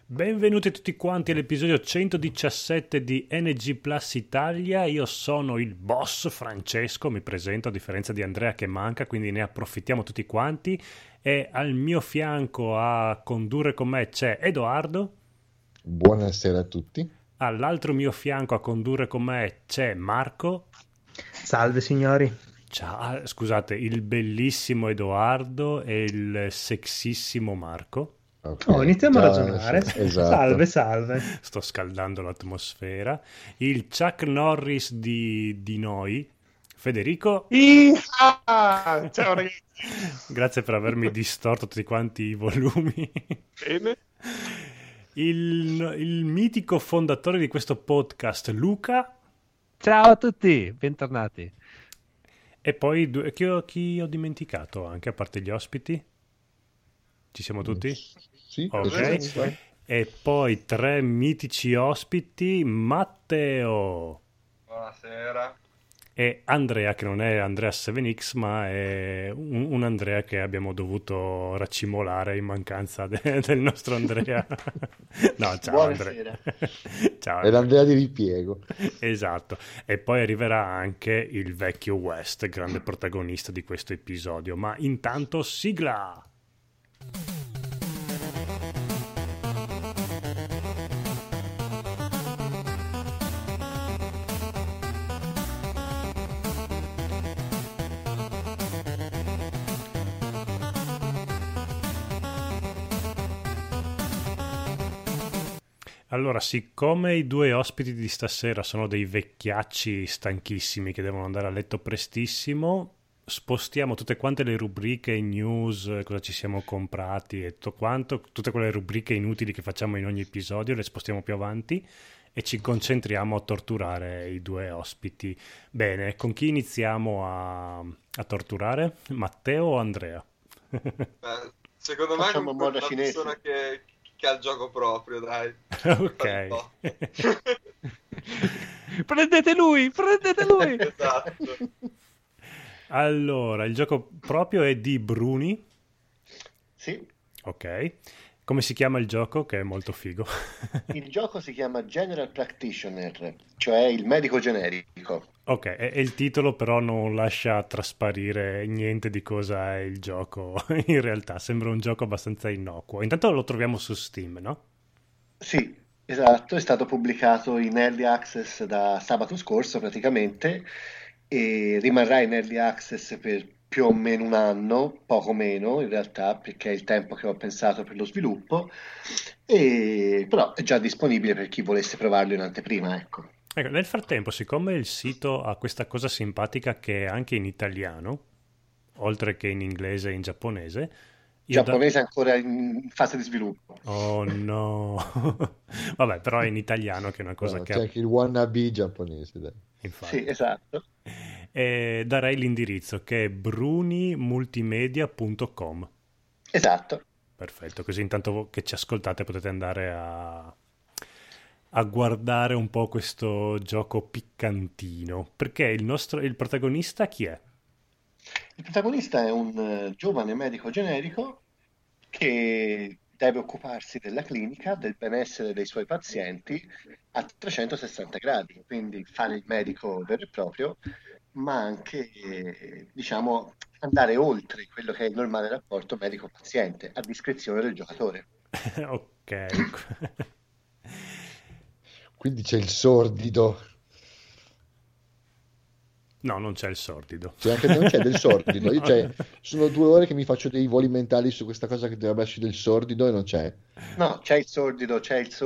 Benvenuti tutti quanti all'episodio 117 di NG Plus Italia. Io sono il boss Francesco, mi presento a differenza di Andrea che manca, quindi ne approfittiamo tutti quanti. E al mio fianco a condurre con me c'è Edoardo. Buonasera a tutti. All'altro mio fianco a condurre con me c'è Marco. Salve signori. Ciao, scusate, il bellissimo Edoardo e il sexissimo Marco. Okay. Iniziamo a Già, ragionare. esatto. Salve. Sto scaldando l'atmosfera. Il Chuck Norris di noi, Federico. Ciao ragazzi. Grazie per avermi distorto tutti quanti i volumi. Bene. Il mitico fondatore di questo podcast, Luca. Ciao a tutti, bentornati. E poi chi ho dimenticato anche, a parte gli ospiti? Ci siamo tutti? Sì, Ok. E poi tre mitici ospiti, Matteo. Buonasera. E Andrea, che non è Andrea 7X, ma è un Andrea che abbiamo dovuto raccimolare in mancanza del nostro Andrea. No, ciao Buonasera. Andrea. Ciao è l'Andrea di ripiego. Esatto. E poi arriverà anche il vecchio West, grande protagonista di questo episodio. Ma intanto sigla! Allora, siccome i due ospiti di stasera sono dei vecchiacci stanchissimi che devono andare a letto prestissimo, spostiamo tutte quante le rubriche news, cosa ci siamo comprati e tutto quanto, tutte quelle rubriche inutili che facciamo in ogni episodio, le spostiamo più avanti e ci concentriamo a torturare i due ospiti. Bene, con chi iniziamo a torturare? Matteo o Andrea? Secondo me Facciamo con moda la cinese. persona che ha il gioco proprio, dai. Ok. Prendete lui! Esatto. Allora, il gioco proprio è di Bruni. Sì, Ok. Come si chiama il gioco? Che è molto figo. il gioco si chiama General Practitioner, cioè il medico generico. Ok, e il titolo però non lascia trasparire niente di cosa è il gioco. In realtà sembra un gioco abbastanza innocuo. Intanto lo troviamo su Steam, no? Sì, esatto, è stato pubblicato in Early Access da sabato scorso praticamente e rimarrà in Early Access per più o meno un anno, poco meno in realtà, perché è il tempo che ho pensato per lo sviluppo, però è già disponibile per chi volesse provarlo in anteprima, ecco. Ecco, nel frattempo, siccome il sito ha questa cosa simpatica che è anche in italiano, oltre che in inglese e in giapponese, Giapponese ancora in fase di sviluppo. Oh no! Vabbè, però è in italiano che è una cosa No, che... c'è anche il wannabe giapponese, dai. Infatti. Sì, esatto. E darei l'indirizzo che è brunimultimedia.com. Esatto. Perfetto, così intanto che ci ascoltate potete andare a guardare un po' questo gioco piccantino. Perché il protagonista chi è? Il protagonista è un giovane medico generico che deve occuparsi della clinica, del benessere dei suoi pazienti a 360 gradi, quindi fare il medico vero e proprio, ma anche, diciamo, andare oltre quello che è il normale rapporto medico-paziente, a discrezione del giocatore. Ok. Quindi c'è il sordido. No, non c'è il sordido. Non c'è del sordido. Sono 2 ore che mi faccio dei voli mentali su questa cosa che dovrebbe esserci del sordido e non c'è. No, c'è il sordido,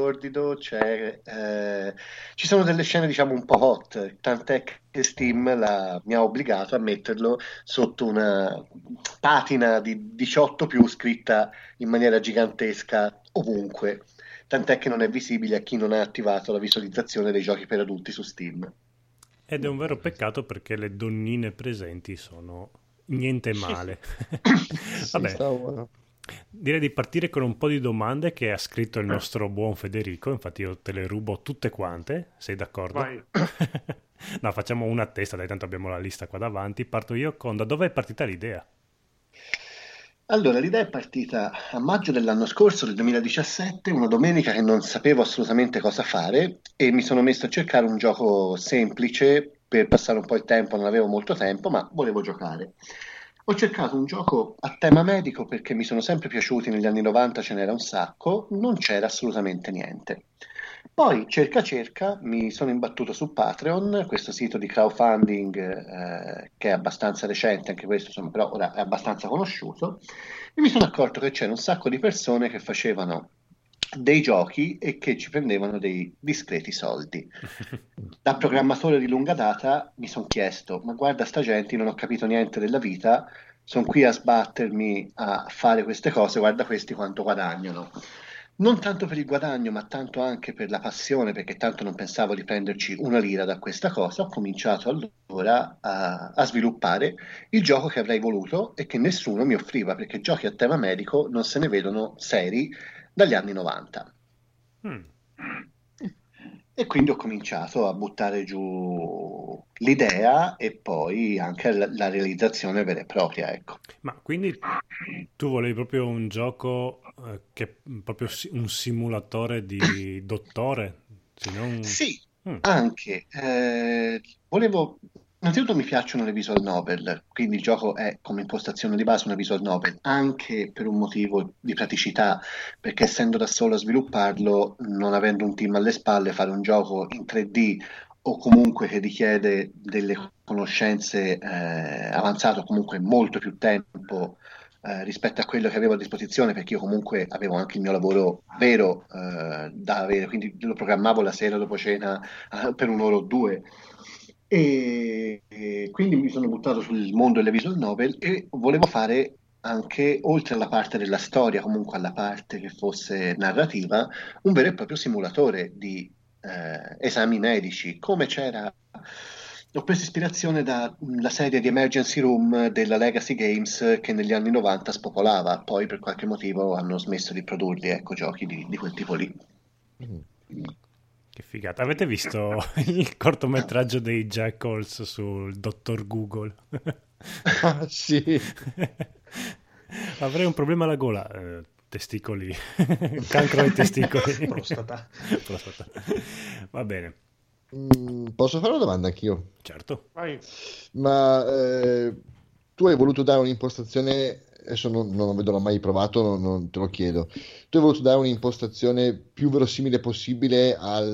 ci sono delle scene diciamo un po' hot, tant'è che Steam mi ha obbligato a metterlo sotto una patina di 18 più scritta in maniera gigantesca ovunque, tant'è che non è visibile a chi non ha attivato la visualizzazione dei giochi per adulti su Steam. Ed è un vero peccato perché le donnine presenti sono niente male. Vabbè, direi di partire con un po' di domande che ha scritto il nostro buon Federico, infatti io te le rubo tutte quante, sei d'accordo? Vai. No, facciamo una a testa, dai, tanto abbiamo la lista qua davanti. Parto io con da dove è partita l'idea? Allora, l'idea è partita a maggio dell'anno scorso, del 2017, una domenica che non sapevo assolutamente cosa fare e mi sono messo a cercare un gioco semplice per passare un po' il tempo, non avevo molto tempo, ma volevo giocare. Ho cercato un gioco a tema medico perché mi sono sempre piaciuti, negli anni 90 ce n'era un sacco, non c'era assolutamente niente. Poi, cerca cerca, mi sono imbattuto su Patreon, questo sito di crowdfunding che è abbastanza recente, anche questo, insomma, però ora è abbastanza conosciuto, e mi sono accorto che c'era un sacco di persone che facevano dei giochi e che ci prendevano dei discreti soldi. Da programmatore di lunga data mi sono chiesto, ma guarda sta gente, io non ho capito niente della vita, sono qui a sbattermi a fare queste cose, guarda questi quanto guadagnano. Non tanto per il guadagno, ma tanto anche per la passione, perché tanto non pensavo di prenderci una lira da questa cosa, ho cominciato allora a sviluppare il gioco che avrei voluto e che nessuno mi offriva, perché giochi a tema medico non se ne vedono seri dagli anni 90. Mm. E quindi ho cominciato a buttare giù l'idea e poi anche la realizzazione vera e propria, ecco. Ma quindi tu volevi proprio un gioco che è proprio un simulatore di dottore? Se non... Sì, Mm. anche. Volevo. Innanzitutto mi piacciono le visual novel, quindi il gioco è come impostazione di base una visual novel, anche per un motivo di praticità, perché essendo da solo a svilupparlo, non avendo un team alle spalle, fare un gioco in 3D o comunque che richiede delle conoscenze avanzate o comunque molto più tempo rispetto a quello che avevo a disposizione, perché io comunque avevo anche il mio lavoro vero da avere, quindi lo programmavo la sera dopo cena per un'ora o due. E quindi mi sono buttato sul mondo delle visual novel e volevo fare anche, oltre alla parte della storia, comunque alla parte che fosse narrativa, un vero e proprio simulatore di esami medici, come c'era. Ho preso ispirazione dalla serie di Emergency Room della Legacy Games che negli anni 90 spopolava, poi per qualche motivo hanno smesso di produrli, ecco, giochi di quel tipo lì. Che figata. Avete visto il cortometraggio dei Jackals sul dottor Google? Ah, sì. Avrei un problema alla gola. Testicoli. Cancro ai testicoli. Prostata. Prostata. Va bene. Posso fare una domanda anch'io? Certo. Vai. Ma tu hai voluto dare un'impostazione, adesso non vedo, l'ho mai provato, non te lo chiedo. Tu hai voluto dare un'impostazione più verosimile possibile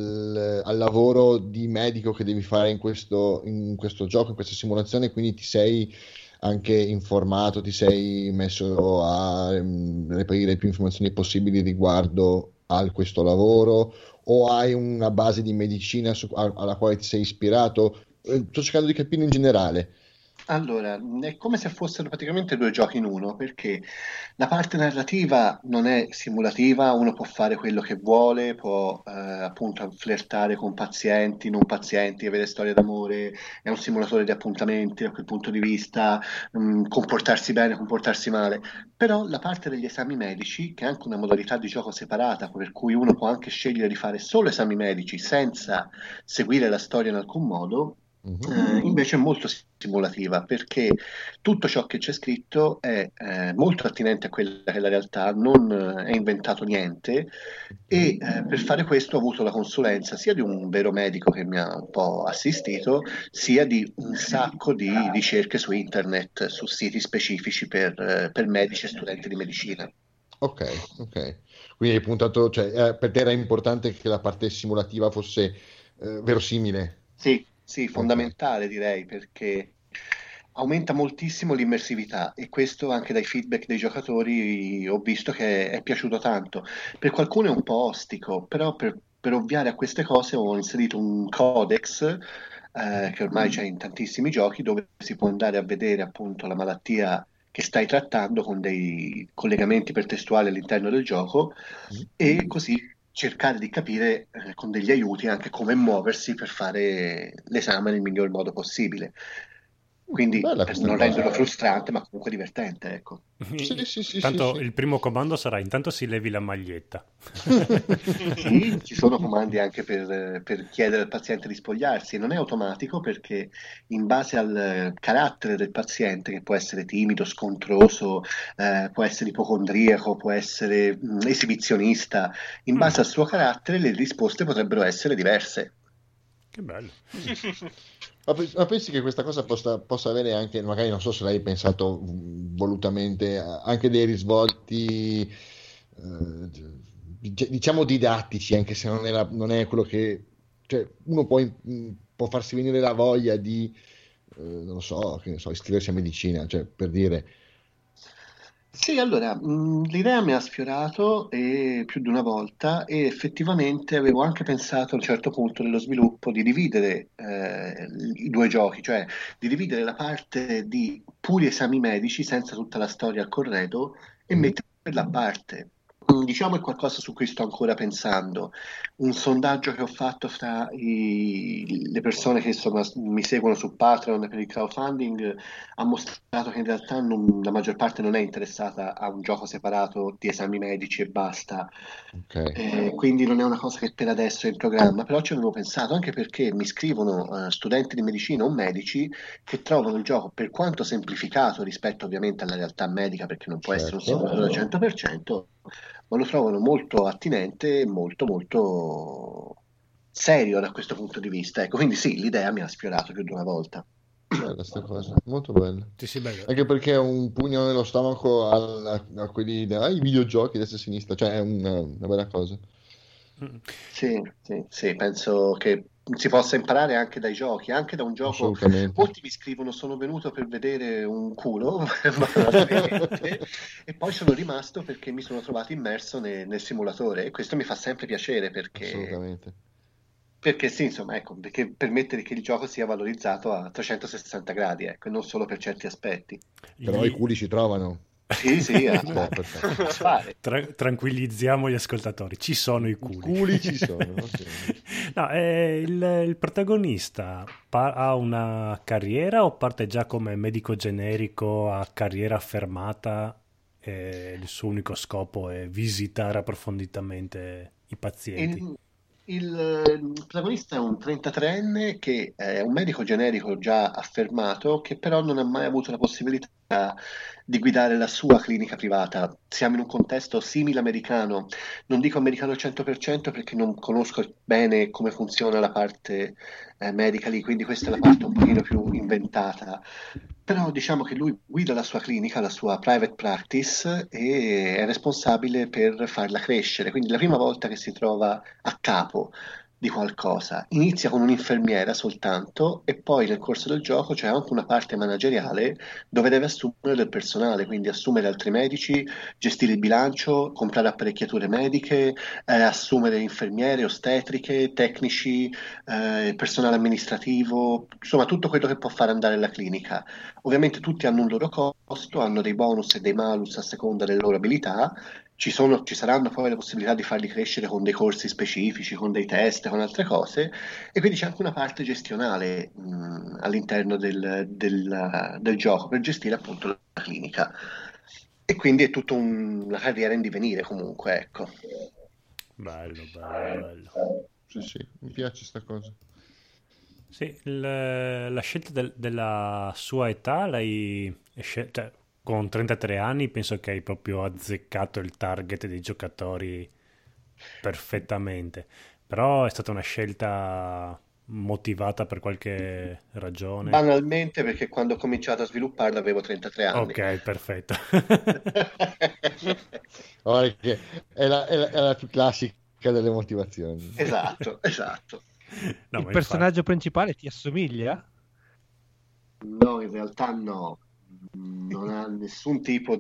al lavoro di medico che devi fare in questo gioco, in questa simulazione, quindi ti sei anche informato, ti sei messo a reperire più informazioni possibili riguardo a questo lavoro, o hai una base di medicina alla quale ti sei ispirato? Sto cercando di capire in generale. Allora, è come se fossero praticamente due giochi in uno, perché la parte narrativa non è simulativa, uno può fare quello che vuole, può appunto flirtare con pazienti, non pazienti, avere storie d'amore, è un simulatore di appuntamenti da quel punto di vista, comportarsi bene, comportarsi male. Però la parte degli esami medici, che è anche una modalità di gioco separata, per cui uno può anche scegliere di fare solo esami medici senza seguire la storia in alcun modo, invece è molto simulativa perché tutto ciò che c'è scritto è molto attinente a quella che è la realtà, non è inventato niente e per fare questo ho avuto la consulenza sia di un vero medico che mi ha un po' assistito, sia di un sacco di ricerche su internet, su siti specifici per medici e studenti di medicina. Ok. Quindi hai puntato, cioè, per te era importante che la parte simulativa fosse verosimile. Sì, fondamentale direi perché aumenta moltissimo l'immersività e questo anche dai feedback dei giocatori ho visto che è piaciuto tanto. Per qualcuno è un po' ostico, però per ovviare a queste cose ho inserito un codex che ormai c'è in tantissimi giochi dove si può andare a vedere appunto la malattia che stai trattando con dei collegamenti ipertestuali all'interno del gioco e così cercare di capire con degli aiuti anche come muoversi per fare l'esame nel miglior modo possibile. Quindi Bella per questa non cosa. renderlo frustrante, ma comunque divertente, ecco. Sì, Tanto sì. il primo comando sarà intanto si levi la maglietta. Sì, ci sono comandi anche per chiedere al paziente di spogliarsi. Non è automatico perché in base al carattere del paziente, che può essere timido, scontroso, può essere ipocondriaco, può essere esibizionista, in base al suo carattere le risposte potrebbero essere diverse. Che bello. Ma pensi che questa cosa possa avere anche, magari non so se l'hai pensato volutamente, anche dei risvolti, diciamo didattici, anche se non è quello cioè, uno può farsi venire la voglia di, non lo so, che ne so, iscriversi a medicina, cioè per dire, Sì, allora, l'idea mi ha sfiorato più di una volta e effettivamente avevo anche pensato a un certo punto nello sviluppo di dividere i due giochi, cioè di dividere la parte di puri esami medici senza tutta la storia al corredo e mm, metterla a parte. Diciamo è qualcosa su cui sto ancora pensando. Un sondaggio che ho fatto fra le persone che mi seguono su Patreon per il crowdfunding ha mostrato che in realtà la maggior parte non è interessata a un gioco separato di esami medici e basta. ok, Quindi non è una cosa che per adesso è in programma, però ci avevo pensato anche perché mi scrivono studenti di medicina o medici che trovano il gioco, per quanto semplificato rispetto ovviamente alla realtà medica, perché non può essere un certo. simulatore al 100%, ma lo trovano molto attinente e molto molto serio da questo punto di vista. Ecco, quindi sì, l'idea mi ha sfiorato più di una volta. Bella sta cosa, molto bella. Sì, sì, bello. Anche perché è un pugno nello stomaco a quelli, ai videogiochi destra e sinistra, cioè è una bella cosa. Sì, sì, sì, penso che si possa imparare anche dai giochi, anche da un gioco. Assolutamente. Molti mi scrivono: sono venuto per vedere un culo, banalmente, e poi sono rimasto perché mi sono trovato immerso nel simulatore e questo mi fa sempre piacere Assolutamente. perché sì, insomma, ecco, perché permette che il gioco sia valorizzato a 360 gradi, ecco, e non solo per certi aspetti. Però i Gli- culi si trovano. Sì, sì, Perfetto. a fare. Tranquillizziamo gli ascoltatori, ci sono i I culi. culi ci sono. Ok. No, il protagonista ha una carriera o parte già come medico generico a carriera affermata e il suo unico scopo è visitare approfonditamente i pazienti? Il, il protagonista è un 33enne che è un medico generico già affermato, che però non ha mai avuto la possibilità di guidare la sua clinica privata. Siamo in un contesto simile americano, non dico americano al 100% perché non conosco bene come funziona la parte medica lì, quindi questa è la parte un pochino più inventata. Però diciamo che lui guida la sua clinica, la sua private practice e è responsabile per farla crescere. Quindi la prima volta che si trova a capo di qualcosa, inizia con un'infermiera soltanto e poi nel corso del gioco c'è anche una parte manageriale dove deve assumere del personale, quindi assumere altri medici, gestire il bilancio, comprare apparecchiature mediche, assumere infermiere, ostetriche, tecnici, personale amministrativo, insomma tutto quello che può fare andare la clinica. Ovviamente tutti hanno un loro costo, hanno dei bonus e dei malus a seconda delle loro abilità. Ci saranno poi le possibilità di farli crescere con dei corsi specifici, con dei test, con altre cose, e quindi c'è anche una parte gestionale all'interno del gioco per gestire appunto la clinica. E quindi è tutta una carriera in divenire comunque, ecco. Bello, bello, bello. Sì, mi piace sta cosa. Sì, la scelta della sua età cioè, con 33 anni penso che hai proprio azzeccato il target dei giocatori perfettamente, però è stata una scelta motivata per qualche ragione. Banalmente perché quando ho cominciato a svilupparla avevo 33 anni. Ok, perfetto. Guarda che è la più classica delle motivazioni. Esatto, esatto. No, Il ma personaggio principale ti assomiglia? No, in realtà no, non ha nessun tipo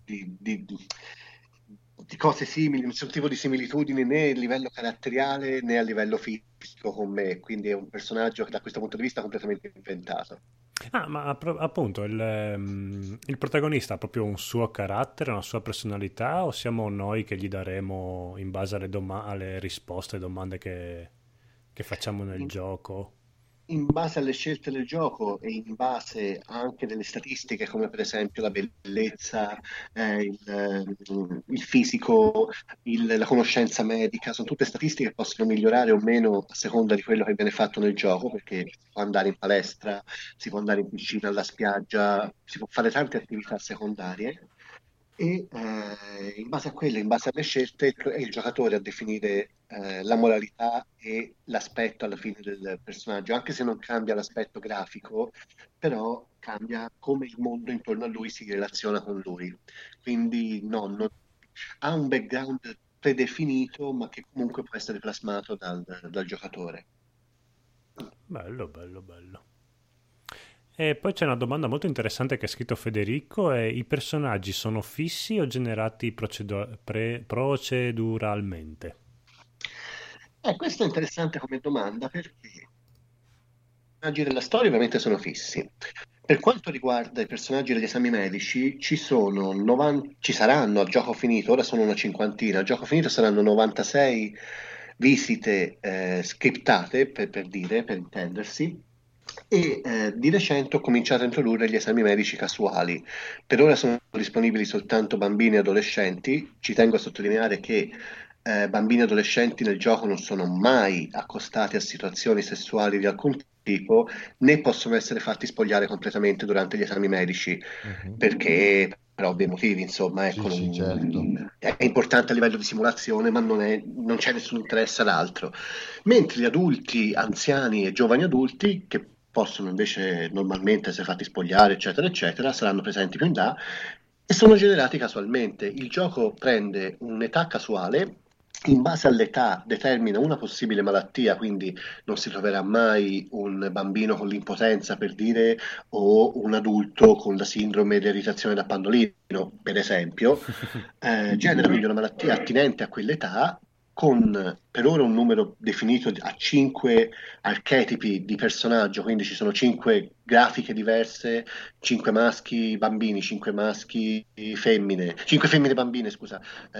di cose simili, nessun tipo di similitudini né a livello caratteriale né a livello fisico con me, quindi è un personaggio che da questo punto di vista è completamente inventato. Ma appunto il protagonista ha proprio un suo carattere, una sua personalità o siamo noi che gli daremo in base alle risposte, alle domande che facciamo nel gioco? in base alle scelte del gioco e in base anche delle statistiche come per esempio la bellezza, il fisico, la conoscenza medica, sono tutte statistiche che possono migliorare o meno a seconda di quello che viene fatto nel gioco, perché si può andare in palestra, si può andare in piscina, alla spiaggia, si può fare tante attività secondarie e in base a quelle, in base alle scelte, è il giocatore a definire la moralità e l'aspetto alla fine del personaggio, anche se non cambia l'aspetto grafico, però cambia come il mondo intorno a lui si relaziona con lui. Quindi no, ha un background predefinito, ma che comunque può essere plasmato dal giocatore. Bello, bello, bello. E poi c'è una domanda molto interessante che ha scritto Federico: i personaggi sono fissi o generati proceduralmente? Questo è interessante come domanda perché i personaggi della storia ovviamente sono fissi. Per quanto riguarda i personaggi degli esami medici, ci saranno a gioco finito, ora sono una cinquantina, a gioco finito saranno 96 visite scriptate, per dire, per intendersi, e di recente ho cominciato a introdurre gli esami medici casuali. Per ora sono disponibili soltanto bambini e adolescenti. Ci tengo a sottolineare che bambini e adolescenti nel gioco non sono mai accostati a situazioni sessuali di alcun tipo, né possono essere fatti spogliare completamente durante gli esami medici, perché per ovvi motivi, insomma, ecco, Sì, certo. è importante a livello di simulazione, ma non c'è nessun interesse ad altro. Mentre gli adulti, anziani e giovani adulti, che possono invece normalmente essere fatti spogliare, eccetera, eccetera, saranno presenti più in là e sono generati casualmente. Il gioco prende un'età casuale, in base all'età determina una possibile malattia, quindi non si troverà mai un bambino con l'impotenza, per dire, o un adulto con la sindrome di irritazione da pandolino, per esempio. Genera quindi una malattia attinente a quell'età con per ora un numero definito a 5 archetipi di personaggio, quindi ci sono 5 grafiche diverse, 5 maschi bambini, 5 maschi femmine, 5 femmine bambine, scusa,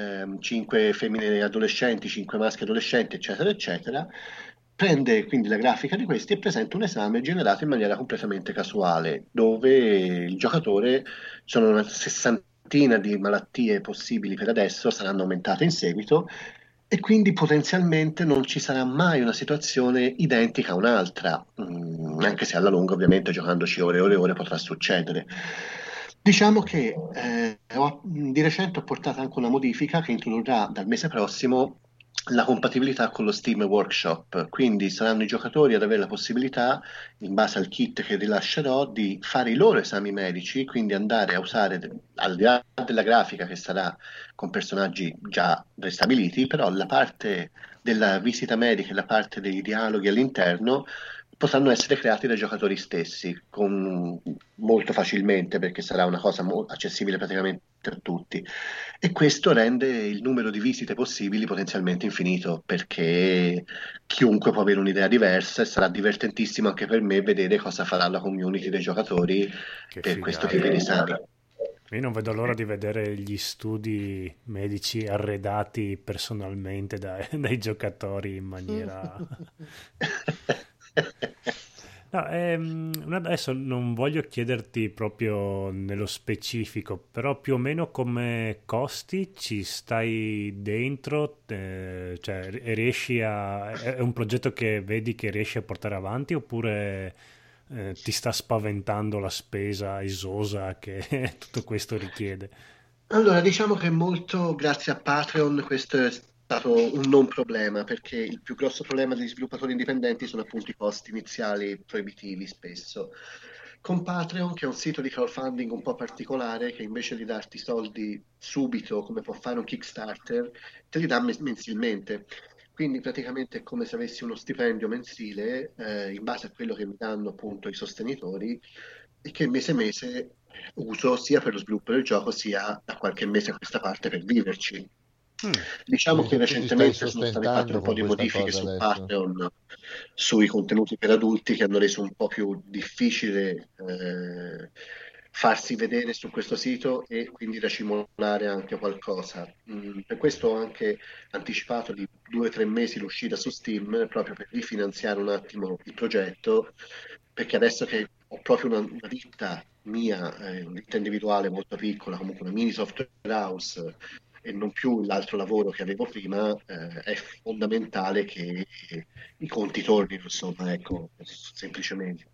5 femmine adolescenti, 5 maschi adolescenti, eccetera, eccetera. Prende quindi la grafica di questi e presenta un esame generato in maniera completamente casuale, dove il giocatore, sono una sessantina di malattie possibili per adesso, saranno aumentate in seguito, e quindi potenzialmente non ci sarà mai una situazione identica a un'altra, anche se alla lunga ovviamente giocandoci ore e ore e ore potrà succedere. Diciamo che di recente ho portato anche una modifica che introdurrà dal mese prossimo la compatibilità con lo Steam Workshop, quindi saranno i giocatori ad avere la possibilità, in base al kit che rilascerò, di fare i loro esami medici, quindi andare a usare, al di là della grafica che sarà con personaggi già restabiliti, però la parte della visita medica e la parte dei dialoghi all'interno potranno essere creati dai giocatori stessi molto facilmente, perché sarà una cosa accessibile praticamente a tutti, e questo rende il numero di visite possibili potenzialmente infinito, perché chiunque può avere un'idea diversa e sarà divertentissimo anche per me vedere cosa farà la community dei giocatori Che per questo figata. tipo di esami. Io non vedo l'ora di vedere gli studi medici arredati personalmente dai giocatori in maniera... No, adesso non voglio chiederti proprio nello specifico, però più o meno come costi ci stai dentro, cioè è un progetto che vedi che riesci a portare avanti, oppure ti sta spaventando la spesa esosa che tutto questo richiede? Allora, diciamo che molto grazie a Patreon questo è stato un non problema, perché il più grosso problema degli sviluppatori indipendenti sono appunto i costi iniziali proibitivi spesso. Con Patreon, che è un sito di crowdfunding un po' particolare, che invece di darti soldi subito, come può fare un Kickstarter, te li dà mensilmente. Quindi praticamente è come se avessi uno stipendio mensile in base a quello che mi danno appunto i sostenitori e che mese uso sia per lo sviluppo del gioco sia da qualche mese a questa parte per viverci. Diciamo Quindi che tu ti stai recentemente sono state fatte sostentando un po' con di questa modifiche cosa su adesso. Patreon sui contenuti per adulti che hanno reso un po' più difficile farsi vedere su questo sito e quindi racimolare anche qualcosa. Per questo ho anche anticipato di 2 o 3 mesi l'uscita su Steam proprio per rifinanziare un attimo il progetto, perché adesso che ho proprio una ditta mia, una ditta individuale molto piccola, comunque una mini software house, e non più l'altro lavoro che avevo prima, è fondamentale che i conti tornino, insomma, ecco, semplicemente.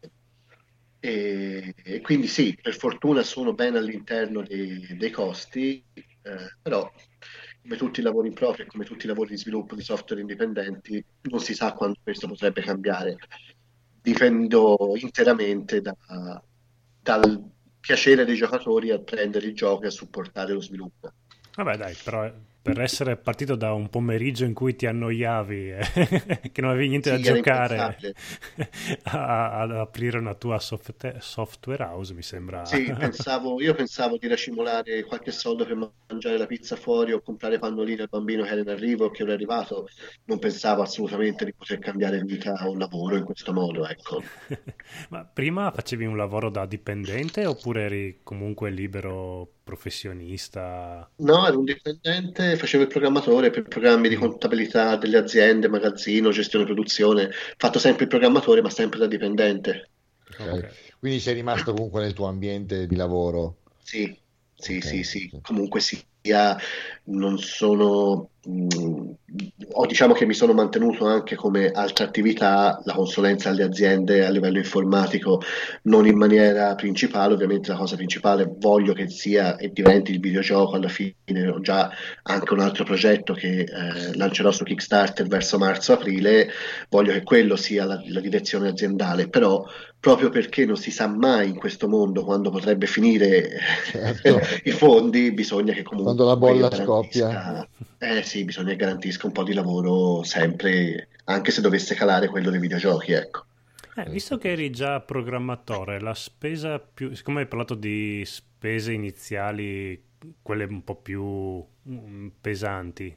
E quindi sì, per fortuna sono ben all'interno dei costi, però come tutti i lavori in proprio e come tutti i lavori di sviluppo di software indipendenti, non si sa quando questo potrebbe cambiare. Dipendo interamente dal piacere dei giocatori a prendere il gioco e a supportare lo sviluppo. Vabbè, dai, però per essere partito da un pomeriggio in cui ti annoiavi e che non avevi niente da Sì, era giocare impensabile. ad aprire una tua software house, mi sembra. Sì, io pensavo di racimolare qualche soldo per mangiare la pizza fuori o comprare pannolini al bambino che era in arrivo, che era arrivato. Non pensavo assolutamente di poter cambiare vita o lavoro in questo modo, ecco. Ma prima facevi un lavoro da dipendente oppure eri comunque libero professionista? No, ero un dipendente, facevo il programmatore per programmi di Mm, contabilità delle aziende, magazzino, gestione produzione. Fatto sempre il programmatore, ma sempre da dipendente. ok. Ok. Quindi sei rimasto comunque nel tuo ambiente di lavoro. Sì, sì, Ok, sì, sì. sì. Comunque sia, non sono, o diciamo che mi sono mantenuto anche come altra attività, la consulenza alle aziende a livello informatico, non in maniera principale, ovviamente la cosa principale voglio che sia e diventi il videogioco alla fine, ho già anche un altro progetto che lancerò su Kickstarter verso marzo-aprile, voglio che quello sia la direzione aziendale, però proprio perché non si sa mai in questo mondo quando potrebbe finire Certo, i fondi, bisogna che quando la comunque io bolla scoppia. garantisca, eh sì, bisogna che garantisca un po' di lavoro sempre, anche se dovesse calare quello dei videogiochi, ecco. Visto che eri già programmatore, la spesa più, siccome hai parlato di spese iniziali, quelle un po' più pesanti,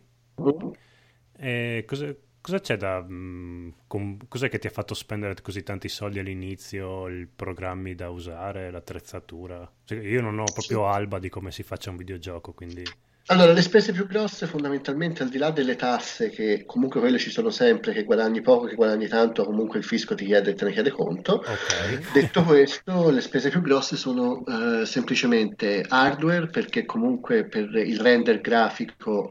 cosa c'è da... cos'è che ti ha fatto spendere così tanti soldi all'inizio, i programmi da usare, l'attrezzatura? Cioè, io non ho Sì. proprio alba di come si faccia un videogioco, quindi... Allora, le spese più grosse fondamentalmente al di là delle tasse, che comunque quelle ci sono sempre, che guadagni poco, che guadagni tanto, comunque il fisco ti chiede e te ne chiede conto. Ok. Detto questo, le spese più grosse sono semplicemente hardware, perché comunque per il render grafico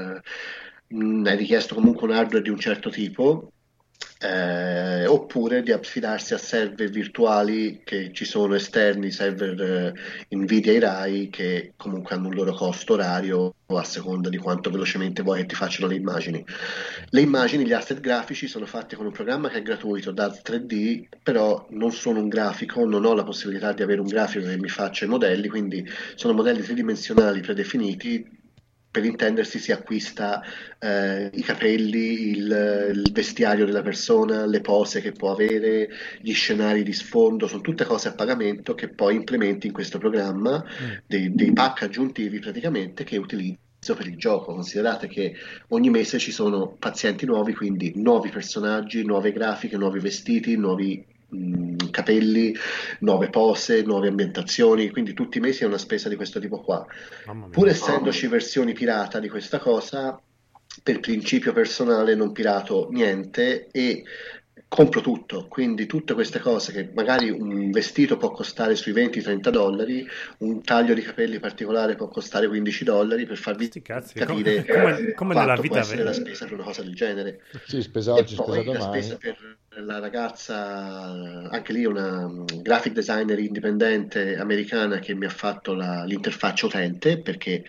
è richiesto comunque un hardware di un certo tipo, oppure di affidarsi a server virtuali che ci sono esterni, server Nvidia e Rai, che comunque hanno un loro costo orario a seconda di quanto velocemente vuoi che ti facciano le immagini. Le immagini, gli asset grafici sono fatti con un programma che è gratuito, DAZ 3D, però non sono un grafico, non ho la possibilità di avere un grafico che mi faccia i modelli, quindi sono modelli tridimensionali predefiniti. Per intendersi, si acquista i capelli, il vestiario della persona, le pose che può avere, gli scenari di sfondo, sono tutte cose a pagamento che poi implementi in questo programma, Mm. dei pack aggiuntivi praticamente che utilizzo per il gioco. Considerate che ogni mese ci sono pazienti nuovi, quindi nuovi personaggi, nuove grafiche, nuovi vestiti, nuovi capelli, nuove pose, nuove ambientazioni, quindi tutti i mesi è una spesa di questo tipo qua. Mamma Pur mia. essendoci versioni pirata di questa cosa, per principio personale non pirato niente e compro tutto, quindi tutte queste cose che magari un vestito può costare sui 20-30 dollari, un taglio di capelli particolare può costare 15 dollari, per farvi Sti cazzi, è capire come nella quanto può vita essere la vera. spesa per una cosa del genere. Sì, spesa E oggi, spesa poi la domani. spesa per la ragazza, anche lì una graphic designer indipendente americana che mi ha fatto l'interfaccia utente, perché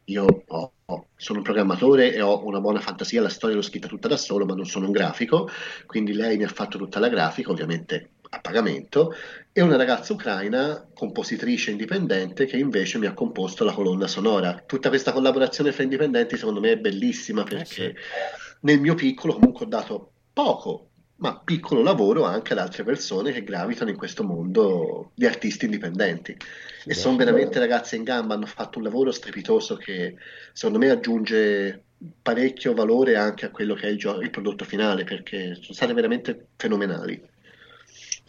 sono un programmatore e ho una buona fantasia, la storia l'ho scritta tutta da solo, ma non sono un grafico, quindi lei mi ha fatto tutta la grafica, ovviamente a pagamento, e una ragazza ucraina, compositrice indipendente, che invece mi ha composto la colonna sonora. Tutta questa collaborazione fra indipendenti secondo me è bellissima, Sì. perché nel mio piccolo comunque ho dato poco, ma piccolo lavoro anche ad altre persone che gravitano in questo mondo di artisti indipendenti. Sì, E beh, sono veramente ragazze in gamba, hanno fatto un lavoro strepitoso che secondo me aggiunge parecchio valore anche a quello che è il prodotto finale, perché sono state veramente fenomenali.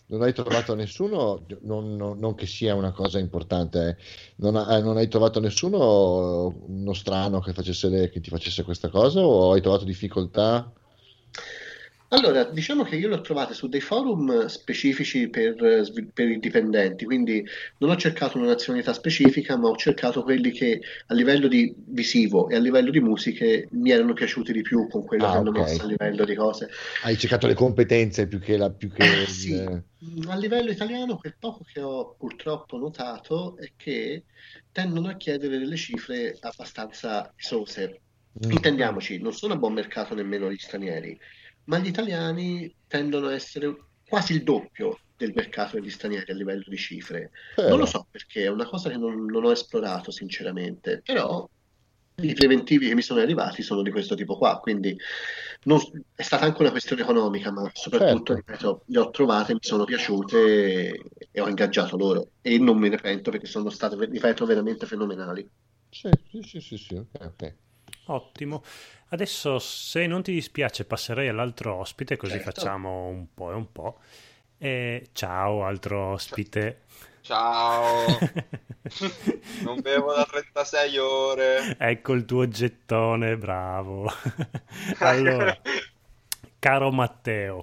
Non hai trovato nessuno, non che sia una cosa importante, non hai trovato nessuno, uno strano che che ti facesse questa cosa, o hai trovato difficoltà? Allora, diciamo che io l'ho trovata su dei forum specifici per i dipendenti, quindi non ho cercato una nazionalità specifica, ma ho cercato quelli che a livello di visivo e a livello di musiche mi erano piaciuti di più con quello che Ah, hanno ok. mosso a livello di cose. Hai cercato le competenze più che Sì, a livello italiano quel poco che ho purtroppo notato è che tendono a chiedere delle cifre abbastanza esose. Mm. Intendiamoci, non sono a buon mercato nemmeno gli stranieri, ma gli italiani tendono a essere quasi il doppio del mercato degli stranieri a livello di cifre. Non lo Però, so perché, è una cosa che non ho esplorato sinceramente, però i preventivi che mi sono arrivati sono di questo tipo qua, quindi è stata anche una questione economica, ma soprattutto, certo. ripeto, le ho trovate, mi sono piaciute e ho ingaggiato loro e non me ne pento perché sono state, ripeto, veramente fenomenali. Sì, sì, sì, sì, sì, ok, ok. Ottimo. Adesso, se non ti dispiace, passerei all'altro ospite, così Certo. facciamo un po' e un po'. Ciao, altro Cia- ospite. Ciao, non bevo da 36 ore. Ecco il tuo gettone, bravo. Allora, caro Matteo,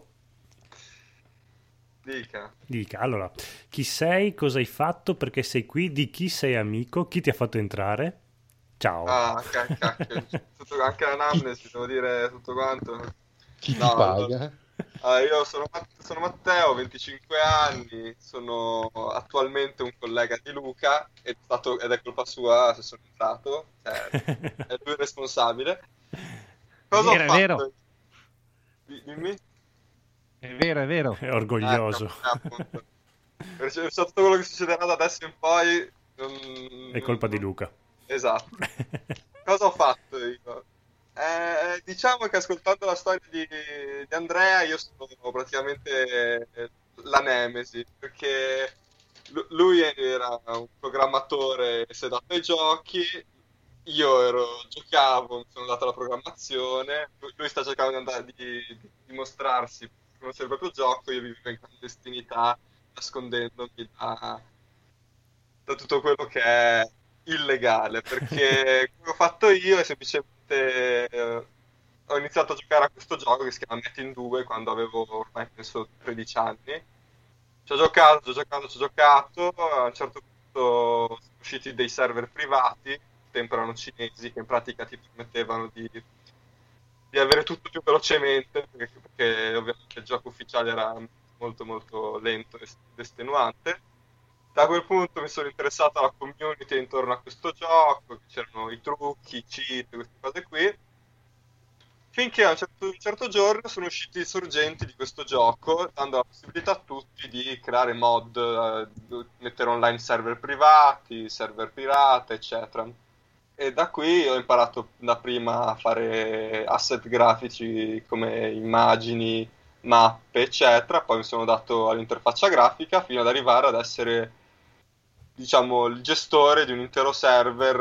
Dica. dica, allora, chi sei, cosa hai fatto, perché sei qui, di chi sei amico, chi ti ha fatto entrare? Ciao. Ah, cacchio, anche l'anamnesi, devo dire tutto quanto. Chi ti No, allora, paga? io sono Matteo, 25 anni, sono attualmente un collega di Luca ed è colpa sua se sono entrato, cioè, è lui il responsabile. È Cosa ho vero, è vero, fatto? Dimmi? è vero, è vero. È orgoglioso. Appunto. Per tutto quello che succederà da adesso in poi, È colpa di Luca. esatto. Cosa ho fatto io? Diciamo che ascoltando la storia di Andrea, io sono praticamente la nemesi, perché lui era un programmatore sedato ai giochi, giocavo, mi sono dato alla programmazione, lui sta cercando di dimostrarsi, di conoscere il proprio gioco, io vivo in clandestinità, nascondendomi da tutto quello che è illegale, perché quello che ho fatto io è semplicemente ho iniziato a giocare a questo gioco che si chiama Metin 2 quando avevo ormai penso 13 anni. Ci ho giocato, ci ho giocato, ci ho giocato, a un certo punto sono usciti dei server privati, al tempo erano cinesi, che in pratica ti permettevano di avere tutto più velocemente, perché ovviamente il gioco ufficiale era molto molto lento ed estenuante. Da quel punto mi sono interessato alla community intorno a questo gioco, c'erano i trucchi, i cheat, queste cose qui. Finché un certo giorno sono usciti i sorgenti di questo gioco, dando la possibilità a tutti di creare mod, mettere online server privati, server pirata, eccetera. E da qui ho imparato da prima a fare asset grafici come immagini, mappe, eccetera. Poi mi sono dato all'interfaccia grafica fino ad arrivare ad essere, diciamo, il gestore di un intero server,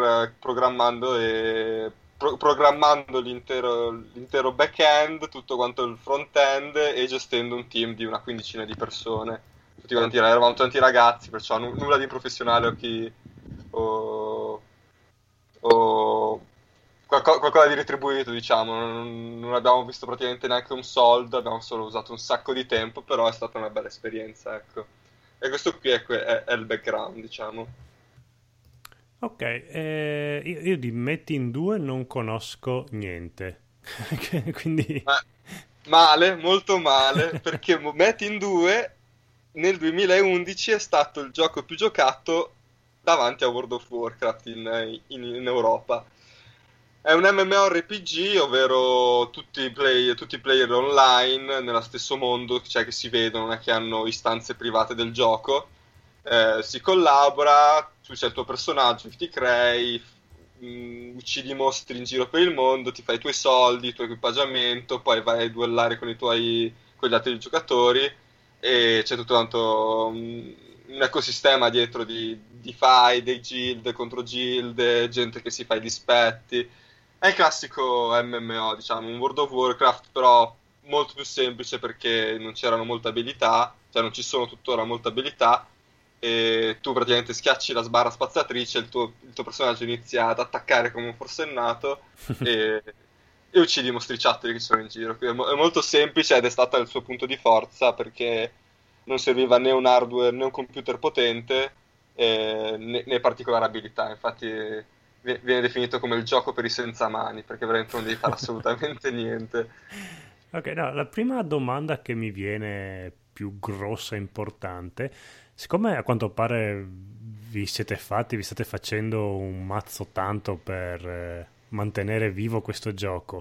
programmando l'intero back-end, tutto quanto il front-end e gestendo un team di una quindicina di persone. Tutti quanti, eravamo tanti ragazzi, perciò nulla di professionale o, o qualcosa di retribuito, diciamo. Non abbiamo visto praticamente neanche un soldo, abbiamo solo usato un sacco di tempo, però è stata una bella esperienza, ecco. E questo qui è il background, diciamo. Ok, io di Metti in due non conosco niente. Quindi... Ma male, molto male, perché Metin 2 nel 2011 è stato il gioco più giocato davanti a World of Warcraft in Europa. È un MMORPG, ovvero tutti i player online nello stesso mondo, cioè che si vedono, non è che hanno istanze private del gioco. Si collabora, tu c'è il tuo personaggio che ti crei, uccidi mostri in giro per il mondo, ti fai i tuoi soldi, il tuo equipaggiamento, poi vai a duellare con gli altri giocatori e c'è tutto tanto un ecosistema dietro di fight, dei guild contro guild, gente che si fa i dispetti. È il classico MMO, diciamo, un World of Warcraft, però molto più semplice perché non c'erano molte abilità, cioè non ci sono tuttora molte abilità, e tu praticamente schiacci la sbarra spazzatrice, il tuo personaggio inizia ad attaccare come un forsennato e uccidi i mostriciattoli che sono in giro. Quindi è molto semplice ed è stata il suo punto di forza, perché non serviva né un hardware né un computer potente, né particolari abilità. Infatti viene definito come il gioco per i senza mani, perché veramente non devi fare assolutamente niente. Ok, no, la prima domanda che mi viene più grossa e importante, siccome a quanto pare vi state facendo un mazzo tanto per mantenere vivo questo gioco,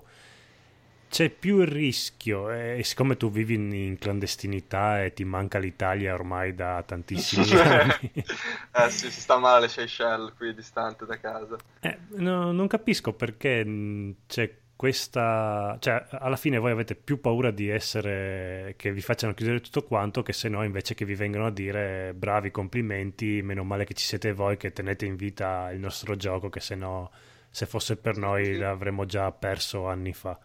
c'è più il rischio, e siccome tu vivi in clandestinità e ti manca l'Italia ormai da tantissimi anni, Sì, si sta male alle Seychelles, qui distante da casa. non capisco perché c'è questa, cioè alla fine voi avete più paura di essere che vi facciano chiudere tutto quanto, che se no invece che vi vengano a dire bravi, complimenti, meno male che ci siete voi che tenete in vita il nostro gioco, che se no, se fosse per noi l'avremmo già perso anni fa.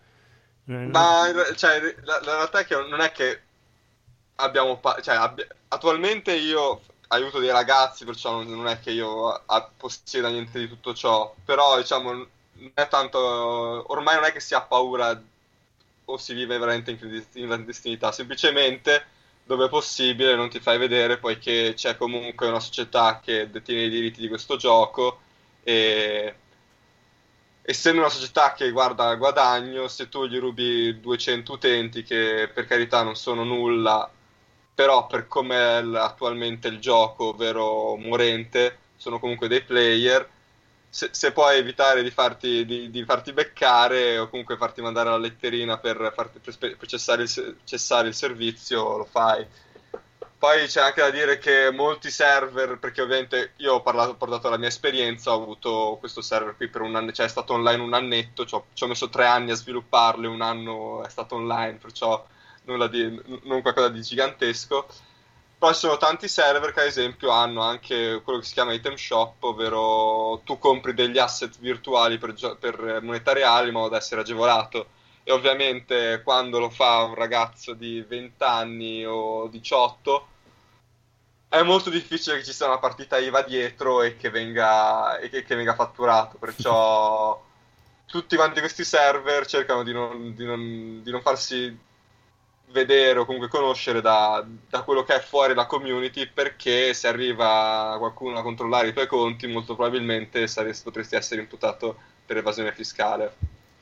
Ma cioè, la realtà è che non è che abbiamo cioè, attualmente io aiuto dei ragazzi, perciò non è che io possieda niente di tutto ciò, però diciamo non è tanto, ormai non è che si ha paura o si vive veramente in clandestinità, semplicemente dove è possibile non ti fai vedere, poiché c'è comunque una società che detiene i diritti di questo gioco, e essendo una società che guarda al guadagno, se tu gli rubi 200 utenti, che per carità non sono nulla, però per come è attualmente il gioco, ovvero morente, sono comunque dei player, se puoi evitare di farti beccare, o comunque farti mandare la letterina per cessare il servizio, lo fai. Poi c'è anche da dire che molti server, perché ovviamente io ho portato la mia esperienza, ho avuto questo server qui per un anno, cioè è stato online un annetto, ci ho messo 3 anni a svilupparlo e un anno è stato online, perciò non qualcosa di gigantesco. Poi ci sono tanti server che ad esempio hanno anche quello che si chiama item shop, ovvero tu compri degli asset virtuali per moneta reale in modo da essere agevolato. E ovviamente quando lo fa un ragazzo di 20 anni o 18 è molto difficile che ci sia una partita IVA dietro e che venga fatturato, perciò tutti quanti questi server cercano di non farsi vedere o comunque conoscere da quello che è fuori la community, perché se arriva qualcuno a controllare i tuoi conti molto probabilmente potresti essere imputato per evasione fiscale.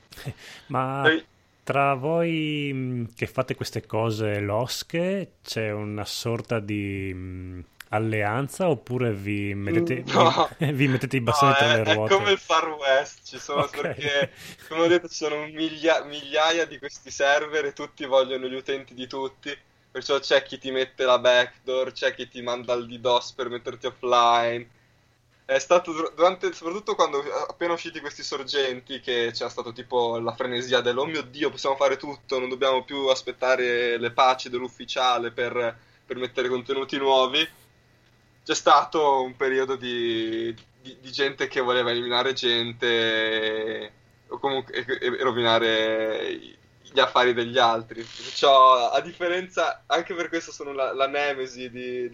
Ma tra voi che fate queste cose losche c'è una sorta di alleanza, oppure vi mettete i bastoni tra le ruote? È come il Far West, ci sono Ok. perché, come ho detto, ci sono migliaia di questi server e tutti vogliono gli utenti di tutti, perciò c'è chi ti mette la backdoor, c'è chi ti manda il DDoS per metterti offline. È stato soprattutto quando appena usciti questi sorgenti, che c'era stato tipo la frenesia oh mio Dio, possiamo fare tutto, non dobbiamo più aspettare le patch dell'ufficiale per mettere contenuti nuovi. C'è stato un periodo di gente che voleva eliminare gente, o comunque e rovinare gli affari degli altri. Perciò, a differenza, anche per questo sono la nemesi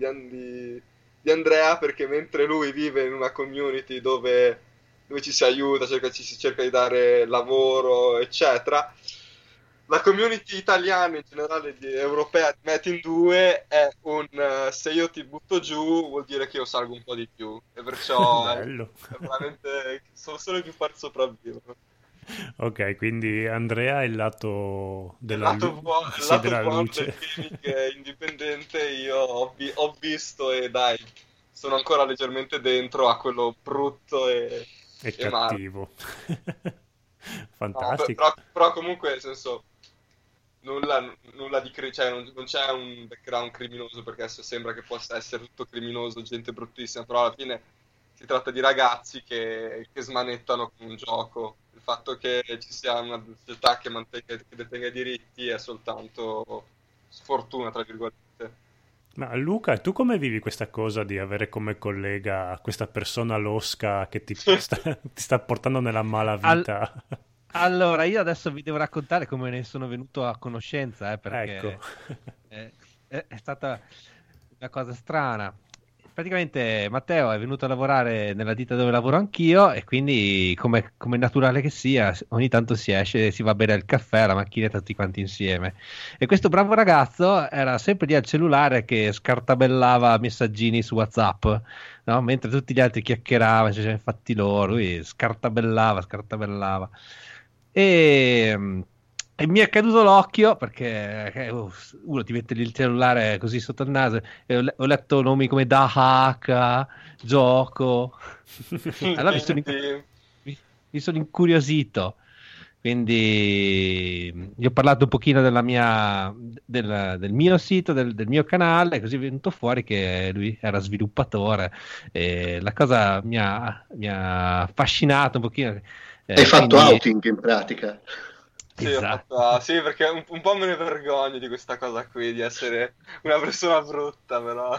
di Andrea, perché mentre lui vive in una community dove ci si aiuta, si cerca di dare lavoro, eccetera, la community italiana, in generale europea, di Metin 2 è se io ti butto giù vuol dire che io salgo un po' di più, e perciò Bello. è veramente sono solo i più forti sopravvivono. Ok, quindi Andrea è il lato Il della, lato buono, il sì, lato della buono luce. del gaming indipendente io ho visto, e dai, sono ancora leggermente dentro a quello brutto È e male. cattivo. No, Fantastico. però comunque, nel senso, nulla di cioè non c'è un background criminoso, perché adesso sembra che possa essere tutto criminoso, gente bruttissima, però alla fine si tratta di ragazzi che smanettano con un gioco. Il fatto che ci sia una società che detenga i diritti è soltanto sfortuna, tra virgolette. Ma Luca, tu come vivi questa cosa di avere come collega questa persona losca che ti sta portando nella malavita? Allora, io adesso vi devo raccontare come ne sono venuto a conoscenza, perché Ecco. è è stata una cosa strana. Praticamente Matteo è venuto a lavorare nella ditta dove lavoro anch'io e quindi come naturale che sia, ogni tanto si esce, si va a bere il caffè alla macchinetta tutti quanti insieme. E questo bravo ragazzo era sempre lì al cellulare che scartabellava messaggini su WhatsApp, no? Mentre tutti gli altri chiacchieravano, cioè, infatti loro, lui scartabellava. E, e mi è caduto l'occhio perché uno ti mette lì il cellulare così sotto il naso e ho letto nomi come Dahaka, Gioco. Allora mi sono incuriosito. Quindi gli ho parlato un pochino del mio sito, del mio canale, così è venuto fuori che lui era sviluppatore e la cosa mi ha affascinato un pochino. Hai fatto Quindi... outing in pratica. Sì, Esatto. sì, perché un po' me ne vergogno di questa cosa qui, di essere una persona brutta, però.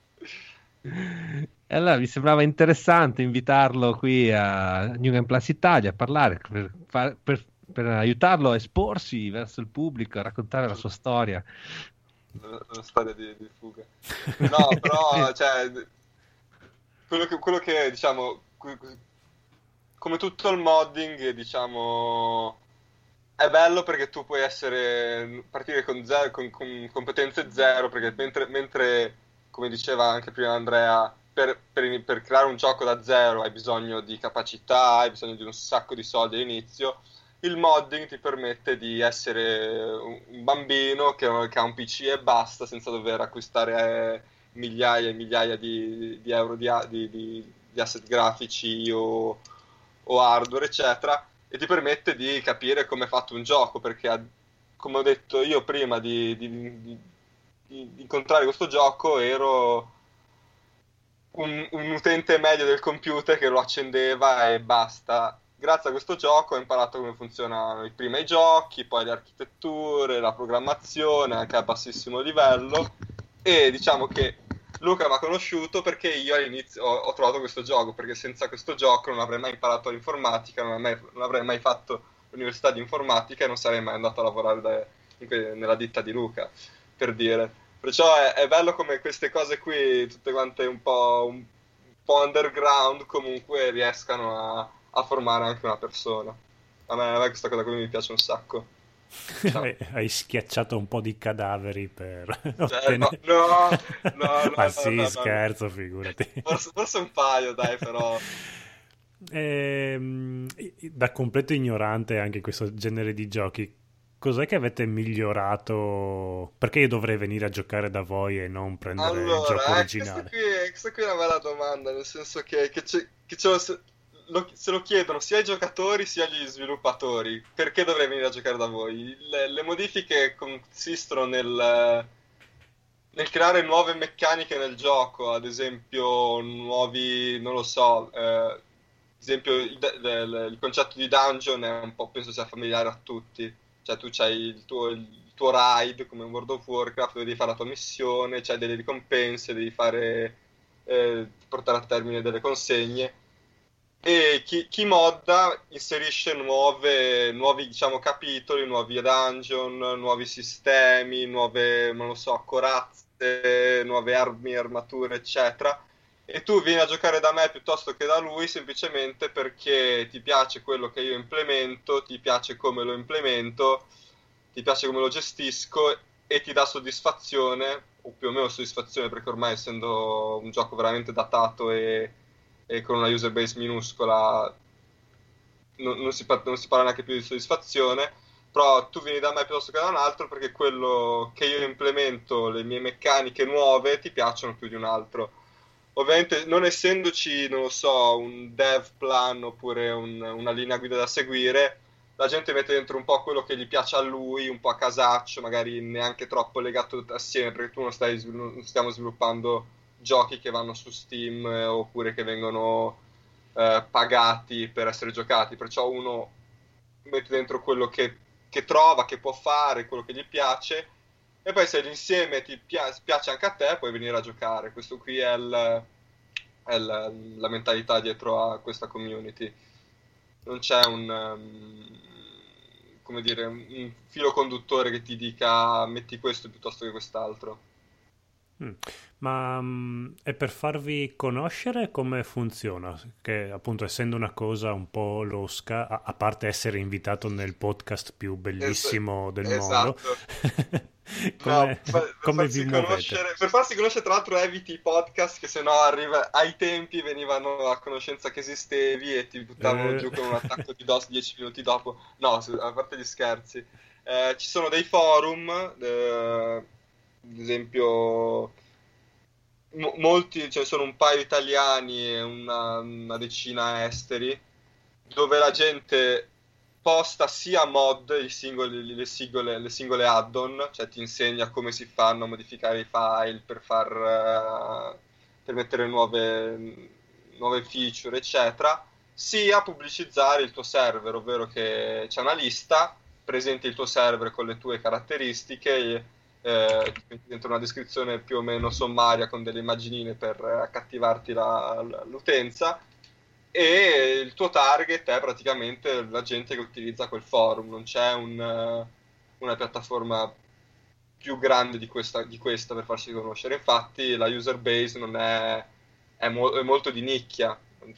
E allora mi sembrava interessante invitarlo qui a New Game Plus Italia a parlare per aiutarlo a esporsi verso il pubblico, a raccontare la sua storia. Una storia di fuga. No, però, cioè, quello che diciamo, come tutto il modding, diciamo, è bello perché tu puoi partire con competenze zero, perché mentre, come diceva anche prima Andrea, per creare un gioco da zero hai bisogno di capacità, hai bisogno di un sacco di soldi all'inizio. Il modding ti permette di essere un bambino che ha un PC e basta, senza dover acquistare migliaia e migliaia di euro di asset grafici o hardware, eccetera, e ti permette di capire come è fatto un gioco, perché come ho detto io prima di incontrare questo gioco ero un utente medio del computer che lo accendeva e basta. Grazie a questo gioco ho imparato come funzionano prima i giochi, poi le architetture, la programmazione anche a bassissimo livello, e diciamo che Luca mi ha conosciuto perché io all'inizio ho trovato questo gioco, perché senza questo gioco non avrei mai imparato l'informatica, non avrei mai fatto l'università di informatica e non sarei mai andato a lavorare nella ditta di Luca, per dire. Perciò è bello come queste cose qui, tutte quante un po' underground, comunque riescano a formare anche una persona. A me questa cosa qui mi piace un sacco. Ciao. Hai schiacciato un po' di cadaveri per No, ottenere... no, Ma sì, no. scherzo, figurati. Forse un paio, dai, però. Da completo ignorante anche in questo genere di giochi, cos'è che avete migliorato? Perché io dovrei venire a giocare da voi e non prendere il gioco Allora, originale? questa qui è una bella domanda, nel senso che se lo chiedono sia i giocatori sia gli sviluppatori, perché dovrei venire a giocare da voi? Le modifiche consistono nel creare nuove meccaniche nel gioco, ad esempio nuovi, non lo so, ad esempio il concetto di dungeon è un po', penso sia familiare a tutti, cioè tu c'hai il tuo raid come in World of Warcraft, devi fare la tua missione, c'hai delle ricompense, devi portare a termine delle consegne. E chi modda inserisce nuovi diciamo, capitoli, nuovi dungeon, nuovi sistemi, nuove, non lo so, corazze, nuove armi, armature, eccetera. E tu vieni a giocare da me piuttosto che da lui semplicemente perché ti piace quello che io implemento, ti piace come lo implemento, ti piace come lo gestisco e ti dà soddisfazione, o più o meno soddisfazione, perché ormai essendo un gioco veramente datato e con una user base minuscola non si parla neanche più di soddisfazione, però tu vieni da me piuttosto che da un altro perché quello che io implemento, le mie meccaniche nuove ti piacciono più di un altro. Ovviamente non essendoci, non lo so, un dev plan oppure una linea guida da seguire, la gente mette dentro un po' quello che gli piace a lui, un po' a casaccio, magari neanche troppo legato assieme, perché tu non stiamo sviluppando giochi che vanno su Steam oppure che vengono pagati per essere giocati, perciò uno mette dentro quello che trova, che può fare, quello che gli piace, e poi se l'insieme ti piace anche a te puoi venire a giocare. Questo qui è la mentalità dietro a questa community. Non c'è come dire, un filo conduttore che ti dica metti questo piuttosto che quest'altro. Mm. Ma è per farvi conoscere come funziona? Che appunto essendo una cosa un po' losca, a parte essere invitato nel podcast più bellissimo del mondo, Esatto. No, come, come vi muovete? per farsi conoscere, tra l'altro eviti i podcast che sennò arriva, ai tempi venivano a conoscenza che esistevi e ti buttavano giù con un attacco di DOS 10 minuti dopo. No, a parte gli scherzi. Ci sono dei forum, ad esempio, molti, cioè sono un paio italiani e una decina esteri, dove la gente posta sia mod, le singole add-on, cioè ti insegna come si fanno a modificare i file per mettere nuove feature, eccetera, sia pubblicizzare il tuo server, ovvero che c'è una lista, presenti il tuo server con le tue caratteristiche, ti metti dentro una descrizione più o meno sommaria con delle immaginine per accattivarti l'utenza, e il tuo target è praticamente la gente che utilizza quel forum. Non c'è una piattaforma più grande di questa per farsi conoscere. Infatti la user base non è molto di nicchia.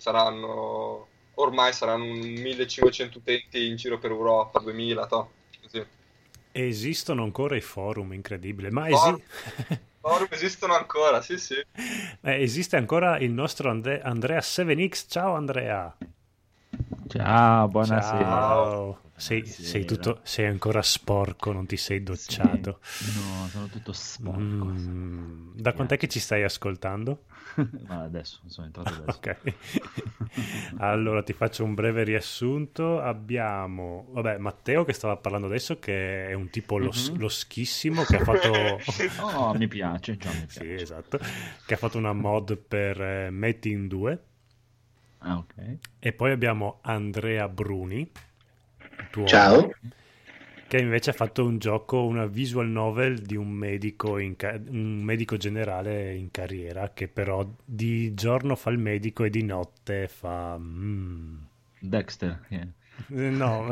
Ormai saranno 1500 utenti in giro per Europa, 2000, così. Esistono ancora i forum, incredibile. Ma Forum esistono ancora, sì, sì. Esiste ancora il nostro Andrea 7X. Ciao Andrea. Ciao, buonasera. Ciao. Sei ancora sporco, non ti sei docciato. Sì. No, sono tutto sporco. Da quant'è che ci stai ascoltando? Ma adesso, sono entrato adesso. Ok. Allora ti faccio un breve riassunto. Abbiamo, Matteo che stava parlando adesso, che è un tipo loschissimo, che ha fatto... Oh, mi piace, già mi piace. Sì, esatto. Che ha fatto una mod per Metin 2. Ah, ok. E poi abbiamo Andrea Bruni, Ciao. che invece ha fatto un gioco, una visual novel di un medico generale in carriera, che però di giorno fa il medico e di notte fa... Dexter. Yeah. No,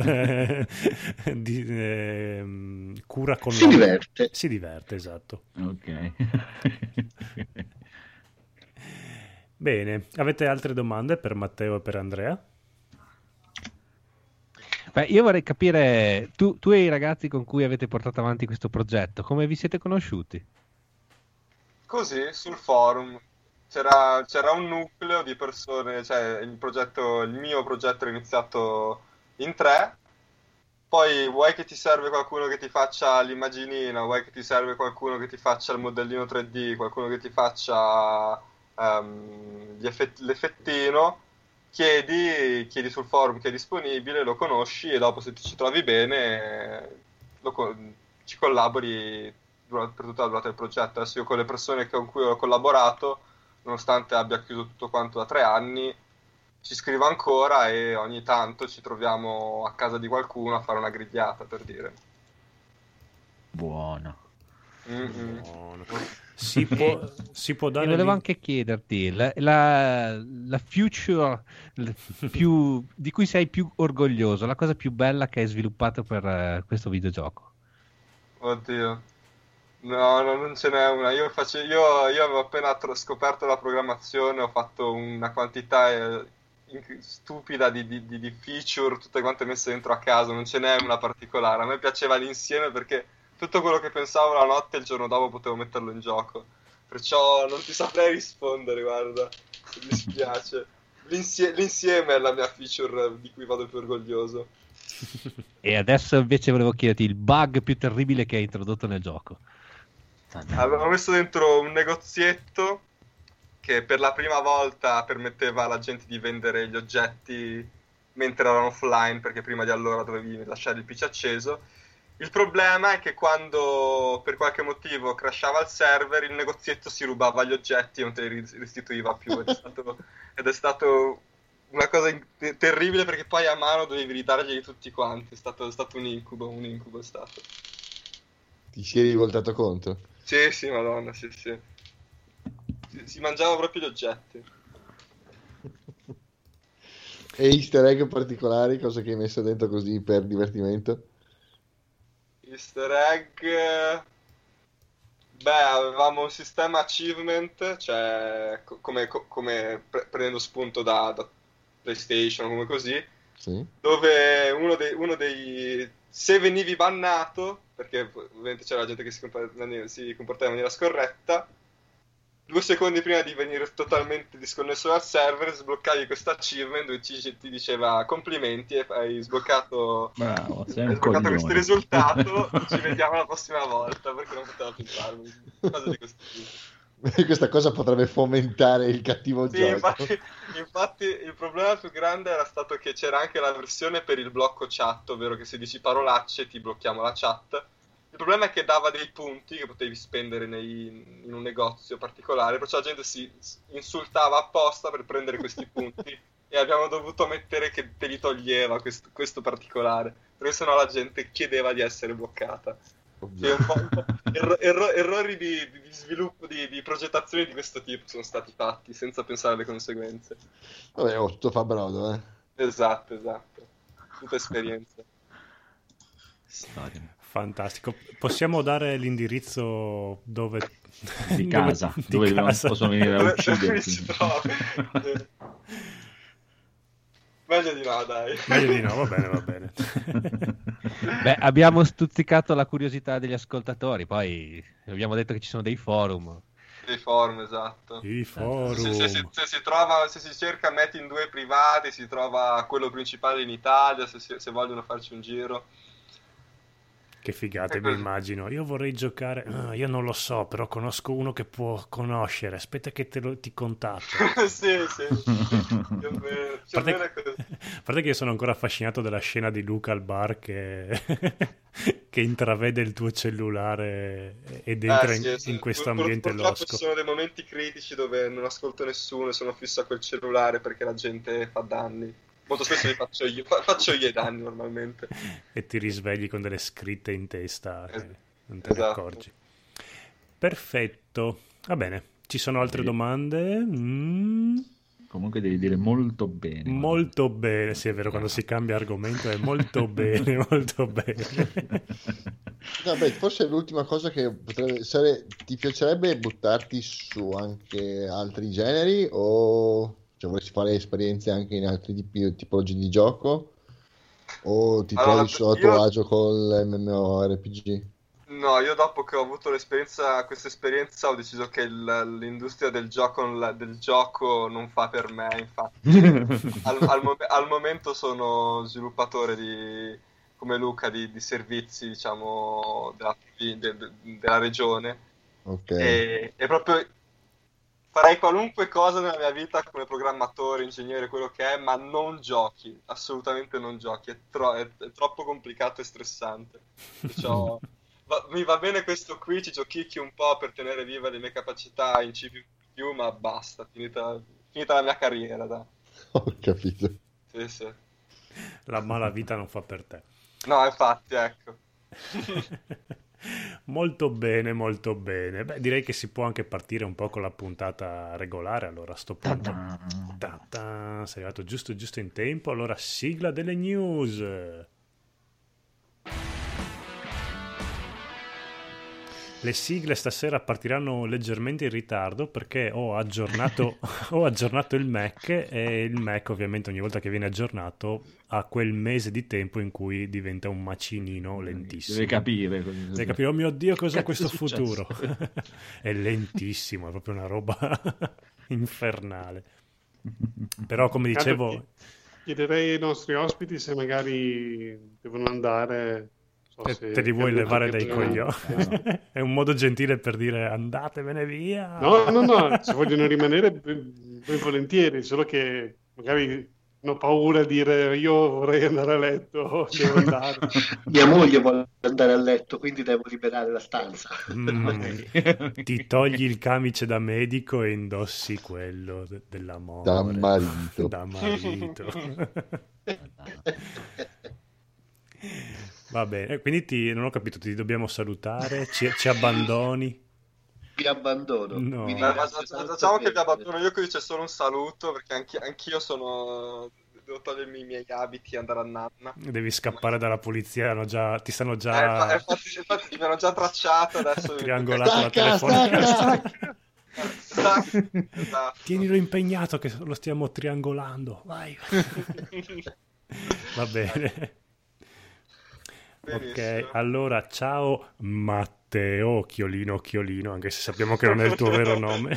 cura con Si diverte. Si diverte, esatto. Ok. Bene, avete altre domande per Matteo e per Andrea? Beh, io vorrei capire, tu e i ragazzi con cui avete portato avanti questo progetto, come vi siete conosciuti? Così, sul forum c'era un nucleo di persone, cioè il mio progetto era iniziato in 3, poi vuoi che ti serve qualcuno che ti faccia l'immaginina, vuoi che ti serve qualcuno che ti faccia il modellino 3D, qualcuno che ti faccia l'effettino, chiedi sul forum che è disponibile, lo conosci e dopo, se ti ci trovi bene, ci collabori per tutta la durata del progetto. Adesso io con le persone con cui ho collaborato, nonostante abbia chiuso tutto quanto da 3 anni, ci scrivo ancora e ogni tanto ci troviamo a casa di qualcuno a fare una grigliata, per dire. Buono. Buono. Si può E dare volevo anche chiederti la future di cui sei più orgoglioso, la cosa più bella che hai sviluppato per questo videogioco. Oddio. No, non ce n'è una. Io avevo appena scoperto la programmazione, ho fatto una quantità stupida di feature, tutte quante messe dentro a caso, non ce n'è una particolare. A me piaceva l'insieme perché tutto quello che pensavo la notte il giorno dopo potevo metterlo in gioco. Perciò non ti saprei rispondere, guarda, mi dispiace. L'insieme è la mia feature di cui vado più orgoglioso. E adesso invece volevo chiederti il bug più terribile che hai introdotto nel gioco. Avevo messo dentro un negozietto che per la prima volta permetteva alla gente di vendere gli oggetti mentre erano offline, perché prima di allora dovevi lasciare il PC acceso. Il problema è che quando per qualche motivo crashava il server, il negozietto si rubava gli oggetti e non te li restituiva più. Ed è stato una cosa terribile, perché poi a mano dovevi ridarglieli tutti quanti. È stato un incubo è stato. Ti si è rivoltato contro? Sì, madonna, sì. Si mangiava proprio gli oggetti. E easter egg particolari, cosa che hai messo dentro così per divertimento? Easter egg... Beh, avevamo un sistema achievement, cioè prendendo spunto da PlayStation, come così, Sì. dove uno dei se venivi bannato, perché ovviamente c'era gente che si comportava in maniera scorretta, 2 secondi prima di venire totalmente disconnesso dal server, sbloccavi questa achievement dove ti diceva complimenti, hai sbloccato, Bravo, sei hai un sbloccato questo coglione. risultato, ci vediamo la prossima volta, perché non poteva più farlo. Cose di questo tipo. Questa cosa potrebbe fomentare il cattivo Sì, gioco. infatti il problema più grande era stato che c'era anche la versione per il blocco chat, ovvero che se dici parolacce ti blocchiamo la chat. Il problema è che dava dei punti che potevi spendere in un negozio particolare, perciò la gente si insultava apposta per prendere questi punti e abbiamo dovuto mettere che te li toglieva questo particolare, perché sennò la gente chiedeva di essere bloccata. Sì, un po' errori di sviluppo, di progettazione di questo tipo sono stati fatti senza pensare alle conseguenze. Vabbè, tutto fa brodo, Esatto. Tutta esperienza. Storia. Fantastico. Possiamo dare l'indirizzo dove... Di casa, di dove casa. possono venire a Dove ucciderti. si trova? Meglio di no, dai. Meglio di no, va bene. Beh, abbiamo stuzzicato la curiosità degli ascoltatori, poi abbiamo detto che ci sono dei forum. Dei forum, esatto. I forum. Se si cerca Metin in 2 privati, si trova quello principale in Italia, se vogliono farci un giro. Che figate, mi immagino. Io vorrei giocare... io non lo so, però conosco uno che può conoscere. Aspetta che ti contatto. Sì. A parte che io sono ancora affascinato dalla scena di Luca al bar che intravede il tuo cellulare ed entra in questo ambiente purtroppo losco. ci sono dei momenti critici dove non ascolto nessuno e sono fisso a quel cellulare perché la gente fa danni. Molto spesso li faccio io i danni normalmente. E ti risvegli con delle scritte in testa che non te ne Esatto. accorgi. Perfetto. Va bene. Ci sono altre domande? Comunque devi dire molto bene. Molto bene. Sì, è vero, quando si cambia argomento è molto bene, molto bene. No, beh, forse l'ultima cosa che potrebbe essere, ti piacerebbe buttarti su anche altri generi o cioè, vorresti fare esperienze anche in altri tipologie di gioco o ti trovi solo a tuo agio col MMORPG? No, io dopo che ho avuto questa esperienza ho deciso che l'industria del gioco non fa per me, infatti. Al momento sono sviluppatore come Luca di servizi, diciamo, della regione. Ok. E proprio farei qualunque cosa nella mia vita come programmatore, ingegnere, quello che è, ma non giochi, assolutamente non giochi, è troppo complicato e stressante. Perciò mi va bene questo qui, ci giochicchi un po' per tenere viva le mie capacità in C++, ma basta, finita la mia carriera, dai. Ho capito. Sì. La malavita non fa per te. No, infatti, ecco. Molto bene, molto bene. Beh, direi che si può anche partire un po' con la puntata regolare. Allora, a sto punto sei arrivato giusto in tempo. Allora, sigla delle news. Le sigle stasera partiranno leggermente in ritardo perché ho aggiornato il Mac e il Mac ovviamente ogni volta che viene aggiornato ha quel mese di tempo in cui diventa un macinino lentissimo. Deve capire. Oh mio Dio, cos'è questo successo? futuro? È lentissimo, è proprio una roba infernale. Però come dicevo... Chiederei ai nostri ospiti se magari devono andare... Te li vuoi levare dai coglioni? È un modo gentile per dire andatevene via. No, se vogliono rimanere ben volentieri, solo che magari hanno paura di dire io vorrei andare a letto, devo andare. Mia moglie vuole andare a letto, quindi devo liberare la stanza. Ti togli il camice da medico e indossi quello dell'amore. Da marito. Va bene, quindi non ho capito, ti dobbiamo salutare, ci abbandoni? Vi abbandono. No. Facciamo che vi abbandono io, qui c'è solo un saluto, perché anch'io devo togliermi i miei abiti e andare a nanna. Devi scappare dalla polizia, ti stanno già infatti mi hanno già tracciato adesso. triangolato la telefonata. Esatto. Tienilo impegnato che lo stiamo triangolando, vai. Va bene. Benissimo. Ok, allora ciao Matteo Chiolino, anche se sappiamo che non è il tuo vero nome.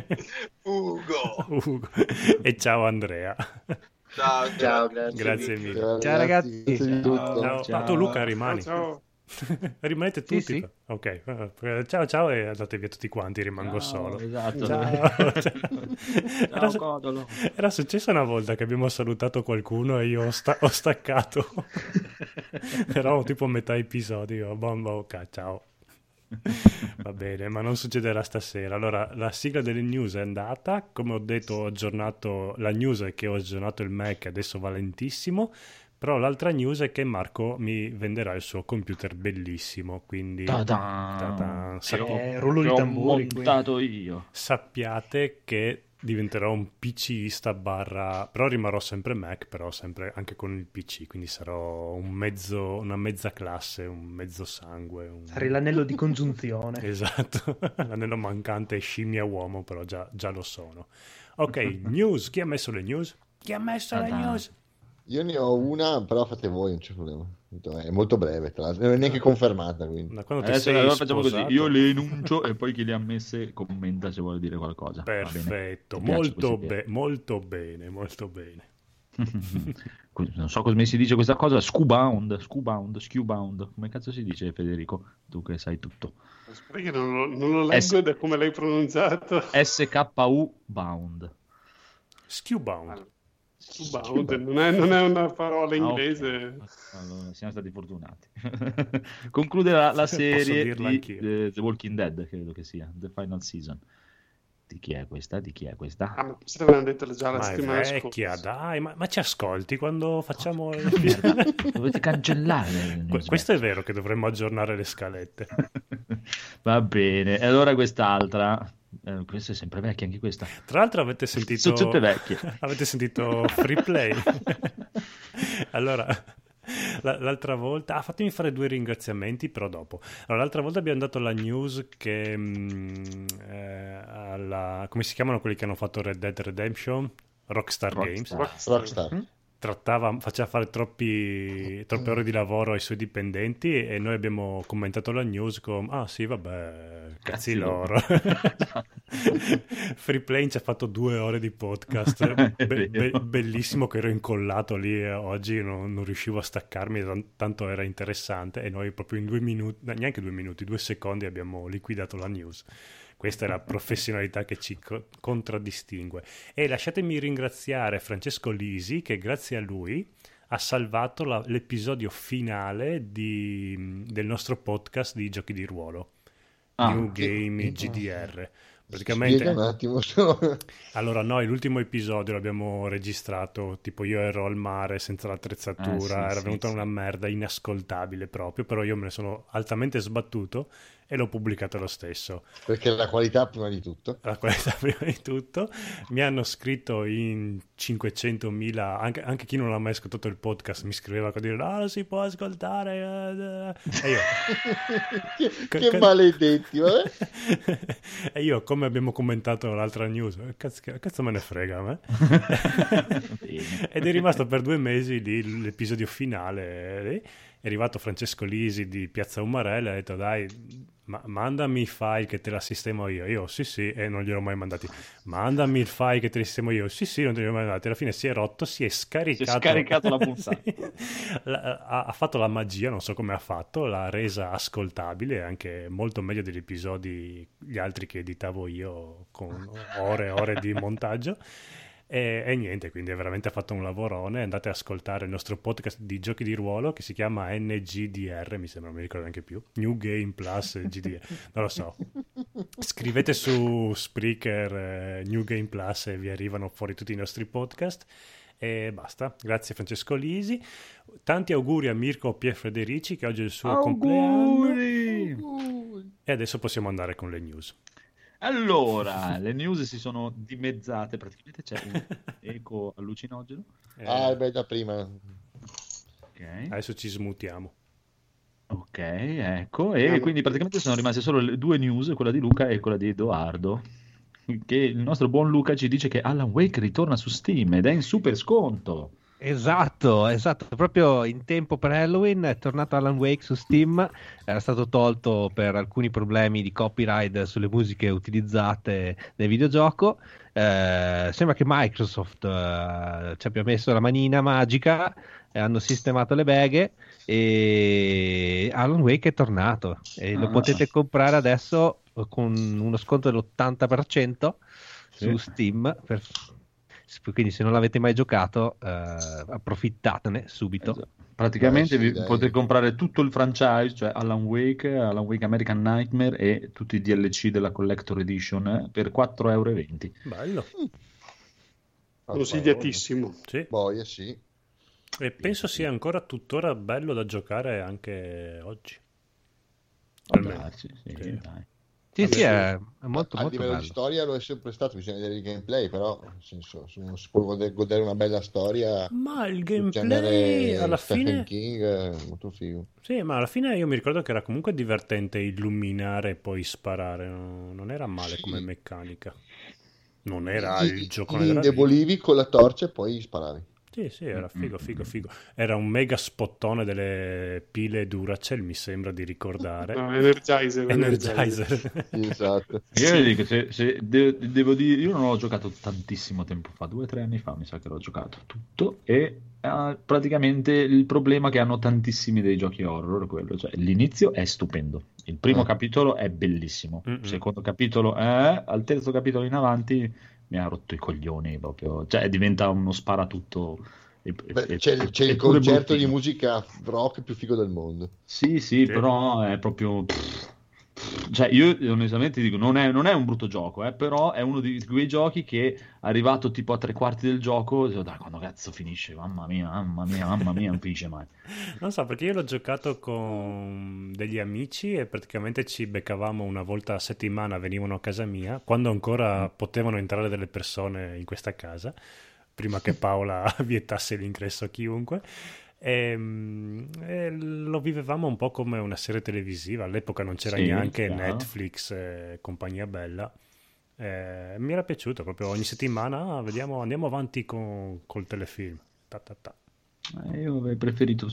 Ugo. E ciao Andrea. Ciao, Grazie mille. Ciao, ragazzi. grazie di tutto. Ciao. Ciao. Ah, tu Luca rimani. Ciao. Rimanete tutti. Sì. Ok, ciao e andate via tutti quanti, rimango solo. Esatto. Ciao. Ciao, Codolo. Era successo una volta che abbiamo salutato qualcuno e io ho staccato. Però tipo a metà episodio, ok, ciao. Va bene, ma non succederà stasera. Allora, la sigla delle news è andata. Come ho detto, ho aggiornato la news è che ho aggiornato il Mac, adesso va lentissimo. Però l'altra news è che Marco mi venderà il suo computer bellissimo, quindi Ta-da! rullo di Che ho tamburi qui. montato io. sappiate che diventerò un PCista però rimarrò sempre Mac, però sempre anche con il PC, quindi sarò una mezza classe, un mezzo sangue. Sarei l'anello di congiunzione. Esatto, l'anello mancante è scimmia uomo, però già lo sono. Ok, news, chi ha messo le news? Chi ha messo le news? Io ne ho una, però fate voi, non c'è problema. È molto breve, tra l'altro. Non è neanche confermata, quindi. Da quando ti Adesso sei allora facciamo sposato? così, io le enuncio e poi chi le ha messe commenta se vuole dire qualcosa. Va bene? Perfetto, Mi piace molto bene. Non so come si dice questa cosa, Skewbound, come cazzo si dice, Federico? Tu che sai tutto. Aspetta che non lo leggo da come l'hai pronunciato. SKU Bound. Skewbound. Bound, non è una parola inglese. Ok. Allora, siamo stati fortunati. Conclude la Posso serie dirla di anch'io. The Walking Dead, credo che sia, The Final Season. Di chi è questa? Ah, ma questo avevano detto già la Ma è settimana vecchia, scorsa. dai, ma ci ascolti quando facciamo... Dovete cancellare. Questo è vero che dovremmo aggiornare le scalette. Va bene, e allora quest'altra. Questa è sempre vecchia, anche questa. Tra l'altro avete sentito... Sono tutte vecchie. Avete sentito Free Play? Allora... L'altra volta, fatemi fare 2 ringraziamenti, però dopo. Allora, l'altra volta abbiamo dato la news che come si chiamano quelli che hanno fatto Red Dead Redemption? Rockstar Games. Rockstar. Faceva fare troppe ore di lavoro ai suoi dipendenti e noi abbiamo commentato la news con sì vabbè, cazzi loro. Free Play ci ha fatto 2 ore di podcast bellissimo, che ero incollato lì oggi, non riuscivo a staccarmi, tanto era interessante, e noi proprio in 2 minuti, neanche 2 minuti, 2 secondi abbiamo liquidato la news. Questa è la professionalità che ci contraddistingue. E lasciatemi ringraziare Francesco Lisi, che grazie a lui ha salvato l'episodio finale del nostro podcast di giochi di ruolo, New Game GDR. Praticamente, spiega un attimo. Allora noi l'ultimo episodio l'abbiamo registrato, tipo io ero al mare senza l'attrezzatura, era venuta una merda inascoltabile proprio, però io me ne sono altamente sbattuto e l'ho pubblicato lo stesso. Perché la qualità prima di tutto. La qualità prima di tutto. Mi hanno scritto in 500.000, anche chi non ha mai ascoltato il podcast mi scriveva a dire lo si può ascoltare. E io che maledetti, vabbè. E io, come abbiamo commentato l'altra news, cazzo me ne frega a me. Ed è rimasto per 2 mesi lì l'episodio finale. È arrivato Francesco Lisi di Piazza Umarella e ha detto dai, mandami i file che te la sistemo io sì, e non gliel'ho mai mandati. Mandami il file che te li sistemo io sì, non te li ho mai mandati. Alla fine si è rotto, si è scaricato la puntata. Sì. Ha fatto la magia, non so come ha fatto, l'ha resa ascoltabile, anche molto meglio degli episodi gli altri che editavo io con ore e ore di montaggio. E niente, quindi veramente ha fatto un lavorone. Andate ad ascoltare il nostro podcast di giochi di ruolo che si chiama NGDR, mi sembra, non mi ricordo neanche più, New Game Plus GDR, non lo so. Scrivete su Spreaker New Game Plus e vi arrivano fuori tutti i nostri podcast. E basta, grazie Francesco Lisi, tanti auguri a Mirko Pier Federici che oggi è il suo compleanno, e adesso possiamo andare con le news. Allora, le news si sono dimezzate, praticamente c'è un eco allucinogeno. Beh, da prima. Ok, Adesso ci smutiamo. ok, ecco, e quindi praticamente sono rimaste solo le due news, quella di Luca e quella di Edoardo, che il nostro buon Luca ci dice che Alan Wake ritorna su Steam ed è in super sconto. Esatto, proprio in tempo per Halloween è tornato Alan Wake su Steam, era stato tolto per alcuni problemi di copyright sulle musiche utilizzate nel videogioco. Sembra che Microsoft ci abbia messo la manina magica e hanno sistemato le beghe e Alan Wake è tornato e lo potete comprare adesso con uno sconto dell'80% su Steam quindi se non l'avete mai giocato approfittatene subito. Esatto. Praticamente Sì, dai. potete comprare tutto il franchise, cioè Alan Wake American Nightmare e tutti i DLC della Collector Edition per 4,20 €. Bello. Consigliatissimo. Sì. Boia, sì. E penso sia ancora tuttora bello da giocare anche oggi. Vabbè, sì, Sì. dai. Sì, è molto A molto livello bello. di storia lo è sempre stato, bisogna vedere il gameplay, però nel senso, se uno si può godere una bella storia, Ma il sul gameplay genere alla Stephen fine... King, molto figo. Sì, ma alla fine io mi ricordo che era comunque divertente illuminare e poi sparare. Non era male Sì. come meccanica. Non era Li il gioco li della vita. indebolivi con la torcia e poi sparavi. Sì, era figo. Era un mega spottone delle pile Duracell, mi sembra di ricordare. No, Energizer. Energizer. Esatto. Io dico, devo dire, io non l'ho giocato tantissimo tempo fa, 2 o 3 anni fa mi sa che l'ho giocato tutto e praticamente il problema che hanno tantissimi dei giochi horror è quello, cioè l'inizio è stupendo, il primo capitolo è bellissimo, il secondo capitolo al terzo capitolo in avanti mi ha rotto i coglioni proprio, cioè diventa uno sparatutto. Beh, c'è il pure concerto di bruttino. musica rock più figo del mondo. Sì, però è proprio... Cioè, io onestamente dico, non è un brutto gioco, però è uno di quei giochi che arrivato tipo a 3/4 del gioco, dico, dai, quando cazzo finisce? Mamma mia, non finisce mai. Non so, perché io l'ho giocato con degli amici e praticamente ci beccavamo una volta a settimana, venivano a casa mia, quando ancora potevano entrare delle persone in questa casa, prima che Paola vietasse l'ingresso a chiunque. E lo vivevamo un po' come una serie televisiva. All'epoca non c'era Sì, neanche chiaro. Netflix e compagnia bella. Mi era piaciuto proprio ogni settimana. Andiamo avanti col telefilm. Ta, ta, ta. Io avrei preferito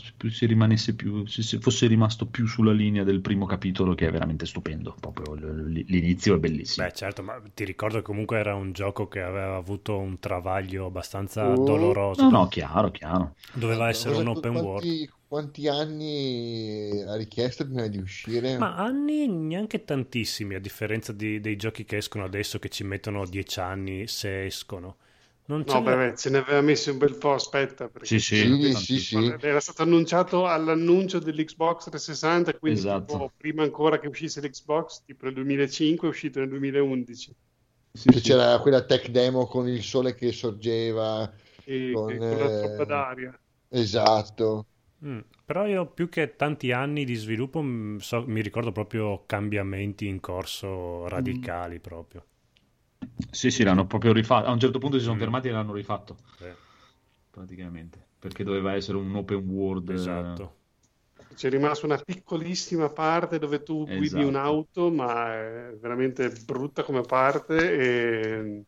se fosse rimasto più sulla linea del primo capitolo, che è veramente stupendo. Proprio l'inizio è bellissimo. Beh, certo, ma ti ricordo che comunque era un gioco che aveva avuto un travaglio abbastanza doloroso. No, chiaro. Doveva essere un open world. Quanti anni ha richiesto prima di uscire? Ma anni neanche tantissimi, a differenza dei giochi che escono adesso, che ci mettono 10 anni se escono. Non No, beh, ce ne aveva messi un bel po', aspetta. Perché Sì. era stato annunciato all'annuncio dell'Xbox 360, quindi Esatto. tipo, prima ancora che uscisse l'Xbox, tipo nel 2005, è uscito nel 2011. C'era quella tech demo con il sole che sorgeva. E con la troppa d'aria. Esatto. Però io più che tanti anni di sviluppo mi ricordo proprio cambiamenti in corso radicali proprio. Sì, l'hanno proprio rifatto. A un certo punto si sono fermati e l'hanno rifatto. Praticamente. Perché doveva essere un open world. Esatto. C'è rimasta una piccolissima parte dove tu guidi un'auto, ma è veramente brutta come parte e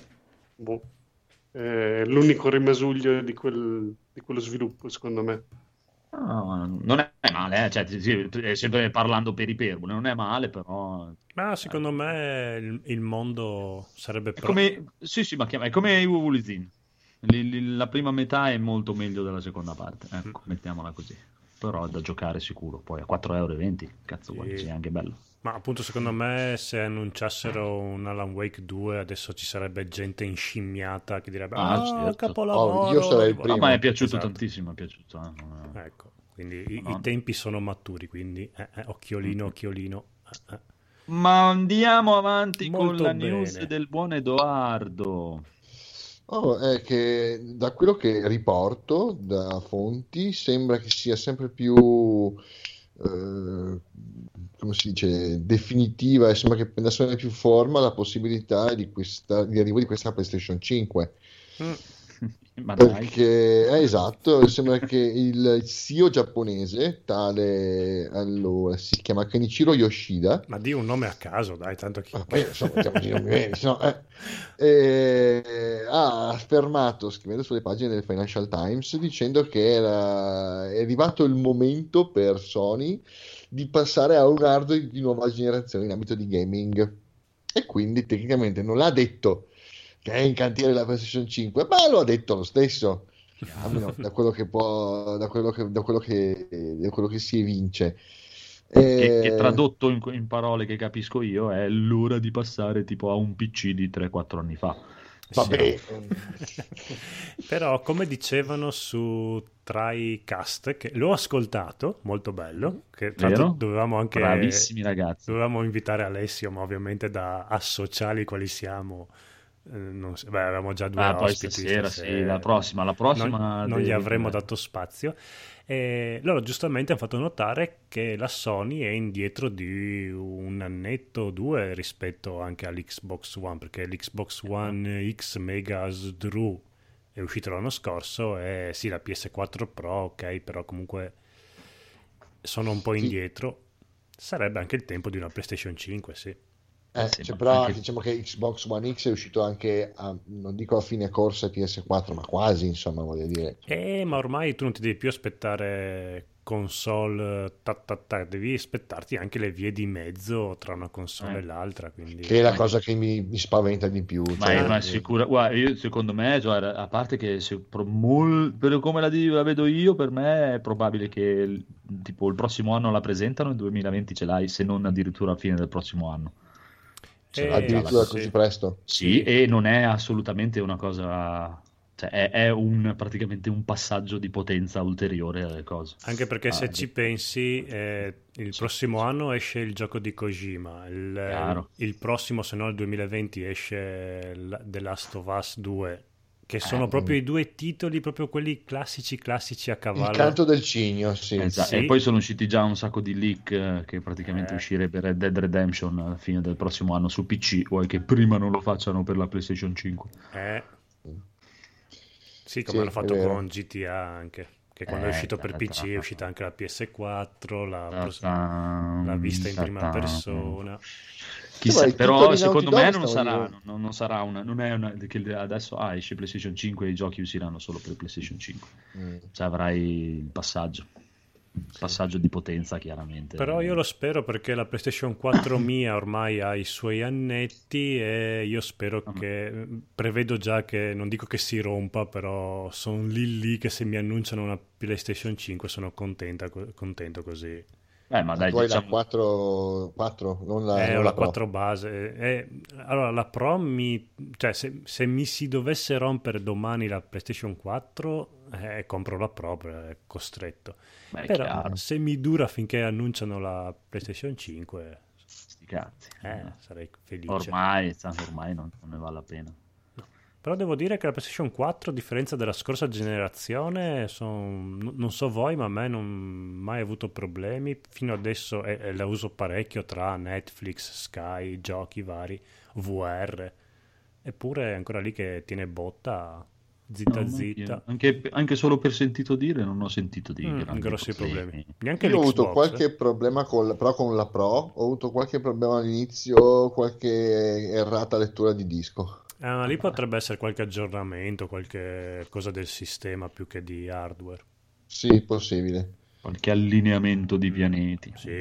è l'unico rimasuglio di quello sviluppo, secondo me. No, non è male, cioè, sempre parlando per iperbole, non è male, però... Ma secondo me il mondo sarebbe ma è come Evo Within. La prima metà è molto meglio della seconda parte, ecco, mettiamola così. Però è da giocare sicuro, poi a 4,20 €, cazzo, è anche bello. Ma appunto secondo me se annunciassero un Alan Wake 2 adesso ci sarebbe gente inscimmiata che direbbe certo. capolavoro. Io sarei il primo. Ma è piaciuto tantissimo, è piaciuto. Ecco, quindi i tempi sono maturi, quindi occhiolino. Ma andiamo avanti Molto con la bene. news del buon Edoardo. È che da quello che riporto da fonti sembra che sia sempre più come si dice, definitiva, e sembra che prenda sempre più forma la possibilità di arrivo di questa PlayStation 5. Ma dai. Perché esatto, sembra che il CEO giapponese, tale, allora si chiama Kenichiro Yoshida, Ma di un nome a caso, dai, tanto chi... poi insomma mettiamo i nomi veri, se no, ha affermato, scrivendo sulle pagine del Financial Times, dicendo che è arrivato il momento per Sony di passare a un hardware di nuova generazione in ambito di gaming, e quindi tecnicamente non l'ha detto che è in cantiere la PlayStation 5, ma lo ha detto lo stesso, almeno da quello che può, da quello che si evince. Che tradotto in parole che capisco io è l'ora di passare tipo a un PC di 3-4 anni fa. Vabbè. Però come dicevano su TriCast, che l'ho ascoltato, molto bello, che tra l'altro dovevamo anche, bravissimi ragazzi, dovevamo invitare Alessio, ma ovviamente da associali quali siamo avevamo già due poi ospiti stasera. Sì, la prossima non gli avremmo dato spazio, e loro giustamente hanno fatto notare che la Sony è indietro di un annetto o due rispetto anche all'Xbox One, perché l'Xbox One X Megas Drew è uscito l'anno scorso, e sì, la PS4 Pro, ok, però comunque sono un po' indietro. Sarebbe anche il tempo di una PlayStation 5, sì. Però diciamo che Xbox One X è uscito anche non dico a fine corsa PS4, ma quasi, insomma, voglio dire. Ma ormai tu non ti devi più aspettare console, devi aspettarti anche le vie di mezzo tra una console e l'altra, quindi... che è la cosa che mi spaventa di più. Ma sicura, guarda, secondo me, cioè, a parte che per come la vedo io, per me è probabile che tipo il prossimo anno la presentano, nel 2020 ce l'hai, se non addirittura a fine del prossimo anno. Addirittura così presto? Sì, e non è assolutamente una cosa, cioè è praticamente un passaggio di potenza ulteriore alle cose. Anche perché se ci pensi, il prossimo anno esce il gioco di Kojima, il prossimo, se no il 2020, esce The Last of Us 2, che sono proprio i due titoli, proprio quelli classici a cavallo. Il canto del cigno, sì. Esatto. Sì. E poi sono usciti già un sacco di leak che praticamente uscirebbe Red Dead Redemption alla fine del prossimo anno su PC, vuoi che prima non lo facciano per la PlayStation 5. Sì, come hanno fatto con GTA anche, che quando è uscito per PC è uscita anche la PS4, la vista in prima persona. Chissà, però secondo me non sarà non è una che adesso esce PlayStation 5 e i giochi usciranno solo per PlayStation 5. Cioè avrai il passaggio di potenza, chiaramente. Però io lo spero, perché la PlayStation 4 mia ormai ha i suoi annetti, e io spero prevedo già che, non dico che si rompa, però sono lì che se mi annunciano una PlayStation 5 sono contento così. Ma dai, tu hai la 4, non la 4 base. Allora la Pro cioè, se mi si dovesse rompere domani la PlayStation 4, compro la Pro, è costretto. Però chiaro, se mi dura finché annunciano la PlayStation 5, sti cazzi, sarei felice. Ormai non ne vale la pena. Però devo dire che la PlayStation 4, a differenza della scorsa generazione, non so voi, ma a me non ho mai avuto problemi. Fino adesso la uso parecchio tra Netflix, Sky, giochi vari, VR. Eppure è ancora lì che tiene botta, zitta. Anche solo per sentito dire, non ho sentito di grossi problemi. Neanche io ho l'Xbox, avuto qualche problema però con la Pro, ho avuto qualche problema all'inizio, qualche errata lettura di disco. Lì potrebbe essere qualche aggiornamento, qualche cosa del sistema più che di hardware. Sì, possibile. Qualche allineamento di pianeti. Sì.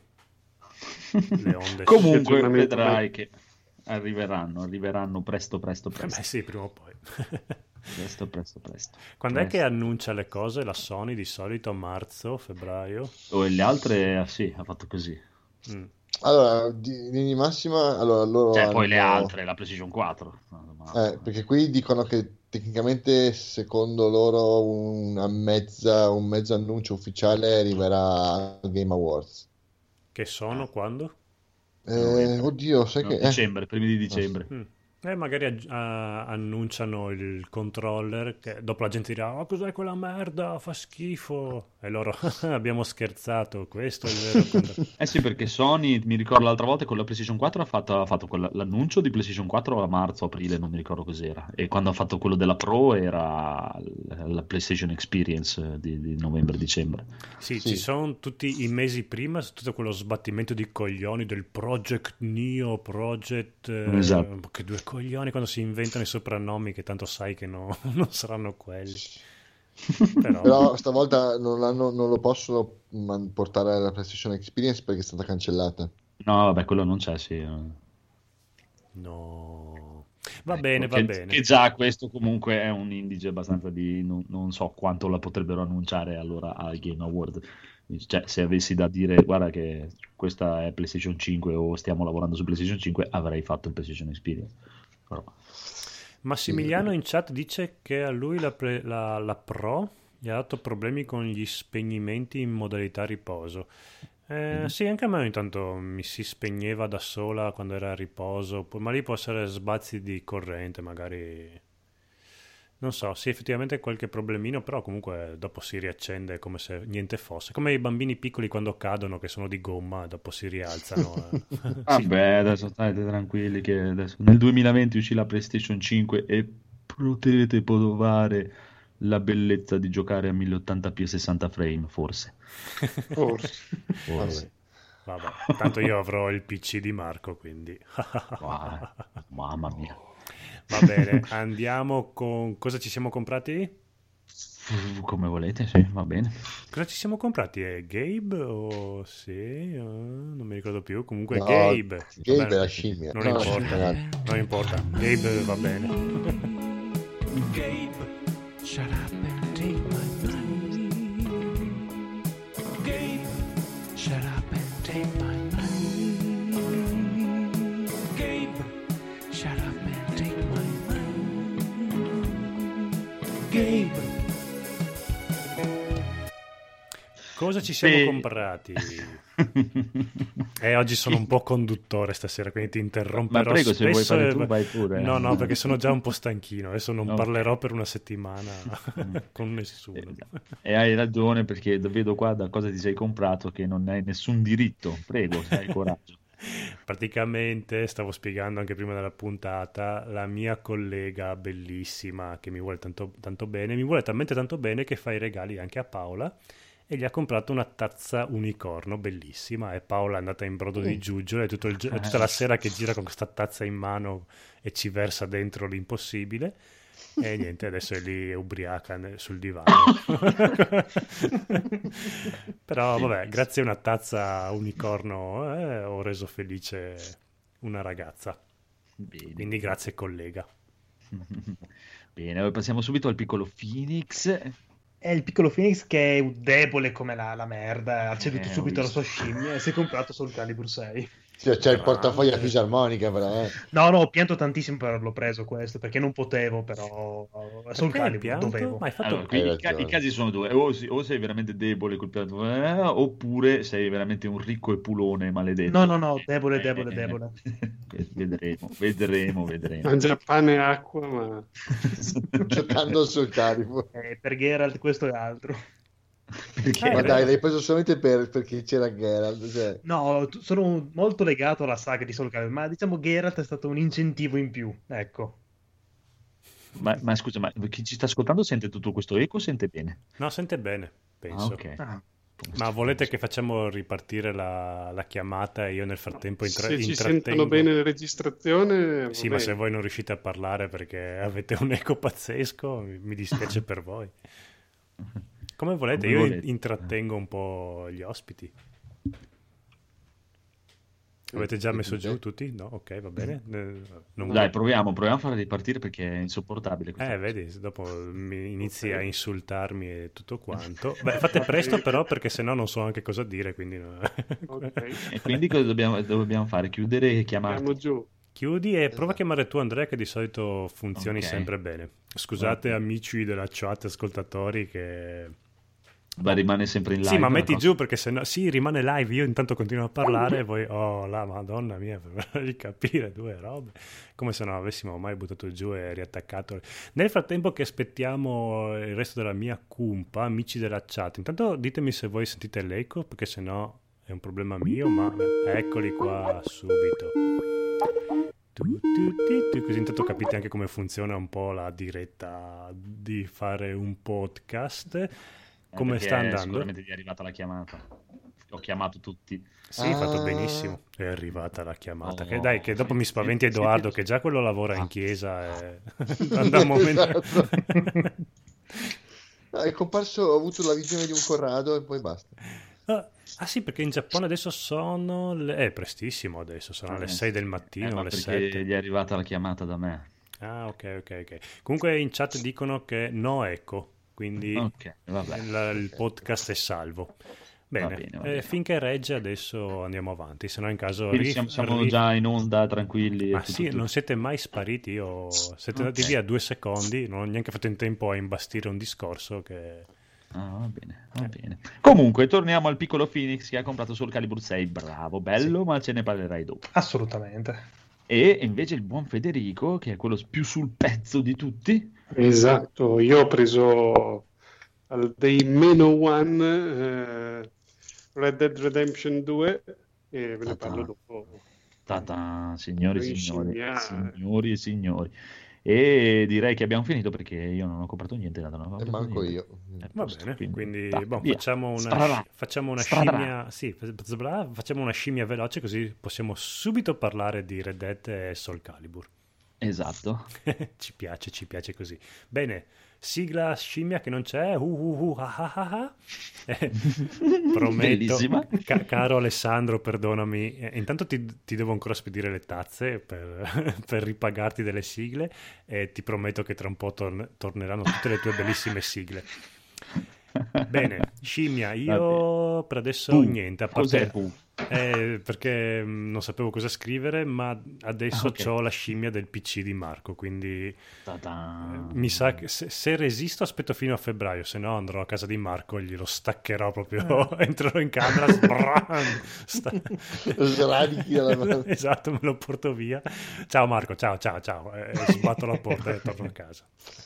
Le onde. Comunque vedrai che arriveranno presto. Sì, prima o poi. Presto. Quando è che annuncia le cose la Sony di solito? Marzo, febbraio? E le altre, sì, ha fatto così. Allora, di massima, loro poi le altre, la PlayStation 4. Perché qui dicono che tecnicamente, secondo loro, un mezzo annuncio ufficiale arriverà al Game Awards. Che sono quando? Oddio, sai che... Dicembre, primi di dicembre. Magari annunciano il controller, che dopo la gente dirà: "Oh, cos'è quella merda? Fa schifo." E loro: "Abbiamo scherzato, questo è il vero controller." Sì, perché Sony, mi ricordo l'altra volta con la PlayStation 4 ha fatto l'annuncio di PlayStation 4 a marzo, aprile, non mi ricordo cos'era. E quando ha fatto quello della Pro era la PlayStation Experience di novembre-dicembre. Sì, ci sono tutti i mesi prima, tutto quello sbattimento di coglioni del Project Neo, Project... Esatto. Che due coglioni quando si inventano i soprannomi che tanto sai che non saranno quelli. Però stavolta non lo possono portare alla PlayStation Experience perché è stata cancellata. No, vabbè, quello non c'è, sì. No. Va bene, va bene. Che già questo comunque è un indice abbastanza di... Non so quanto la potrebbero annunciare allora al Game Award. Cioè, se avessi da dire, guarda che questa è PlayStation 5 o stiamo lavorando su PlayStation 5, avrei fatto il PlayStation Experience. Però... Massimiliano in chat dice che a lui la Pro gli ha dato problemi con gli spegnimenti in modalità riposo. Sì, anche a me ogni tanto mi si spegneva da sola quando era a riposo, ma lì può essere sbazzi di corrente, magari... Non so, sì, effettivamente qualche problemino, però comunque dopo si riaccende come se niente fosse. Come i bambini piccoli quando cadono, che sono di gomma, dopo si rialzano. Vabbè, adesso state tranquilli che adesso nel 2020 uscì la PlayStation 5 e potrete provare la bellezza di giocare a 1080p e 60 frame, forse. Forse. Vabbè, tanto io avrò il PC di Marco, quindi... Mamma mia. Va bene, andiamo con... Cosa ci siamo comprati? Come volete, sì, va bene. Cosa ci siamo comprati? È Gabe o sì? Non mi ricordo più. Comunque No, Gabe. Gabe Vabbè, è la scimmia. Non No, la importa. scimmia. Non importa. Gabe va bene. Gabe, shut up and take my money. Gabe, shut up and take my money. Gabe, shut up and take my money. Gabe. Cosa ci siamo comprati? Oggi sono un po' conduttore stasera, quindi ti interromperò. Ma prego, se vuoi spesso. fare tu, vai pure. No, perché sono già un po' stanchino. Adesso non Ok. parlerò per una settimana con nessuno. E hai ragione, perché vedo qua da cosa ti sei comprato che non hai nessun diritto. Prego, se hai il coraggio. Praticamente stavo spiegando anche prima della puntata, la mia collega bellissima che mi vuole tanto, tanto bene, mi vuole talmente tanto bene che fa i regali anche a Paola e gli ha comprato una tazza unicorno bellissima e Paola è andata in brodo di giuggiole tutta la sera che gira con questa tazza in mano e ci versa dentro l'impossibile. E niente, adesso è lì ubriaca sul divano. Però vabbè, grazie a una tazza unicorno ho reso felice una ragazza. Bene. Quindi grazie collega. Bene, passiamo subito al piccolo Phoenix. È il piccolo Phoenix che è debole come la merda, ha ceduto Ho subito alla visto. sua scimmia e si è comprato Soul Calibur 6. C'è il portafoglio a fisarmonica, però. No, ho pianto tantissimo per averlo preso questo, perché non potevo, però Soul Perché hai Calibur pianto? dovevo. Ma hai fatto Allora, qui i casi sono due: o sei veramente debole col piatto, oppure sei veramente un ricco e pulone maledetto. No, debole. Vedremo. Mangia pane e acqua, ma... Giocando sul Calibur. Per Geralt questo è altro. Perché Ma dai, l'hai preso solamente perché c'era Geralt. Cioè. No, sono molto legato alla saga di Soul Calibur, ma diciamo Geralt è stato un incentivo in più, ecco. ma scusa, ma chi ci sta ascoltando sente tutto questo eco o sente bene? No, sente bene, penso. Ok. Ma volete che facciamo ripartire la chiamata e io nel frattempo Se ci intrattengo? sentono bene la registrazione, Sì, ma se voi non riuscite a parlare perché avete un eco pazzesco, mi dispiace per voi. Come volete, Come io volete. intrattengo un po' gli ospiti. Avete già messo giù tutti? No? Ok, va bene. Dai, proviamo a farla ripartire perché è insopportabile questa cosa. Vedi, dopo mi inizi a insultarmi e tutto quanto. Beh, fate presto però perché sennò non so anche cosa dire, quindi no. ok, E quindi cosa dobbiamo fare? Chiudere e chiamare? andiamo giù. Chiudi e prova a chiamare tu Andrea che di solito funzioni Ok. sempre bene. Scusate amici della chat, ascoltatori che Ma rimane sempre in live. Sì, ma la metti cosa? giù perché sennò sì, rimane live, io intanto continuo a parlare e poi la madonna mia, per ricapire due robe, come se non avessimo mai buttato giù e riattaccato. Nel frattempo che aspettiamo il resto della mia cumpa, amici della chat, intanto ditemi se voi sentite l'eco, perché sennò è un problema mio, ma eccoli qua subito. Così intanto capite anche come funziona un po' la diretta di fare un podcast. Come Perché sta andando? Sicuramente ti è arrivata la chiamata. Ho chiamato tutti. Sì, hai fatto benissimo. È arrivata la chiamata. Che dai, che dopo mi spaventi Siete- Edoardo, che già quello lavora in chiesa. E... andiamo a momento... Esatto. È comparso, ho avuto la visione di un Corrado e poi basta. Ah sì, perché in Giappone adesso sono è prestissimo adesso, sono alle 6 del mattino, ma alle perché 7. gli è arrivata la chiamata da me. Ah, ok. Comunque in chat dicono che no eco, quindi Ok, vabbè. il podcast è salvo. Bene, Va bene. finché regge adesso andiamo avanti, se no in caso... Quindi siamo già in onda, tranquilli. Ma tutto, sì, tutto. non siete mai spariti, siete andati via 2 secondi, non ho neanche fatto in tempo a imbastire un discorso che... Ah, va bene. Comunque, torniamo al piccolo Phoenix che ha comprato Soul Calibur 6. Bravo, bello, ma ce ne parlerai dopo. Assolutamente. E invece il buon Federico, che è quello più sul pezzo di tutti. Esatto, io ho preso dei meno one Red Dead Redemption 2 e ve ne parlo dopo. Signori Noi e signori. E direi che abbiamo finito perché io non ho comprato niente. E manco io. Va bene, quindi via. facciamo una scimmia, sì, facciamo una scimmia veloce così possiamo subito parlare di Red Dead e Soul Calibur. Esatto. ci piace così. Bene, sigla scimmia che non c'è. Prometto. Bellissima. Caro Alessandro, perdonami. Intanto ti devo ancora spedire le tazze per ripagarti delle sigle e ti prometto che tra un po' torneranno tutte le tue bellissime sigle. Bene, scimmia, io per adesso niente, a parte perché non sapevo cosa scrivere, ma adesso ho la scimmia del PC di Marco, quindi mi sa che se resisto aspetto fino a febbraio, se no andrò a casa di Marco e glielo staccherò proprio, entrerò in camera, sradichi dalla mano. Esatto, me lo porto via. Ciao Marco, ciao, sbatto la porta e torno a casa.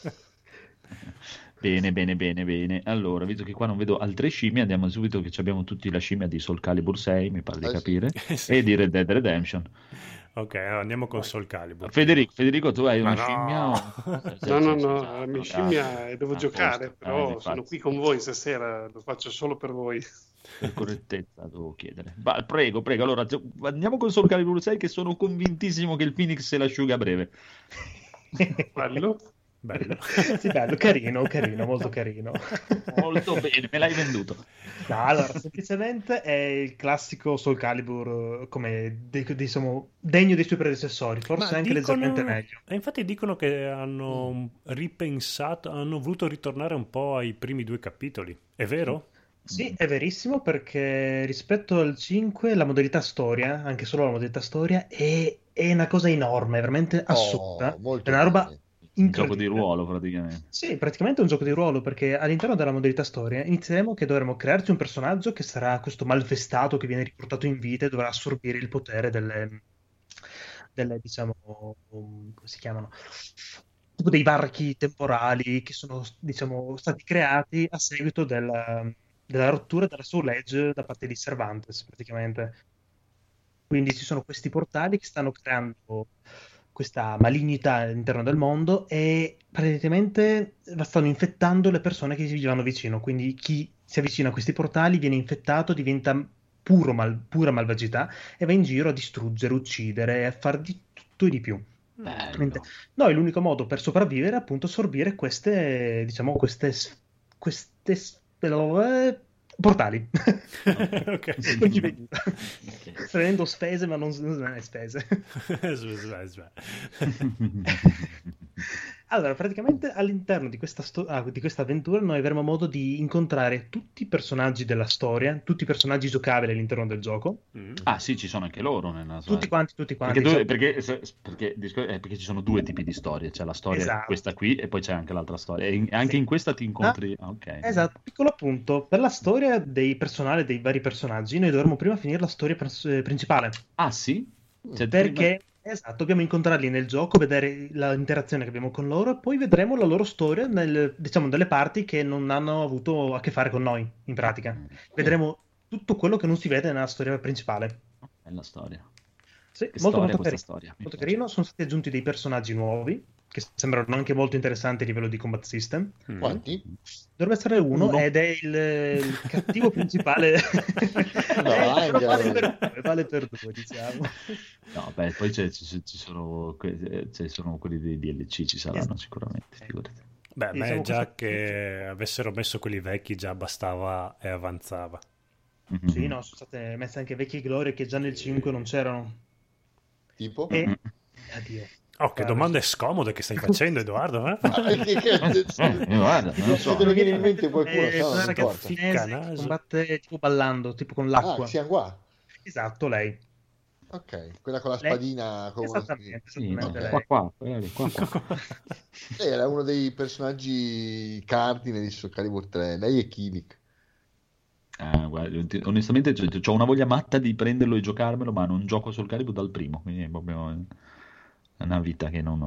Bene. Allora, visto che qua non vedo altre scimmie, andiamo subito che abbiamo tutti la scimmia di Soul Calibur 6, mi pare di capire, sì. e di Red Dead Redemption. Ok, andiamo con Soul Calibur. Federico, tu hai una no. scimmia? No, la mia scimmia devo giocare, posto. però Infatti. sono qui con voi stasera, lo faccio solo per voi. Per correttezza devo chiedere. Prego, allora andiamo con Soul Calibur 6 che sono convintissimo che il Phoenix se l'asciuga a breve. Bello. Sì, bello, carino, molto carino. Molto bene, me l'hai venduto. No, allora, semplicemente è il classico Soul Calibur come diciamo degno dei suoi predecessori, forse anche leggermente meglio. E infatti dicono che hanno ripensato, hanno voluto ritornare un po' ai primi 2 capitoli. È vero? Sì, è verissimo, perché rispetto al 5 la modalità storia, anche solo la modalità storia, è una cosa enorme, veramente assurda. Molto È una roba bene. Un gioco di ruolo praticamente. Sì, praticamente è un gioco di ruolo, perché all'interno della modalità storia inizieremo che dovremo crearci un personaggio che sarà questo malvestato che viene riportato in vita e dovrà assorbire il potere delle diciamo, come si chiamano? Tipo dei varchi temporali che sono, diciamo, stati creati a seguito della rottura della Soul Edge da parte di Cervantes, praticamente. Quindi ci sono questi portali che stanno creando questa malignità all'interno del mondo e praticamente stanno infettando le persone che si vanno vicino. Quindi chi si avvicina a questi portali viene infettato, diventa pura malvagità e va in giro a distruggere, uccidere e a far di tutto e di più. Noi l'unico modo per sopravvivere è appunto assorbire queste, diciamo, portali. Ok. Non ci veniva. Prendendo spese, ma non è spese. Allora, praticamente all'interno di di questa avventura noi avremo modo di incontrare tutti i personaggi della storia, tutti i personaggi giocabili all'interno del gioco. Ah sì, ci sono anche loro nella Tutti storia. quanti. Perché ci sono due tipi di storie, c'è la storia Esatto. questa qui e poi c'è anche l'altra storia. E anche Sì. in questa ti incontri... ok. Esatto, piccolo appunto, per la storia dei personali dei vari personaggi noi dovremo prima finire la storia principale, Ah sì? Cioè, perché esatto, dobbiamo incontrarli nel gioco, vedere l'interazione che abbiamo con loro e poi vedremo la loro storia diciamo, delle parti che non hanno avuto a che fare con noi, in pratica. Vedremo tutto quello che non si vede nella storia principale. Bella storia. Sì, Che molto, storia molto questa carino. storia. Mi Molto piace. carino. Sono stati aggiunti dei personaggi nuovi che sembrano anche molto interessanti a livello di combat system. Quanti? Dovrebbe essere uno ed è il cattivo principale. No, Però vale per due, diciamo. No, beh, poi ci sono quelli dei DLC, ci saranno sicuramente, figurati. Beh, a me Diciamo già questo- che avessero messo quelli vecchi già bastava e avanzava. Mhm. Sì, no, sono state messe anche vecchie glorie che già nel 5 non c'erano. Tipo? E Mhm. addio. Oh, che Guarda. domande scomode che stai facendo, Edoardo? Eh? Guarda, non so. Se ne viene in mente qualcuno, È no, una non importa. ragazza cinese che Ficcanaso. combatte tipo ballando, tipo con Ah, l'acqua. Xianghua. Esatto, lei. Ok, quella con la Lei- spadina. Con Esattamente, Sì, esattamente ok. lei. qua, qua. Era uno dei personaggi cardine di Soul Calibur 3. Lei è Kilik. Guarda, onestamente ho una voglia matta di prenderlo e giocarmelo, ma non gioco sul Calibur dal primo, quindi è proprio una vita che non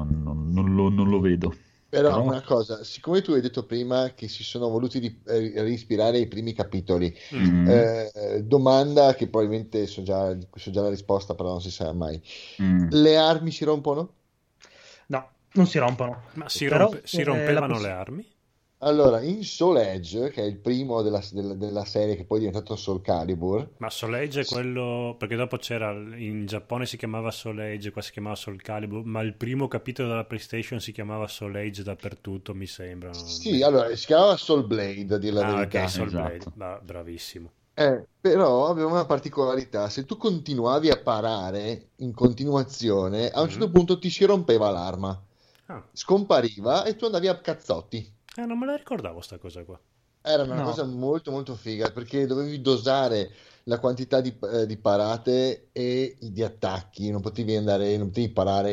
lo vedo. Però una cosa, siccome tu hai detto prima che si sono voluti riispirare ai primi capitoli, Mm, domanda che probabilmente so già la risposta, però non si sa mai. mm. Le armi si rompono? No, non si rompono. Ma si Però, rompevano la le armi? Allora, in Soul Edge, che è il primo della serie che poi è diventato Soul Calibur, Ma Soul Edge è quello... Perché dopo c'era... In Giappone si chiamava Soul Edge, qua si chiamava Soul Calibur, ma il primo capitolo della PlayStation si chiamava Soul Edge dappertutto, mi sembra. sì, allora si chiamava Soul Blade, a dire la Ah, verità. ok, Soul Esatto. Blade. Bravissimo. Però aveva una particolarità, se tu continuavi a parare in continuazione, a un certo punto ti si rompeva l'arma, Ah, scompariva e tu andavi a cazzotti. non me la ricordavo sta cosa qua. Era una No. cosa molto molto figa perché dovevi dosare la quantità di parate e di attacchi, non potevi parare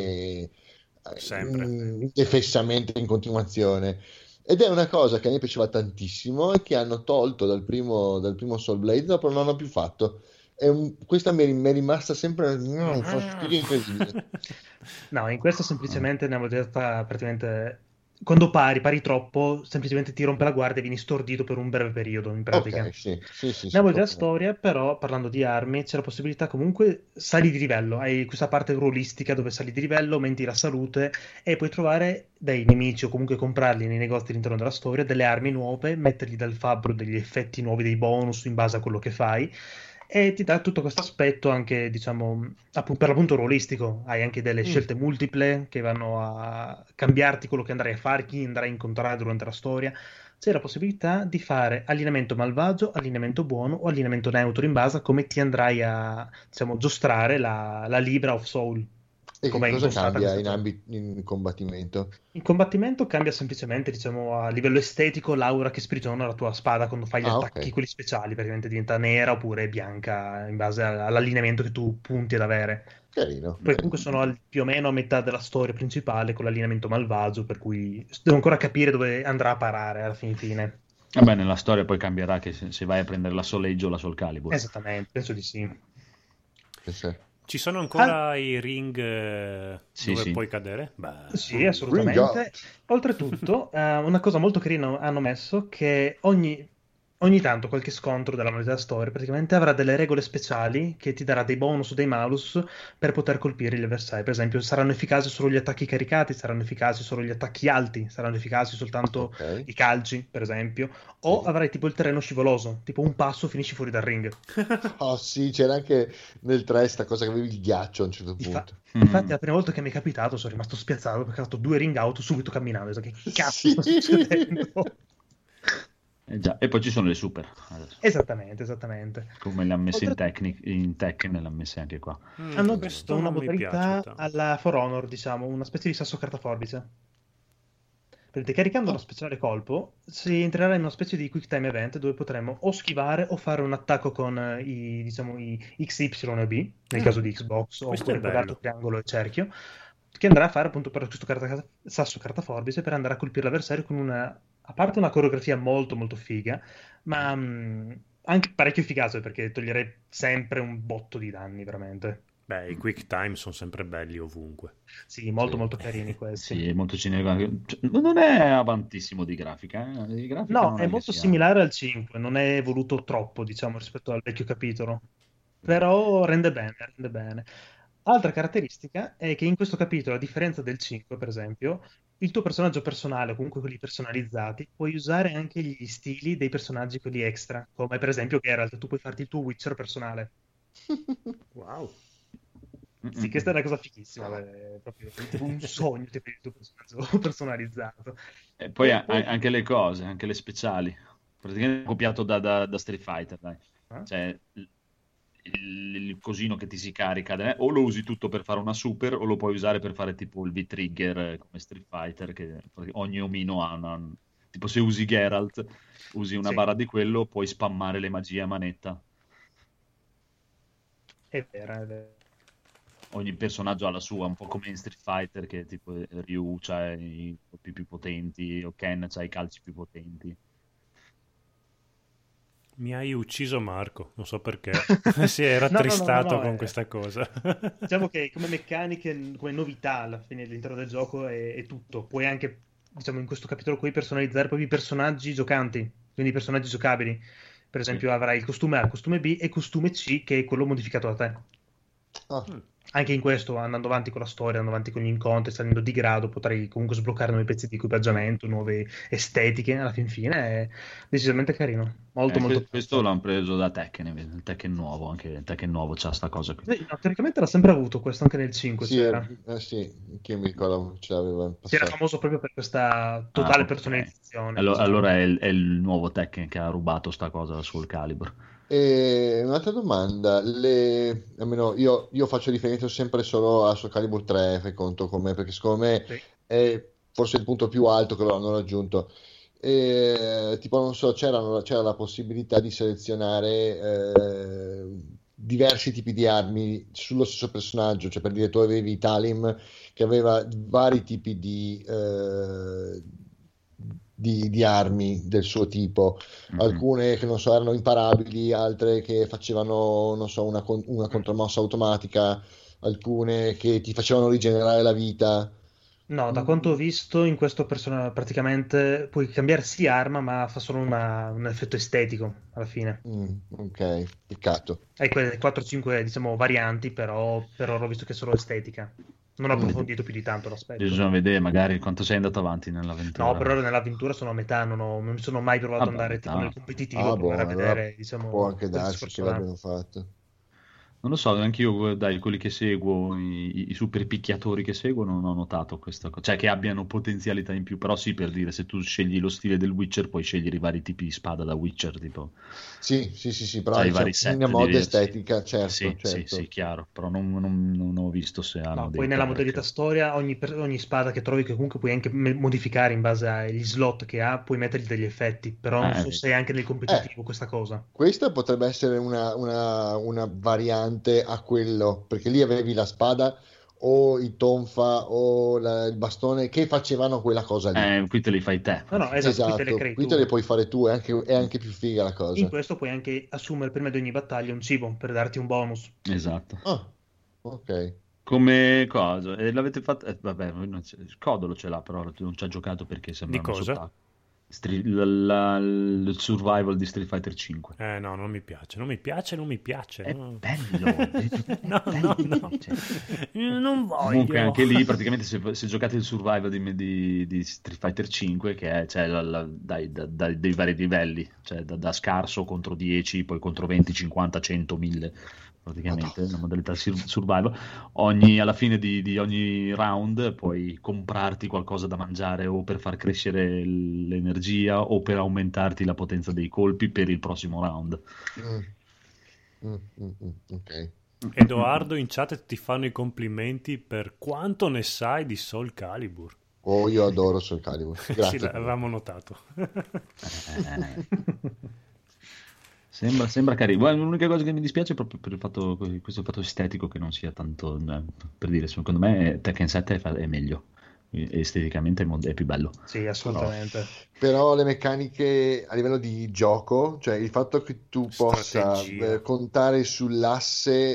Sempre. defessamente in continuazione. Ed è una cosa che a me piaceva tantissimo e che hanno tolto dal primo Soul Blade, dopo non hanno più fatto. Questa mi è rimasta sempre un fastidio incredibile. No, in questo semplicemente ne avevo detta praticamente quando pari troppo, semplicemente ti rompe la guardia e vieni stordito per un breve periodo, in pratica. Ok, sì. Nella proprio. storia, però, parlando di armi, c'è la possibilità comunque sali di livello. Hai questa parte ruolistica dove sali di livello, aumenti la salute e puoi trovare dei nemici o comunque comprarli nei negozi all'interno della storia, delle armi nuove, mettergli dal fabbro degli effetti nuovi, dei bonus in base a quello che fai. E ti dà tutto questo aspetto anche, diciamo, per l'appunto ruolistico. Hai anche delle scelte multiple che vanno a cambiarti quello che andrai a fare, chi andrai a incontrare durante la storia. C'è la possibilità di fare allineamento malvagio, allineamento buono o allineamento neutro in base a come ti andrai a, diciamo, giostrare la Libra of Soul. E Com'è che cosa impostata cambia questa in combattimento? In combattimento cambia semplicemente, diciamo, a livello estetico l'aura che sprigiona la tua spada quando fai gli attacchi, ok. quelli speciali, praticamente diventa nera oppure bianca in base all'allineamento che tu punti ad avere. Carino. Poi comunque sono più o meno a metà della storia principale con l'allineamento malvagio, per cui devo ancora capire dove andrà a parare alla fine. Vabbè, nella storia poi cambierà che se vai a prendere la Soul Edge o la Soul Calibur. Esattamente, penso di sì. Ci sono ancora i ring Sì, dove sì. puoi cadere? Beh, Sì, assolutamente. Oltretutto, una cosa molto carina hanno messo che ogni tanto qualche scontro della modalità storia praticamente avrà delle regole speciali che ti darà dei bonus o dei malus per poter colpire gli avversari. Per esempio, saranno efficaci solo gli attacchi caricati, saranno efficaci solo gli attacchi alti, saranno efficaci soltanto i calci, per esempio, o avrai tipo il terreno scivoloso, tipo un passo finisci fuori dal ring. Oh sì, c'era anche nel 3 sta cosa che avevi il ghiaccio a un certo punto. Infatti, la prima volta che mi è capitato sono rimasto spiazzato perché ho fatto 2 ring out subito camminando. Che cazzo sta succedendo? Già. E poi ci sono le super adesso. Esattamente. Come le hanno messe in Tekken, le hanno messe anche qua. Hanno questo aggiunto una non mi piace modalità tanto. alla For Honor, diciamo, una specie di sasso carta forbice. Prendete, caricando uno speciale colpo, si entrerà in una specie di quick time event dove potremo o schivare o fare un attacco con i X, Y e B, nel caso di Xbox, questo è oppure quadrato, bello. triangolo e cerchio, che andrà a fare appunto per questo sasso carta forbice per andare a colpire l'avversario con a parte una coreografia molto molto figa, ma anche parecchio efficace perché toglierei sempre un botto di danni, veramente. Beh, i quick time sono sempre belli ovunque. Sì, molto Sì. molto carini questi. Sì, è molto cinematografico. Cioè, non è avantissimo di grafica, Di grafica No, non è che molto sia. similare al 5, non è evoluto troppo, diciamo, rispetto al vecchio capitolo, però rende bene, rende bene. Altra caratteristica è che in questo capitolo, a differenza del 5, per esempio, il tuo personaggio personale, o comunque quelli personalizzati, puoi usare anche gli stili dei personaggi, quelli extra, come per esempio Geralt, tu puoi farti il tuo Witcher personale. Wow. Sì, questa è una cosa fighissima, è proprio tipo un sogno tipo, il tuo personaggio personalizzato. E poi E poi... anche le cose, anche le speciali. Praticamente copiato da Street Fighter, dai. Ah? Cioè, il cosino che ti si carica, o lo usi tutto per fare una super, o lo puoi usare per fare tipo il V-Trigger come Street Fighter, che ogni omino ha una... Tipo se usi Geralt, usi una Sì. barra di quello, puoi spammare le magie a manetta. È vero, è vero. Ogni personaggio ha la sua, un po' come in Street Fighter, che tipo Ryu c'ha i colpi più potenti, o Ken c'ha i calci più potenti. Mi hai ucciso Marco, non so perché. Si era No, no, no, tristato no, con questa cosa. Diciamo che come meccaniche, come novità alla fine all'interno del gioco è tutto. Puoi anche, diciamo, in questo capitolo qui personalizzare proprio i personaggi giocanti, quindi i personaggi giocabili. Per esempio avrai il costume A, il costume B e il costume C, che è quello modificato da te. Ah, Anche in questo, andando avanti con la storia, andando avanti con gli incontri, salendo di grado, potrai comunque sbloccare nuovi pezzi di equipaggiamento, nuove estetiche. Alla fin fine è decisamente carino. Molto, molto Questo l'hanno preso da Tekken, il Tekken nuovo, anche il Tekken nuovo c'ha sta cosa qui. Sì, no, teoricamente l'ha sempre avuto questo, anche nel 5 sì, c'era. sì, che mi ricordo ce l'aveva in Si era passato. famoso proprio per questa totale ok. personalizzazione. Allora, diciamo. è il nuovo Tekken che ha rubato sta cosa da Soul Calibur. E un'altra domanda, almeno io faccio riferimento sempre solo a Soul Calibur 3, fai conto come, perché secondo me Sì. è forse il punto più alto che lo hanno raggiunto. Tipo, non so, c'era la possibilità di selezionare diversi tipi di armi sullo stesso personaggio, cioè per dire tu avevi Talim che aveva vari tipi di armi del suo tipo, alcune che non so erano imparabili, altre che facevano non so una contromossa automatica, alcune che ti facevano rigenerare la vita. No, da quanto ho visto, in questo praticamente puoi cambiare sì arma, ma fa solo un effetto estetico alla fine. Ok, peccato. Hai quelle 4-5, diciamo, varianti, però per ora ho visto che è solo estetica. Non ho approfondito più di tanto l'aspetto. Bisogna vedere magari quanto sei andato avanti nell'avventura. No, per ora nell'avventura sono a metà, non mi sono mai provato ad Vabbè, andare metà. tipo nel competitivo, Boh, provare a allora vedere, diciamo, può anche quel darsi discorso che là. l'abbiano fatto. Non lo so, anche io, dai, quelli che seguo, i super picchiatori che seguo, non ho notato questa cosa. Cioè che abbiano potenzialità in più, però sì, per dire, se tu scegli lo stile del Witcher, puoi scegliere i vari tipi di spada da Witcher, tipo... Sì, però C'hai i diciamo, vari in set una mod diversi. estetica, certo, Sì, certo. sì, chiaro, però non ho visto se hanno No, dei poi nella perk. modalità storia ogni spada che trovi che comunque puoi anche modificare in base agli slot che ha, puoi mettergli degli effetti, però non so vedi. se è anche nel competitivo questa cosa. Questa potrebbe essere una variante a quello, perché lì avevi la spada o il tonfa o il bastone che facevano quella cosa lì. Qui te li fai te. No, esatto, qui te le Esatto, crei qui tu. te le puoi fare tu, è anche più figa la cosa. In questo puoi anche assumere prima di ogni battaglia un cibo per darti un bonus. Esatto. Ah, ok. Come cosa? E l'avete fatto? Vabbè, Codolo ce l'ha, però non ci ha giocato perché sembra Di una cosa? sott'acqua. Il survival di Street Fighter 5. No, non mi piace. È No. bello. No. Cioè, Non voglio. comunque anche lì praticamente se giocate il survival di Street Fighter 5 che è cioè, dei vari livelli, cioè da scarso contro 10, poi contro 20, 50, 100, 1000 praticamente la modalità survival. Alla fine di ogni round puoi comprarti qualcosa da mangiare o per far crescere l'energia o per aumentarti la potenza dei colpi per il prossimo round. Ok. Edoardo in chat ti fanno i complimenti per quanto ne sai di Soul Calibur. Oh, io adoro Soul Calibur. Sì, Grazie. l'avevamo notato. Sembra carino. Guarda, l'unica cosa che mi dispiace è proprio per il fatto, questo fatto estetico che non sia tanto, per dire, secondo me Tekken 7 è meglio, esteticamente è più bello. Sì, assolutamente. Però le meccaniche a livello di gioco, cioè il fatto che tu possa Strategia. contare sull'asse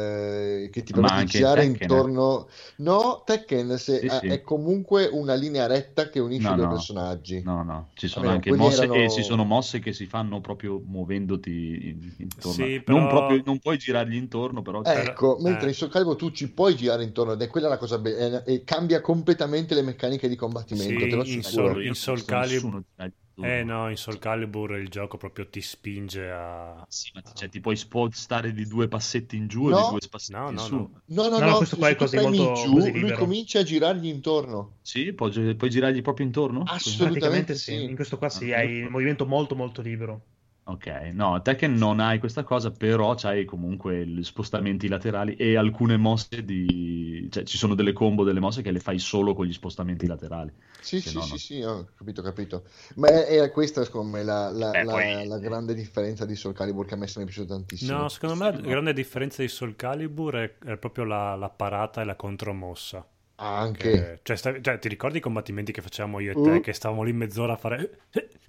che ti Ma permette di anche girare Tekken, intorno. No, Tekken Sì, sì. è comunque una linea retta che unisce No, due no, personaggi. no, ci sono Almeno anche quelli mosse erano- e ci sono mosse che si fanno proprio muovendoti intorno. Sì, Non però- proprio, non puoi girargli intorno, però Ecco, mentre eh. in Soul Calibur tu ci puoi girare intorno ed è quella la cosa bella e cambia completamente le meccaniche di combattimento, Sì, te lo in assicuro. Soul- io non ho Soul visto Calibur- nessuno girare intorno. No, in Soul Calibur il gioco proprio ti spinge a... Sì, ma cioè, ti puoi spostare di 2 passetti in giù e No. di 2 passetti No, in no, su. no. No, No, questo qua se è tu così premi molto giù, così lui libero. comincia a girargli intorno. Sì, puoi girargli proprio intorno? Assolutamente Praticamente sì. sì. In questo qua sì, Ah, hai il movimento molto molto libero. Ok, no, Tekken non hai questa cosa, però c'hai comunque gli spostamenti laterali e alcune mosse cioè ci sono delle combo, delle mosse che le fai solo con gli spostamenti laterali. Sì, Se sì, no, sì, no. sì, ho capito. Ma è questa, secondo me, Poi- la grande differenza di Soul Calibur che a me sono piaciuto tantissimo. No, secondo me la grande differenza di Soul Calibur è proprio la parata e la contromossa. Anche. Cioè, ti ricordi i combattimenti che facevamo io e te, che stavamo lì mezz'ora a fare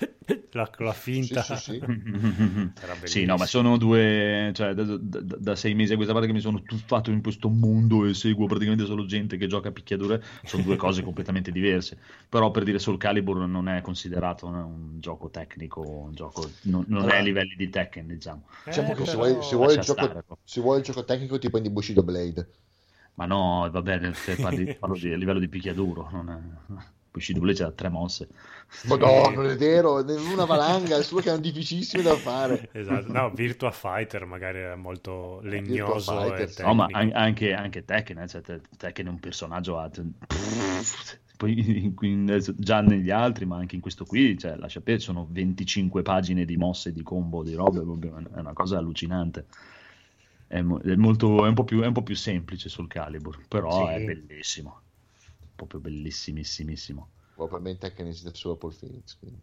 la finta? Sì, sì, sì. Era Sì, no, ma bellissimo. sono due, cioè da 6 mesi a questa parte che mi sono tuffato in questo mondo e seguo praticamente solo gente che gioca a picchiadure, sono due cose completamente diverse. Però per dire Soul Calibur non è considerato un gioco tecnico, un gioco, non è Allora, ai livelli di Tekken, diciamo. Diciamo che Però- se vuoi il Lascia gioco, stare, proprio. se vuoi il gioco tecnico ti prendi Bushido Blade. Ma no, va bene, se parlo a livello di picchiaduro, non è... Bushido Blade c'ha 3 mosse. Madonna, non è vero, è una valanga, solo che erano difficilissime da fare. Esatto, no, Virtua Fighter magari è molto legnoso Virtua e Fighter, sì. No, ma tecnico. anche Tekken, cioè, Tekken è un personaggio poi già negli altri, ma anche in questo qui, cioè, lascia perdere, sono 25 pagine di mosse, di combo, di robe, è una cosa allucinante. È un po' più semplice sul Calibur, però Sì. è bellissimo, proprio bellissimissimissimo. Probabilmente Tekken esiste solo Paul Phoenix, quindi.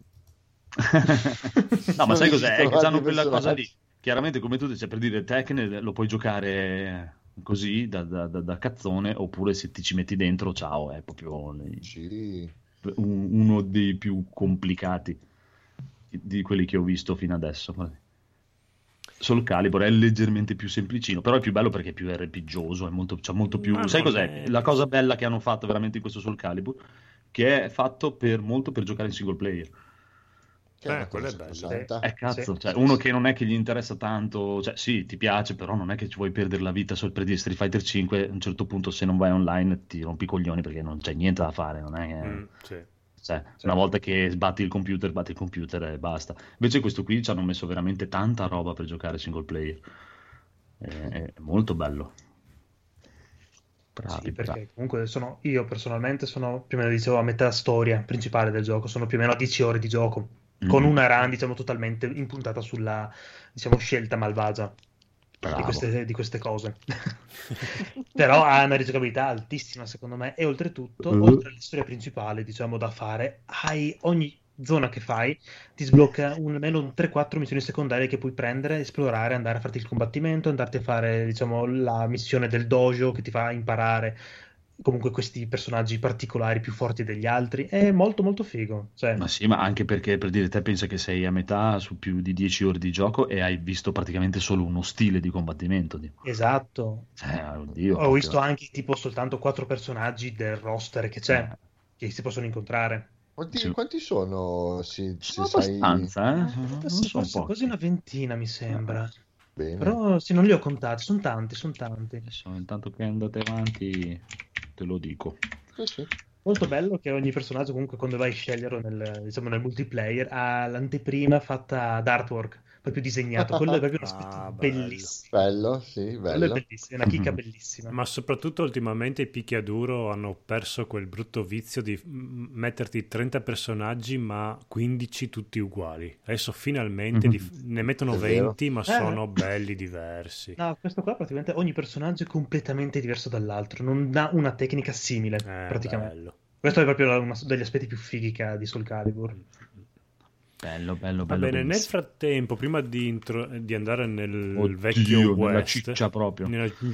No, ma Non sai cos'è? È esistono che hanno altri quella cosa personaggi. lì. Chiaramente, come tu dici, per dire Tekken lo puoi giocare così, da cazzone, oppure se ti ci metti dentro, ciao, è proprio Sì. uno dei più complicati di quelli che ho visto fino adesso. Soul Calibur è leggermente più semplicino, però è più bello perché è più RPGioso, c'ha molto più... Ma Sai non cos'è? è- La cosa bella che hanno fatto veramente in questo Soul Calibur, che è fatto molto per giocare in single player. Che è una quello cosa è bello. sacrosanta. Cazzo, Sì, cioè, sì, uno sì. che non è che gli interessa tanto, cioè sì, ti piace, però non è che ci vuoi perdere la vita solo per dire Street Fighter 5, a un certo punto se non vai online ti rompi i coglioni perché non c'è niente da fare, non è che... Sì. Cioè, Sì. una volta che batti il computer e basta. Invece questo qui ci hanno messo veramente tanta roba per giocare single player. È molto bello. Bravi, Sì, perché bravi. comunque io personalmente sono più o meno, dicevo, a metà storia principale del gioco, sono più o meno a 10 ore di gioco, con Mhm. una run, diciamo, totalmente impuntata sulla, diciamo, scelta malvagia Bravo. di queste cose. Però ha una rigiocabilità altissima, secondo me, e oltretutto, oltre alla storia principale, diciamo, da fare, hai ogni zona che fai ti sblocca almeno 3-4 missioni secondarie che puoi prendere, esplorare, andare a farti il combattimento, andarti a fare, diciamo, la missione del dojo che ti fa imparare comunque questi personaggi particolari più forti degli altri. È molto molto figo. Cioè, Ma sì, ma anche perché per dire, te pensa che sei a metà su più di 10 ore di gioco e hai visto praticamente solo uno stile di combattimento. esatto. Oddio, Ho visto anche tipo soltanto 4 personaggi del roster che c'è, che si possono incontrare. Sì. Quanti sono? Se Sono sai abbastanza, non Forse, sono forse pochi. quasi una ventina, mi sembra. bene. Però sì, non li ho contati, sono tanti, sono tanti. Adesso, intanto che andate avanti, te lo dico. Sì, sì. Molto bello che ogni personaggio, comunque, quando vai a sceglierlo diciamo, nel multiplayer, ha l'anteprima fatta ad artwork, proprio disegnato. Quello è proprio un aspetto Ah, bello. bellissimo. Bello, sì, Quello è bello. bellissimo, è una chicca bellissima. Ma soprattutto ultimamente i picchiaduro hanno perso quel brutto vizio di metterti 30 personaggi ma 15 tutti uguali. Adesso finalmente ne mettono È vero. 20 ma sono belli diversi. No, questo qua praticamente ogni personaggio è completamente diverso dall'altro, non ha una tecnica simile, praticamente. Bello. Questo è proprio uno degli aspetti più fighi che ha di Soul Calibur. Bello, bello, Va bello. bene, nel bellissimo. frattempo, prima di andare nel Oddio, vecchio nella West, ciccia proprio.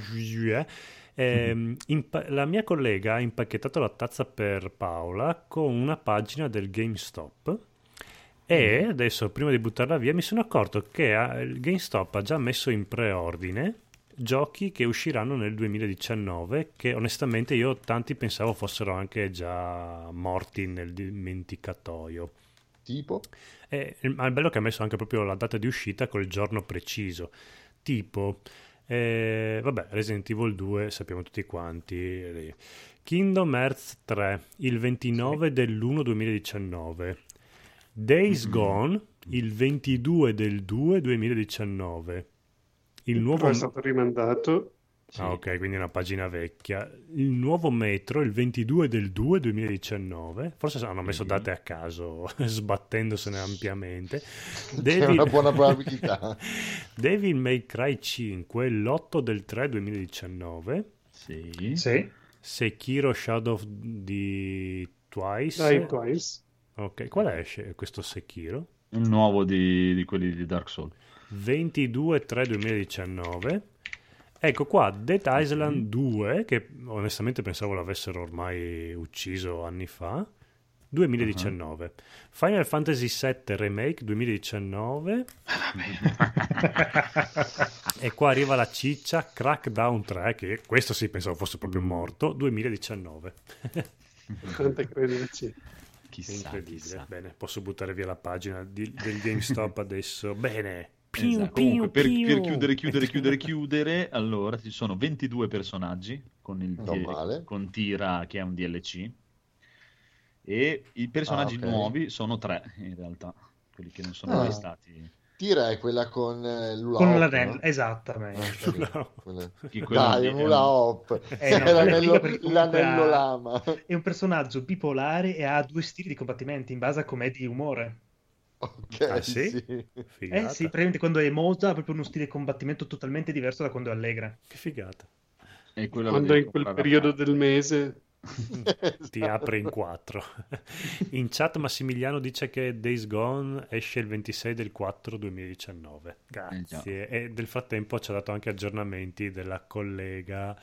la mia collega ha impacchettato la tazza per Paola con una pagina del GameStop e adesso, prima di buttarla via, mi sono accorto che il GameStop ha già messo in preordine giochi che usciranno nel 2019, che onestamente io tanti pensavo fossero anche già morti nel dimenticatoio. Tipo? Ma il bello è che ha messo anche proprio la data di uscita col giorno preciso. Tipo, vabbè, Resident Evil 2 sappiamo tutti quanti. Kingdom Hearts 3 il 29 dell'1 2019. Days Gone il 22 del 2 2019. Il nuovo... Poi è stato rimandato. Ah, ok, quindi è una pagina vecchia. Il nuovo Metro il 22 del 2 2019. Forse hanno messo date a caso, sbattendosene ampiamente. C'è una buona probabilità. Devil May Cry 5 l'8 del 3 2019. Sì. Sì. Sekiro Shadow di Twice. Dai, Twice. Ok, qual è questo Sekiro? Il nuovo di quelli di Dark Souls. 22 3 2019. Ecco qua Dead Island 2, che onestamente pensavo l'avessero ormai ucciso anni fa, 2019. Final Fantasy VII Remake 2019. E qua arriva la ciccia Crackdown 3, che questo sì pensavo fosse proprio morto, 2019. Tante credenze. Chissà, Incredibile. chissà. Bene, posso buttare via la pagina del GameStop adesso. Bene. Esatto. Comunque, per chiudere, allora ci sono 22 personaggi con Tira che è un DLC e i personaggi nuovi sono 3 in realtà, quelli che non sono mai stati. Tira è quella con l'Ula Con Hop, l'anello, no? esattamente. Dai, un Ula Hop. L'anello lama. È un personaggio bipolare e ha 2 stili di combattimento in base a com'è di umore. Ok, Ah, sì? Figata. Sì, praticamente quando è emosa ha proprio uno stile di combattimento totalmente diverso da quando è allegra. Che figata. E Quando è in quel periodo del mese ti apre in 4. In chat Massimiliano dice che Days Gone esce il 26 del 4 2019. Grazie. E nel frattempo ci ha dato anche aggiornamenti della collega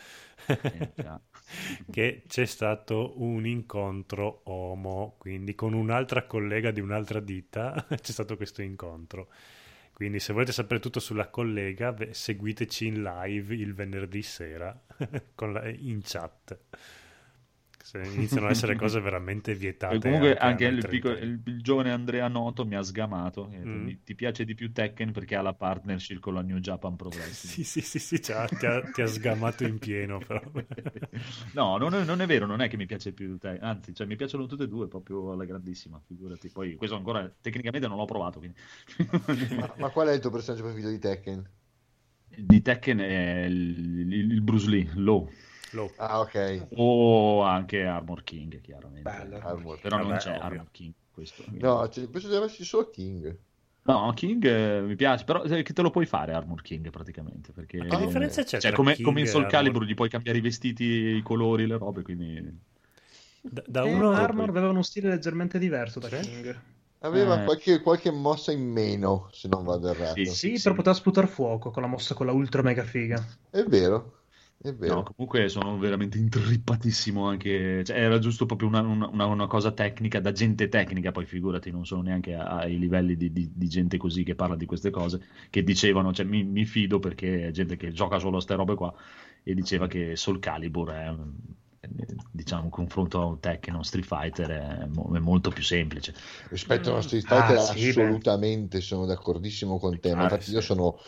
che c'è stato un incontro omo, quindi con un'altra collega di un'altra ditta c'è stato questo incontro. Quindi se volete sapere tutto sulla collega, seguiteci in live il venerdì sera in chat. Se iniziano ad essere cose veramente vietate. E comunque anche il il giovane Andrea Noto mi ha sgamato. Ti piace di più Tekken perché ha la partnership con la New Japan Pro Wrestling. Sì, ti ha sgamato in pieno. Però. No, non è vero, non è che mi piace più Tekken, anzi, cioè, mi piacciono tutte e due proprio alla grandissima, figurati. Poi questo ancora tecnicamente non l'ho provato. Quindi. Ma qual è il tuo personaggio preferito di Tekken? Di Tekken è il Bruce Lee, Low. Ah, ok. O anche Armor King, chiaramente. Però non c'è ovvio. Armor King questo. No, penso di averci solo King. No, King mi piace, però che te lo puoi fare Armor King praticamente, perché Che differenza c'è cioè, tra come King in e Soul Armor? Calibur gli puoi cambiare i vestiti, i colori, le robe, quindi Da uno Armor aveva uno stile leggermente diverso da King. Aveva qualche mossa in meno, se non vado errato. Sì, però poteva sputare fuoco con la mossa con la ultra mega figa. È vero. no, comunque sono veramente intrippatissimo anche, cioè, era giusto proprio una cosa tecnica, da gente tecnica, poi figurati, non sono neanche ai livelli di gente così che parla di queste cose, che dicevano, cioè mi fido perché è gente che gioca solo a ste robe qua, e diceva che Soul Calibur è diciamo un confronto a un Tekken, a un Street Fighter è molto più semplice rispetto a uno Street Fighter. sì, assolutamente sono d'accordissimo con te, ma infatti io sono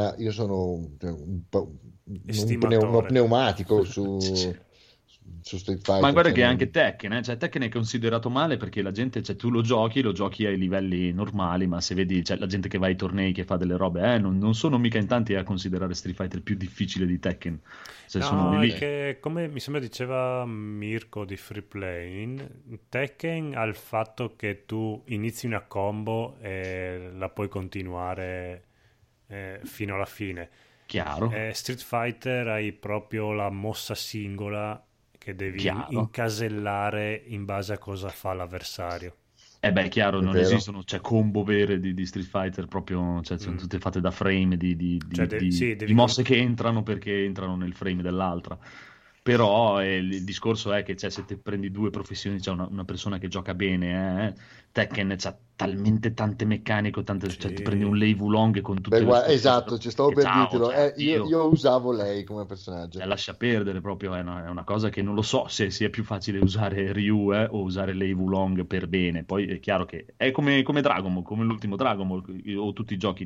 uno pneumatico su Street Fighter. Ma guarda cioè, che anche Tekken, cioè Tekken è considerato male perché la gente, cioè tu lo giochi ai livelli normali, ma se vedi, cioè, la gente che va ai tornei, che fa delle robe, non sono mica in tanti a considerare Street Fighter più difficile di Tekken. Se sono lì. Che, come mi sembra diceva Mirko di Free Playing, Tekken ha il fatto che tu inizi una combo e la puoi continuare fino alla fine. Chiaro. Street Fighter hai proprio la mossa singola che devi Chiaro. incasellare in base a cosa fa l'avversario. Beh, chiaro, È non vero. esistono, cioè, combo vere di Street Fighter proprio, cioè, sono tutte fatte da frame Cioè, sì, di mosse che entrano perché entrano nel frame dell'altra. Però il discorso è che, cioè, se te prendi due professioni, c'è una persona che gioca bene, Tekken c'ha talmente tante meccaniche, cioè, ti prendi un Lei Wulong con tutte Beh, le guarda, sue esatto, cose, ci stavo che per ciao, dirtelo. cioè, Io usavo lei come personaggio. lascia perdere proprio, è una cosa che non lo so se sia più facile usare Ryu o usare Lei Wulong per bene. Poi è chiaro che è come Dragon Ball, come l'ultimo Dragon Ball o tutti i giochi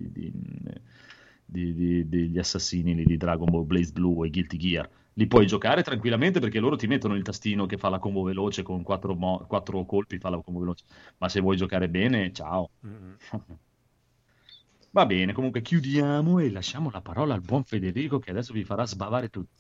degli assassini lì di Dragon Ball, Blaze Blue e Guilty Gear. Li puoi giocare tranquillamente perché loro ti mettono il tastino che fa la combo veloce con quattro colpi, fa la combo veloce. Ma se vuoi giocare bene, ciao. Mm. Va bene, comunque chiudiamo e lasciamo la parola al buon Federico che adesso vi farà sbavare tutti.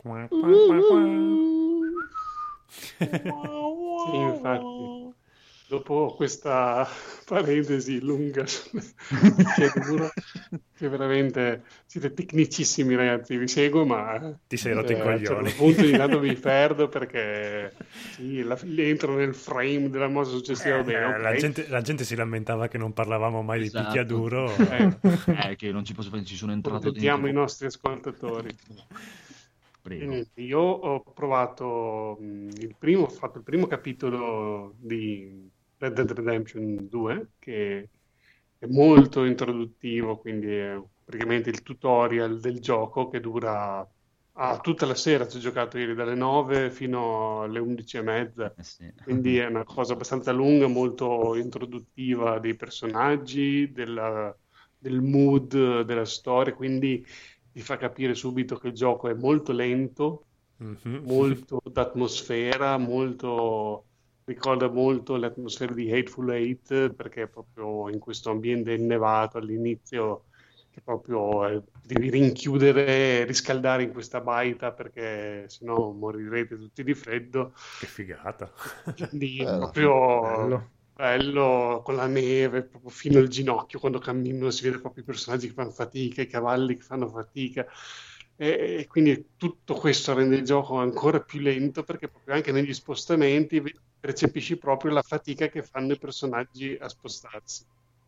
Sì, infatti, dopo questa parentesi lunga sul picchiaduro, che veramente siete tecnicissimi ragazzi, vi seguo, ma Ti sei rotto i a un certo coglioni. punto ogni tanto vi perdo perché sì, entro nel frame della mossa successiva, va bene, ok. La gente si lamentava che non parlavamo mai Esatto. di picchiaduro. Che non ci posso fare, ci sono entrato Proteggiamo dentro. i nostri ascoltatori. Prego. Niente, io ho provato ho fatto il primo capitolo di Red Dead Redemption 2, che è molto introduttivo, quindi è praticamente il tutorial del gioco che dura tutta la sera. Ci ho giocato ieri dalle 9 fino alle 11:30, Sì. quindi è una cosa abbastanza lunga, molto introduttiva dei personaggi, del mood della storia, quindi ti fa capire subito che il gioco è molto lento, Mhm. molto d'atmosfera, ricorda molto l'atmosfera di Hateful Eight, perché è proprio in questo ambiente innevato all'inizio, che proprio devi rinchiudere, riscaldare in questa baita perché sennò morirete tutti di freddo. Che figata. Quindi è Bello. proprio bello con la neve, proprio fino al ginocchio quando cammino, si vede proprio i personaggi che fanno fatica, i cavalli che fanno fatica. E quindi tutto questo rende il gioco ancora più lento perché proprio anche negli spostamenti percepisci proprio la fatica che fanno i personaggi a spostarsi.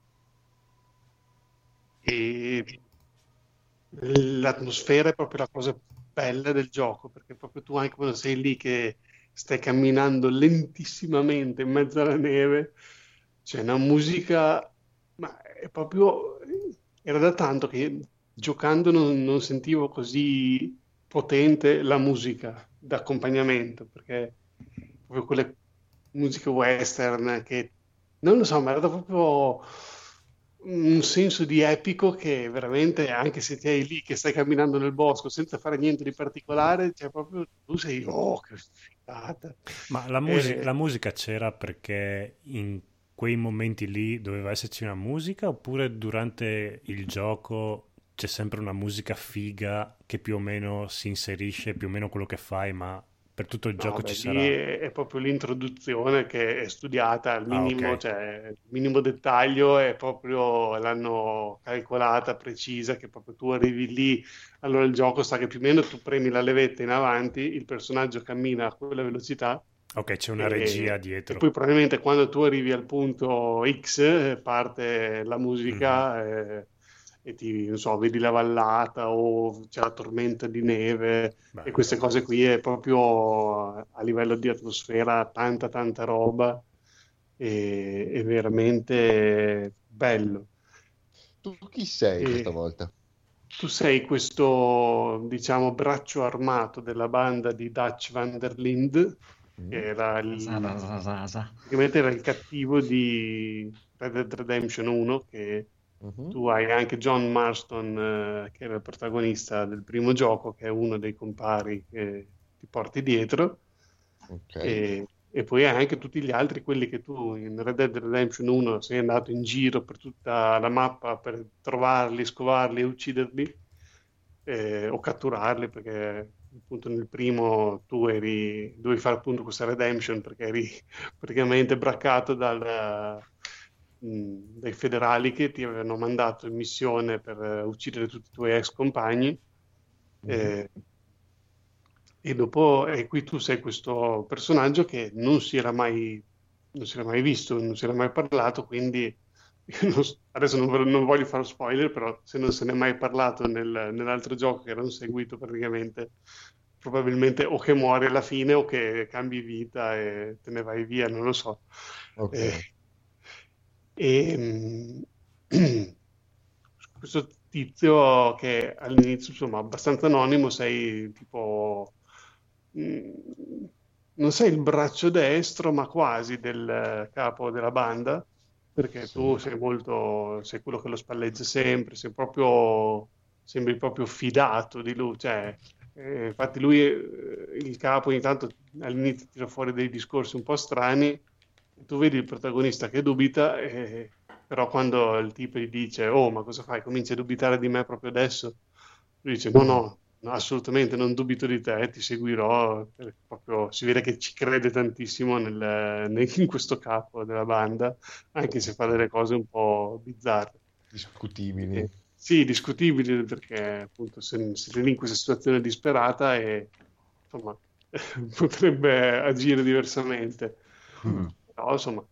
E l'atmosfera è proprio la cosa bella del gioco, perché proprio tu anche quando sei lì che stai camminando lentissimamente in mezzo alla neve, c'è una musica, ma è proprio, era da tanto che giocando non sentivo così potente la musica d'accompagnamento, perché proprio quelle musiche western che, non lo so, ma era proprio un senso di epico che veramente, anche se ti hai lì che stai camminando nel bosco senza fare niente di particolare, cioè proprio tu sei, oh, che figata. Ma la musica c'era perché in quei momenti lì doveva esserci una musica, oppure durante il gioco c'è sempre una musica figa che più o meno si inserisce, più o meno quello che fai, ma per tutto il gioco Beh, ci lì sarà... è proprio l'introduzione che è studiata al minimo, ok. cioè il minimo dettaglio è proprio, l'hanno calcolata, precisa, che proprio tu arrivi lì, allora il gioco sa che più o meno tu premi la levetta in avanti, il personaggio cammina a quella velocità Ok, c'è una regia e dietro. poi probabilmente quando tu arrivi al punto X parte la Mhm. musica e non so, vedi la vallata o c'è la tormenta di neve e Bello. queste cose qui è proprio a livello di atmosfera tanta roba e è veramente bello. Tu chi sei E questa volta? tu sei questo, diciamo, braccio armato della banda di Dutch van der Linde, che era praticamente era il cattivo di Red Dead Redemption 1, che tu hai anche John Marston, che era il protagonista del primo gioco, che è uno dei compari che ti porti dietro, Ok. e poi hai anche tutti gli altri, quelli che tu in Red Dead Redemption 1 sei andato in giro per tutta la mappa per trovarli, scovarli e ucciderli, o catturarli, perché appunto nel primo tu dovevi fare appunto questa redemption perché eri praticamente braccato dai federali che ti avevano mandato in missione per uccidere tutti i tuoi ex compagni. e qui tu sei questo personaggio che non si era mai visto, non si era mai parlato, quindi adesso non voglio fare spoiler, però se non se ne è mai parlato nell'altro gioco che era un seguito praticamente, probabilmente o che muori alla fine o che cambi vita e te ne vai via, non lo so. Ok. Questo tizio che all'inizio, insomma, abbastanza anonimo, sei tipo, mh, non sei il braccio destro, ma quasi del capo della banda, perché Sì. tu sei quello che lo spalleggia sempre, sembri proprio fidato di lui, cioè, infatti lui, il capo, ogni tanto all'inizio tira fuori dei discorsi un po' strani, e tu vedi il protagonista che dubita, però quando il tipo gli dice, oh, ma cosa fai? Cominci a dubitare di me proprio adesso? Lui dice, no, assolutamente non dubito di te, ti seguirò. Proprio, si vede che ci crede tantissimo in questo capo della banda, anche se fa delle cose un po' bizzarre. Discutibili. Sì, discutibili, perché appunto siete lì in questa situazione disperata e insomma potrebbe agire diversamente. Però insomma,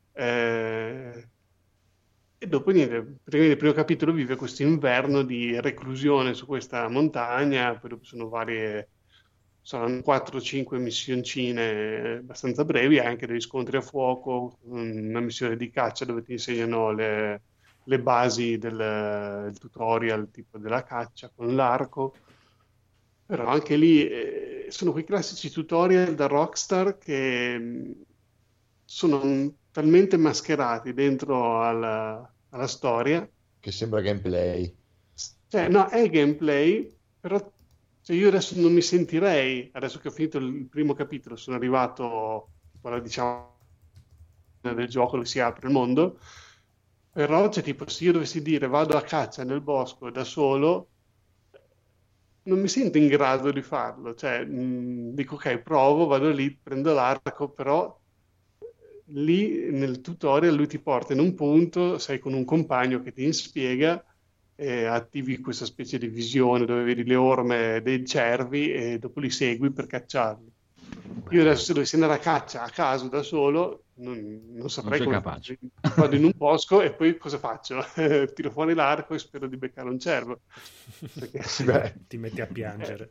e dopo niente, praticamente il primo capitolo vive questo inverno di reclusione su questa montagna, poi dopo saranno 4-5 missioncine abbastanza brevi, anche degli scontri a fuoco, una missione di caccia dove ti insegnano le basi del tutorial tipo della caccia con l'arco. Però anche lì sono quei classici tutorial da Rockstar che sono talmente mascherati dentro alla storia. Che sembra gameplay. Cioè, no, è gameplay, però cioè, io adesso non mi sentirei, adesso che ho finito il primo capitolo, sono arrivato, quella diciamo, del gioco dove si apre il mondo, però cioè, tipo, se io dovessi dire vado a caccia nel bosco da solo, non mi sento in grado di farlo, cioè dico ok, provo, vado lì, prendo l'arco, però lì nel tutorial lui ti porta in un punto, sei con un compagno che ti spiega e attivi questa specie di visione dove vedi le orme dei cervi e dopo li segui per cacciarli. Io adesso se dovessi andare a caccia a caso da solo non saprei sei come capace. vado in un bosco e poi cosa faccio? Tiro fuori l'arco e spero di beccare un cervo. Perché... Beh, Ti metti a piangere.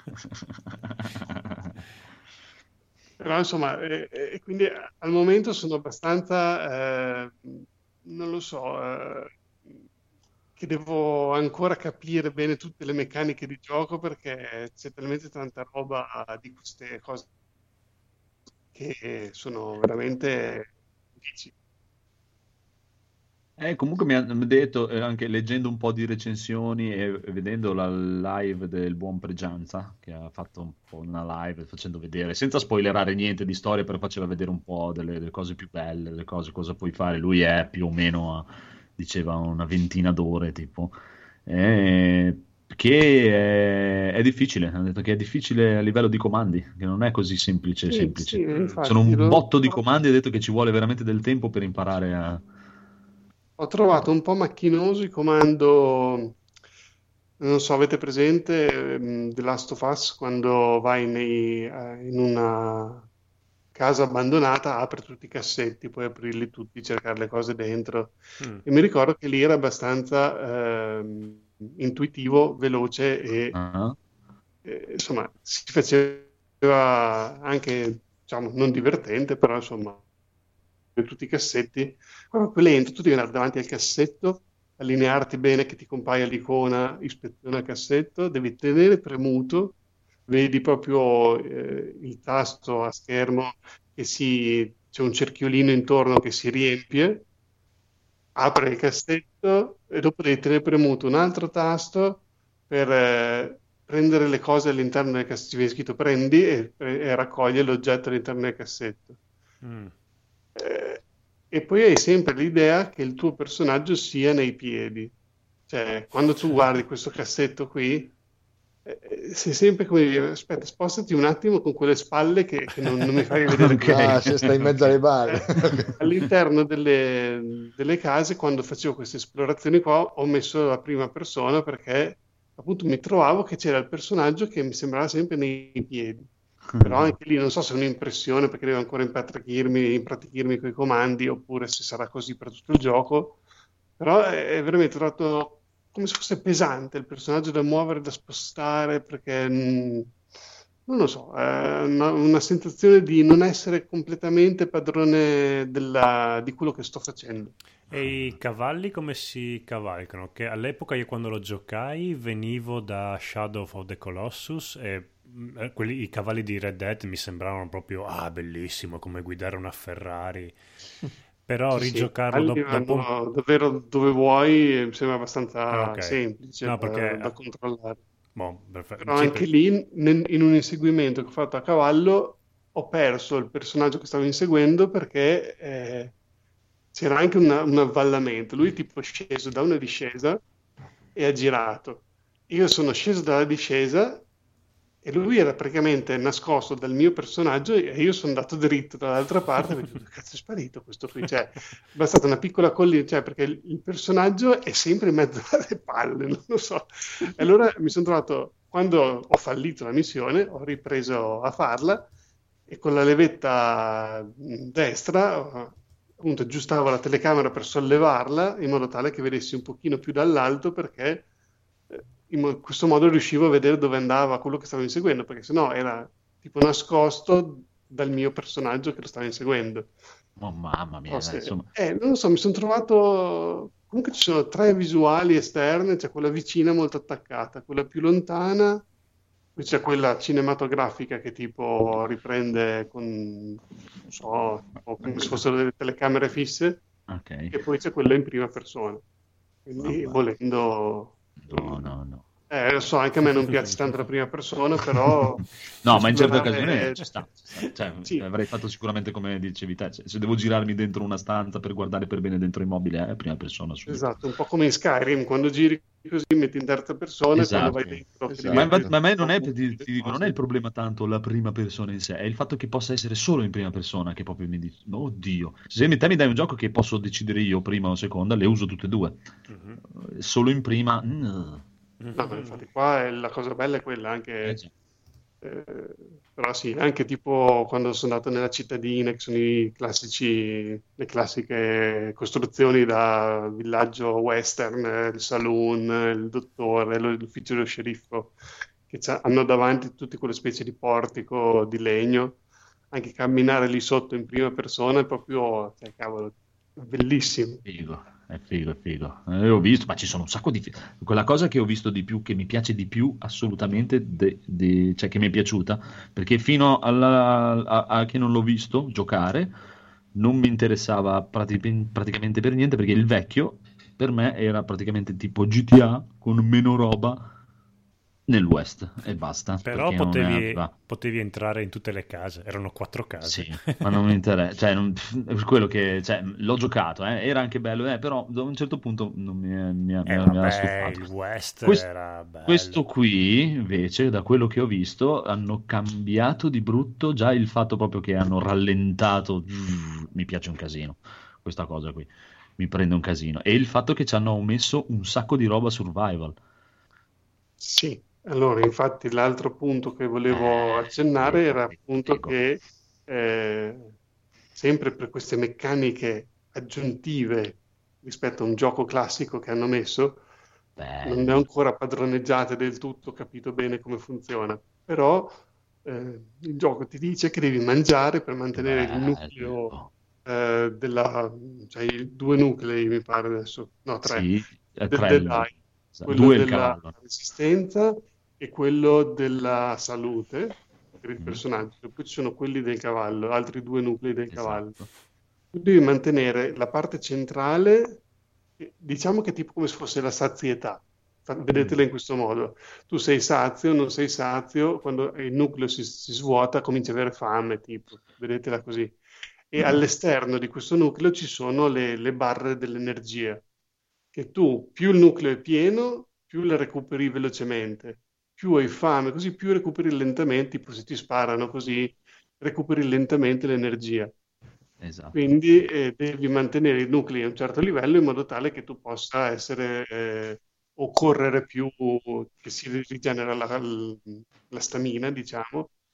Però insomma, e quindi al momento sono abbastanza, non lo so, che devo ancora capire bene tutte le meccaniche di gioco perché c'è talmente tanta roba di queste cose che sono veramente difficili. Comunque mi hanno detto, anche leggendo un po' di recensioni e vedendo la live del buon Pregianza, che ha fatto un po' una live facendo vedere, senza spoilerare niente di storia, però faceva vedere un po' delle cose più belle, le cose, cosa puoi fare. Lui è più o meno, diceva, una ventina d'ore, tipo. Che è difficile, hanno detto che è difficile a livello di comandi, che non è così semplice. Sì, infatti, Sono un botto di comandi, ha detto che ci vuole veramente del tempo per imparare a... ho trovato un po' macchinoso il comando, non so, avete presente The Last of Us quando vai in una casa abbandonata, apre tutti i cassetti, puoi aprirli tutti, cercare le cose dentro. E mi ricordo che lì era abbastanza intuitivo, veloce e Ah. insomma si faceva anche, diciamo, non divertente, però insomma tutti i cassetti, quando poi entri, tu devi andare davanti al cassetto, allinearti bene che ti compaia l'icona ispezione al cassetto, devi tenere premuto, vedi proprio il tasto a schermo che c'è un cerchiolino intorno che si riempie, apre il cassetto e dopo devi tenere premuto un altro tasto per prendere le cose all'interno del cassetto, ci viene scritto prendi e raccoglie l'oggetto all'interno del cassetto. E poi hai sempre l'idea che il tuo personaggio sia nei piedi. Cioè, quando tu guardi questo cassetto qui, sei sempre come dire, aspetta, spostati un attimo con quelle spalle che non mi fai vedere Ok. bene. se stai in mezzo alle balle. All'interno delle case, quando facevo queste esplorazioni qua, ho messo la prima persona perché appunto mi trovavo che c'era il personaggio che mi sembrava sempre nei piedi. Però anche lì non so se è un'impressione perché devo ancora impratichirmi con i comandi oppure se sarà così per tutto il gioco. Però è veramente trovato come se fosse pesante il personaggio da muovere, da spostare, perché non lo so, è una sensazione di non essere completamente padrone di quello che sto facendo. E i cavalli come si cavalcano? Che all'epoca io quando lo giocai venivo da Shadow of the Colossus e i cavalli di Red Dead mi sembravano proprio bellissimo come guidare una Ferrari. Però Sì, sì, rigiocarlo dopo vanno davvero dove vuoi, mi sembra abbastanza ok. semplice No, da perché controllare. boh, perfetto. Però Sì, anche lì, in un inseguimento che ho fatto a cavallo, ho perso il personaggio che stavo inseguendo perché c'era anche un avvallamento. Lui tipo è sceso da una discesa e ha girato. Io sono sceso dalla discesa e lui era praticamente nascosto dal mio personaggio e io sono andato dritto dall'altra parte perché dove cazzo è sparito questo qui? Cioè, è bastata una piccola collina, cioè, perché il personaggio è sempre in mezzo alle palle, non lo so. E allora mi sono trovato, quando ho fallito la missione, ho ripreso a farla e con la levetta destra, appunto, aggiustavo la telecamera per sollevarla in modo tale che vedessi un pochino più dall'alto perché in questo modo riuscivo a vedere dove andava quello che stavo inseguendo, perché sennò era tipo nascosto dal mio personaggio che lo stava inseguendo. Oh, mamma mia, No, se- insomma. non lo so, mi sono trovato. Comunque ci sono tre visuali esterne, c'è quella vicina molto attaccata, quella più lontana, poi c'è quella cinematografica che tipo riprende con, non so, o come se fossero delle telecamere fisse, Ok. e poi c'è quella in prima persona. Quindi Vabbè. volendo. No. Lo so, anche a me non piace tanto la prima persona, però No, ma in certe esplorare- occasioni ci sta. Cioè, Sì, avrei fatto sicuramente come dicevi te. Cioè, se devo girarmi dentro una stanza per guardare per bene dentro il mobile, è prima persona subito. esatto, un po' come in Skyrim, quando giri così metti in terza persona e quando vai Esatto. dentro che Esatto. Ma, diventi- ma a me non è, ti dico, non è il problema tanto la prima persona in sé, è il fatto che possa essere solo in prima persona che proprio mi dice, oddio. Se te mi dai un gioco che posso decidere io prima o seconda, le uso tutte e due. Mhm. Solo in prima, no. No, ma infatti qua la cosa bella è quella anche, Già. però sì, anche tipo quando sono andato nella cittadina, che sono le classiche costruzioni da villaggio western, il saloon, il dottore, l'ufficio dello sceriffo, che hanno davanti tutte quelle specie di portico di legno, anche camminare lì sotto in prima persona è proprio, cioè, cavolo, bellissimo. È figo. Ho visto, ma ci sono un sacco di quella cosa che ho visto di più, che mi piace di più assolutamente, cioè che mi è piaciuta, perché fino a che non l'ho visto giocare, non mi interessava praticamente per niente, perché il vecchio per me era praticamente tipo GTA con meno roba nel West e basta, Però perché non aveva. potevi entrare in tutte le case, erano 4 case. Sì, ma non mi interessa, cioè, è per quello che, cioè, l'ho giocato, era anche bello, però da un certo punto non mi ha Vabbè, stufato. il West Quest- era bello. Questo qui, invece, da quello che ho visto, hanno cambiato di brutto già il fatto proprio che hanno rallentato. Mi piace un casino, questa cosa qui, mi prende un casino. E il fatto che ci hanno messo un sacco di roba survival. Sì, allora infatti l'altro punto che volevo accennare era appunto Figo. che sempre per queste meccaniche aggiuntive rispetto a un gioco classico che hanno messo, non ne ho ancora padroneggiate del tutto, capito bene come funziona, però il gioco ti dice che devi mangiare per mantenere il nucleo cioè i due nuclei mi pare adesso, no tre, Sì, è del tre Deadeye, quello due il della cavallo. resistenza e quello della salute per il Mm. personaggio, poi ci sono quelli del cavallo, altri due nuclei del cavallo. Esatto. Tu devi mantenere la parte centrale, diciamo che è tipo come se fosse la sazietà. Vedetela in questo modo. Tu sei sazio, non sei sazio, quando il nucleo si svuota cominci ad avere fame, tipo, vedetela così. E all'esterno di questo nucleo ci sono le barre dell'energia, che tu più il nucleo è pieno, più le recuperi velocemente, più hai fame, così più recuperi lentamente, tipo se ti sparano così, recuperi lentamente l'energia. Esatto. Quindi devi mantenere i nuclei a un certo livello in modo tale che tu possa essere o correre più, che si rigenera la stamina, diciamo,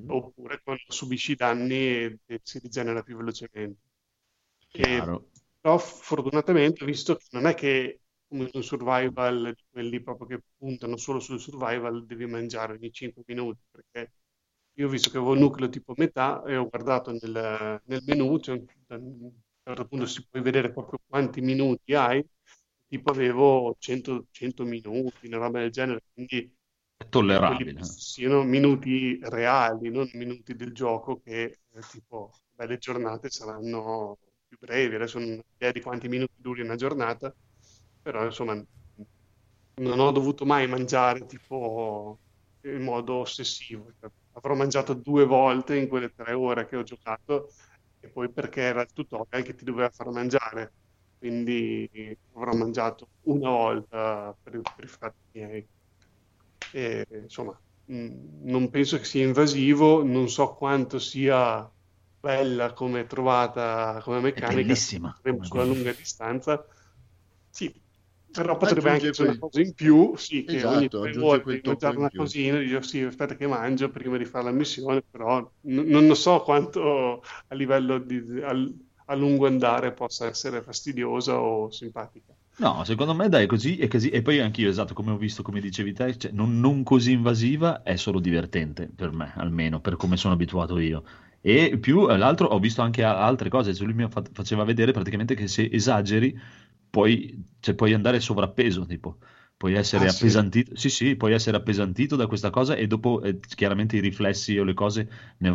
oppure quando subisci danni e si rigenera più velocemente. Chiaro. Però fortunatamente ho visto che non è che come un survival, quelli proprio che puntano solo sul survival, devi mangiare ogni 5 minuti, perché io ho visto che avevo il nucleo tipo metà e ho guardato nel menu, cioè, a un certo punto si può vedere proprio quanti minuti hai, tipo avevo 100 minuti, una roba del genere, quindi È quelli tollerabile. siano minuti reali, non minuti del gioco che tipo le giornate saranno più brevi. Adesso non ho idea di quanti minuti duri una giornata, però insomma non ho dovuto mai mangiare tipo in modo ossessivo. Cioè, avrò mangiato 2 volte in quelle 3 ore che ho giocato e poi perché era il tutorial che ti doveva far mangiare, quindi avrò mangiato una volta per i fatti miei. E, insomma, non penso che sia invasivo, non so quanto sia bella come trovata come È meccanica, bellissima. sulla lunga distanza. Sì, però potrebbe anche Aggiunge essere una quel... cosa in più, sì, che ogni Esatto, 3 aggiunge ore quel devi tocco mangiare in una più. cosina, dici, "Oh, sì, aspetta che mangio prima di fare la missione", però non so quanto a livello a lungo andare possa essere fastidiosa o simpatica. No, secondo me dai, così è così. E poi anch'io, esatto, come ho visto, come dicevi te, cioè, non così invasiva, è solo divertente per me, almeno per come sono abituato io. E più l'altro ho visto anche altre cose, cioè lui mi faceva vedere praticamente che se esageri puoi andare sovrappeso, tipo, puoi essere Ah, sì. appesantito, sì sì, puoi essere appesantito da questa cosa e dopo chiaramente i riflessi o le cose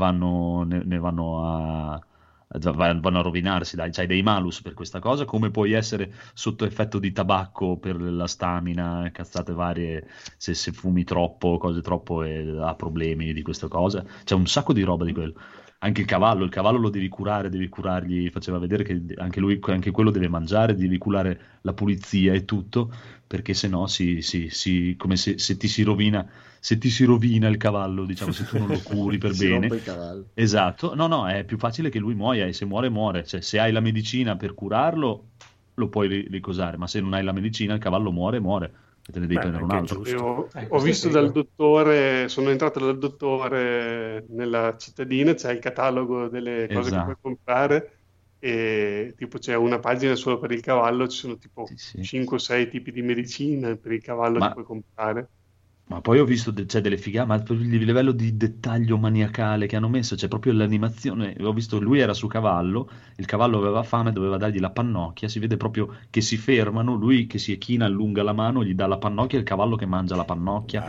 ne vanno vanno a rovinarsi, dai, c'hai dei malus per questa cosa, come puoi essere sotto effetto di tabacco per la stamina, cazzate varie, se fumi troppo, cose troppo e ha problemi di questa cosa. C'è un sacco di roba di quello. Anche il cavallo lo devi curargli, faceva vedere che anche lui, anche quello deve mangiare, devi curare la pulizia e tutto, perché se no come se ti si rovina, se ti si rovina il cavallo, diciamo, se tu non lo curi per Si bene. rompe il cavallo. Esatto, no, è più facile che lui muoia e se muore, muore. Cioè, se hai la medicina per curarlo, lo puoi ricosare, ma se non hai la medicina, il cavallo muore, muore. E te ne devi Beh, prendere un anche altro. giusto. Ho Questo è visto figo. dal dottore, sono entrato dal dottore nella cittadina, c'è il catalogo delle cose che puoi Esatto. comprare e tipo c'è una pagina solo per il cavallo, ci sono tipo Sì, sì. 5 o 6 tipi di medicina per il cavallo che Ma puoi comprare. Ma poi ho visto c'è delle figate, ma per il livello di dettaglio maniacale che hanno messo, c'è proprio l'animazione. Ho visto lui era su cavallo, il cavallo aveva fame, doveva dargli la pannocchia. Si vede proprio che si fermano, lui che si china, allunga la mano, gli dà la pannocchia e il cavallo che mangia la pannocchia.